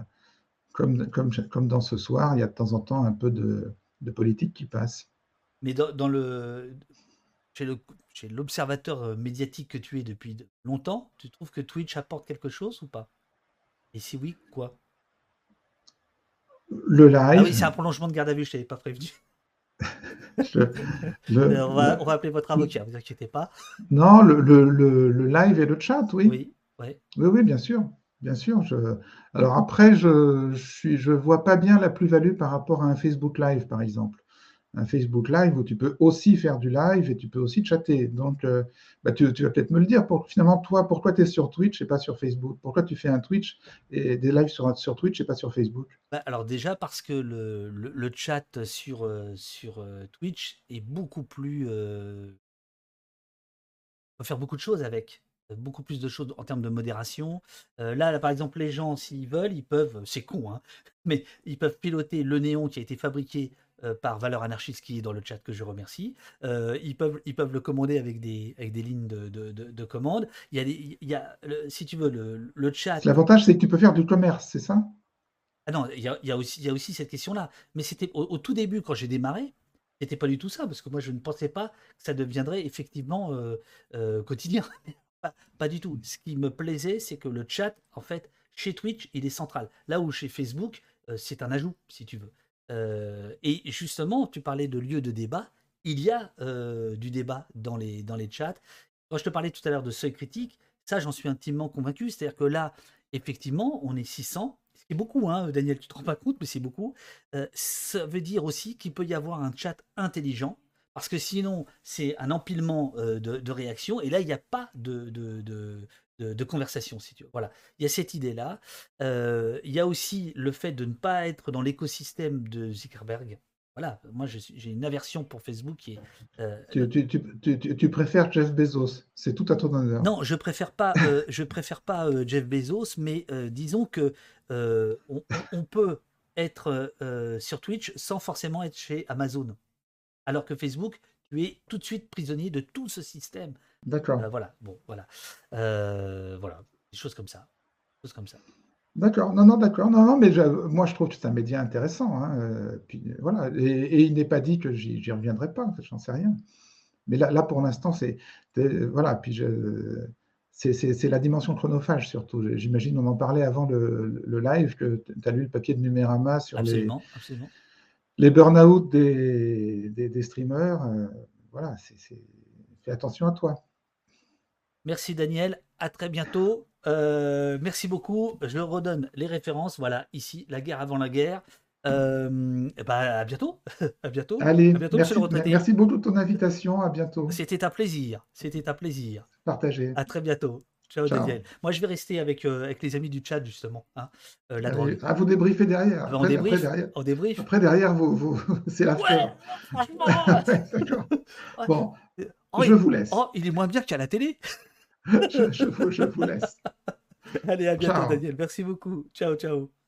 dans ce soir, il y a de temps en temps un peu de politique qui passe. Mais chez l'observateur médiatique que tu es depuis longtemps, tu trouves que Twitch apporte quelque chose ou pas? Et si oui, quoi? Le live. Ah oui, c'est un prolongement de garde à vue, je t'avais pas prévenu. On va appeler votre avocat, vous inquiétez pas. Non, le live et le chat, oui. Oui, ouais. Oui, bien sûr. Bien sûr. Alors après, je vois pas bien la plus-value par rapport à un Facebook Live, par exemple. un Facebook Live où tu peux aussi faire du live et tu peux aussi chatter. Donc, tu vas peut-être me le dire. Finalement, toi, pourquoi tu es sur Twitch et pas sur Facebook? Pourquoi tu fais un Twitch et des lives sur Twitch et pas sur Facebook? Bah, alors déjà parce que le chat sur Twitch est beaucoup plus... on peut faire beaucoup de choses avec. Beaucoup plus de choses en termes de modération. Là, par exemple, les gens, s'ils veulent, ils peuvent, c'est con, hein, mais ils peuvent piloter le néon qui a été fabriqué par Valeur Anarchiste qui est dans le chat que je remercie. Ils peuvent le commander avec des lignes de commande. Il y a, si tu veux, le chat. L'avantage, c'est que tu peux faire du commerce, c'est ça? Ah non, il y a aussi cette question-là. Mais c'était au tout début, quand j'ai démarré, c'était pas du tout ça, parce que moi, je ne pensais pas que ça deviendrait effectivement quotidien. Pas du tout. Ce qui me plaisait, c'est que le chat, en fait, chez Twitch, il est central. Là où chez Facebook, c'est un ajout, si tu veux. Et justement, tu parlais de lieu de débat. Il y a du débat dans les chats. Quand je te parlais tout à l'heure de seuil critique, ça, j'en suis intimement convaincu. C'est-à-dire que là, effectivement, on est 600. Ce qui est beaucoup, hein, Daniel, tu te rends pas compte, mais c'est beaucoup. Ça veut dire aussi qu'il peut y avoir un chat intelligent, parce que sinon, c'est un empilement de réactions, et là, il n'y a pas de conversation, si tu veux. Voilà, il y a cette idée-là. Il y a aussi le fait de ne pas être dans l'écosystème de Zuckerberg. Voilà, moi, j'ai une aversion pour Facebook qui est... Tu préfères Jeff Bezos. C'est tout à ton honneur. Non, je préfère pas Jeff Bezos, mais disons que on peut être sur Twitch sans forcément être chez Amazon. Alors que Facebook, tu es tout de suite prisonnier de tout ce système. D'accord. Voilà, bon, voilà. Voilà, des choses comme ça. Des choses comme ça. D'accord. Non, non, d'accord. Non, non, mais moi, je trouve que c'est un média intéressant, hein, puis, voilà. Et il n'est pas dit que j'y reviendrai pas. En fait, j'en sais rien. Mais là, pour l'instant, voilà. Puis c'est la dimension chronophage surtout. J'imagine, on en parlait avant le live, que tu as lu le papier de Numérama sur Absolument, absolument. les burn-out des streamers. Voilà, fais attention à toi. Merci Daniel, à très bientôt. Merci beaucoup. Je redonne les références. Voilà, ici, la guerre avant la guerre. Et bah, à bientôt. À Allez, bientôt, monsieur le merci, retraité. merci beaucoup de ton invitation. À bientôt. C'était un plaisir. C'était un plaisir. Partagez. À très bientôt. Ciao Daniel. Ciao. Moi, je vais rester avec les amis du chat, justement. Hein, la Allez, drogue. à vous débriefer derrière. Ah ben, on débrief. On débrief. Après derrière c'est l'after. Ouais, franchement. D'accord. Ouais. Bon, Oh, je vous laisse. il est moins bien qu'à la télé. Je vous laisse. Allez, à bientôt, Ciao. Daniel. Merci beaucoup. Ciao, ciao.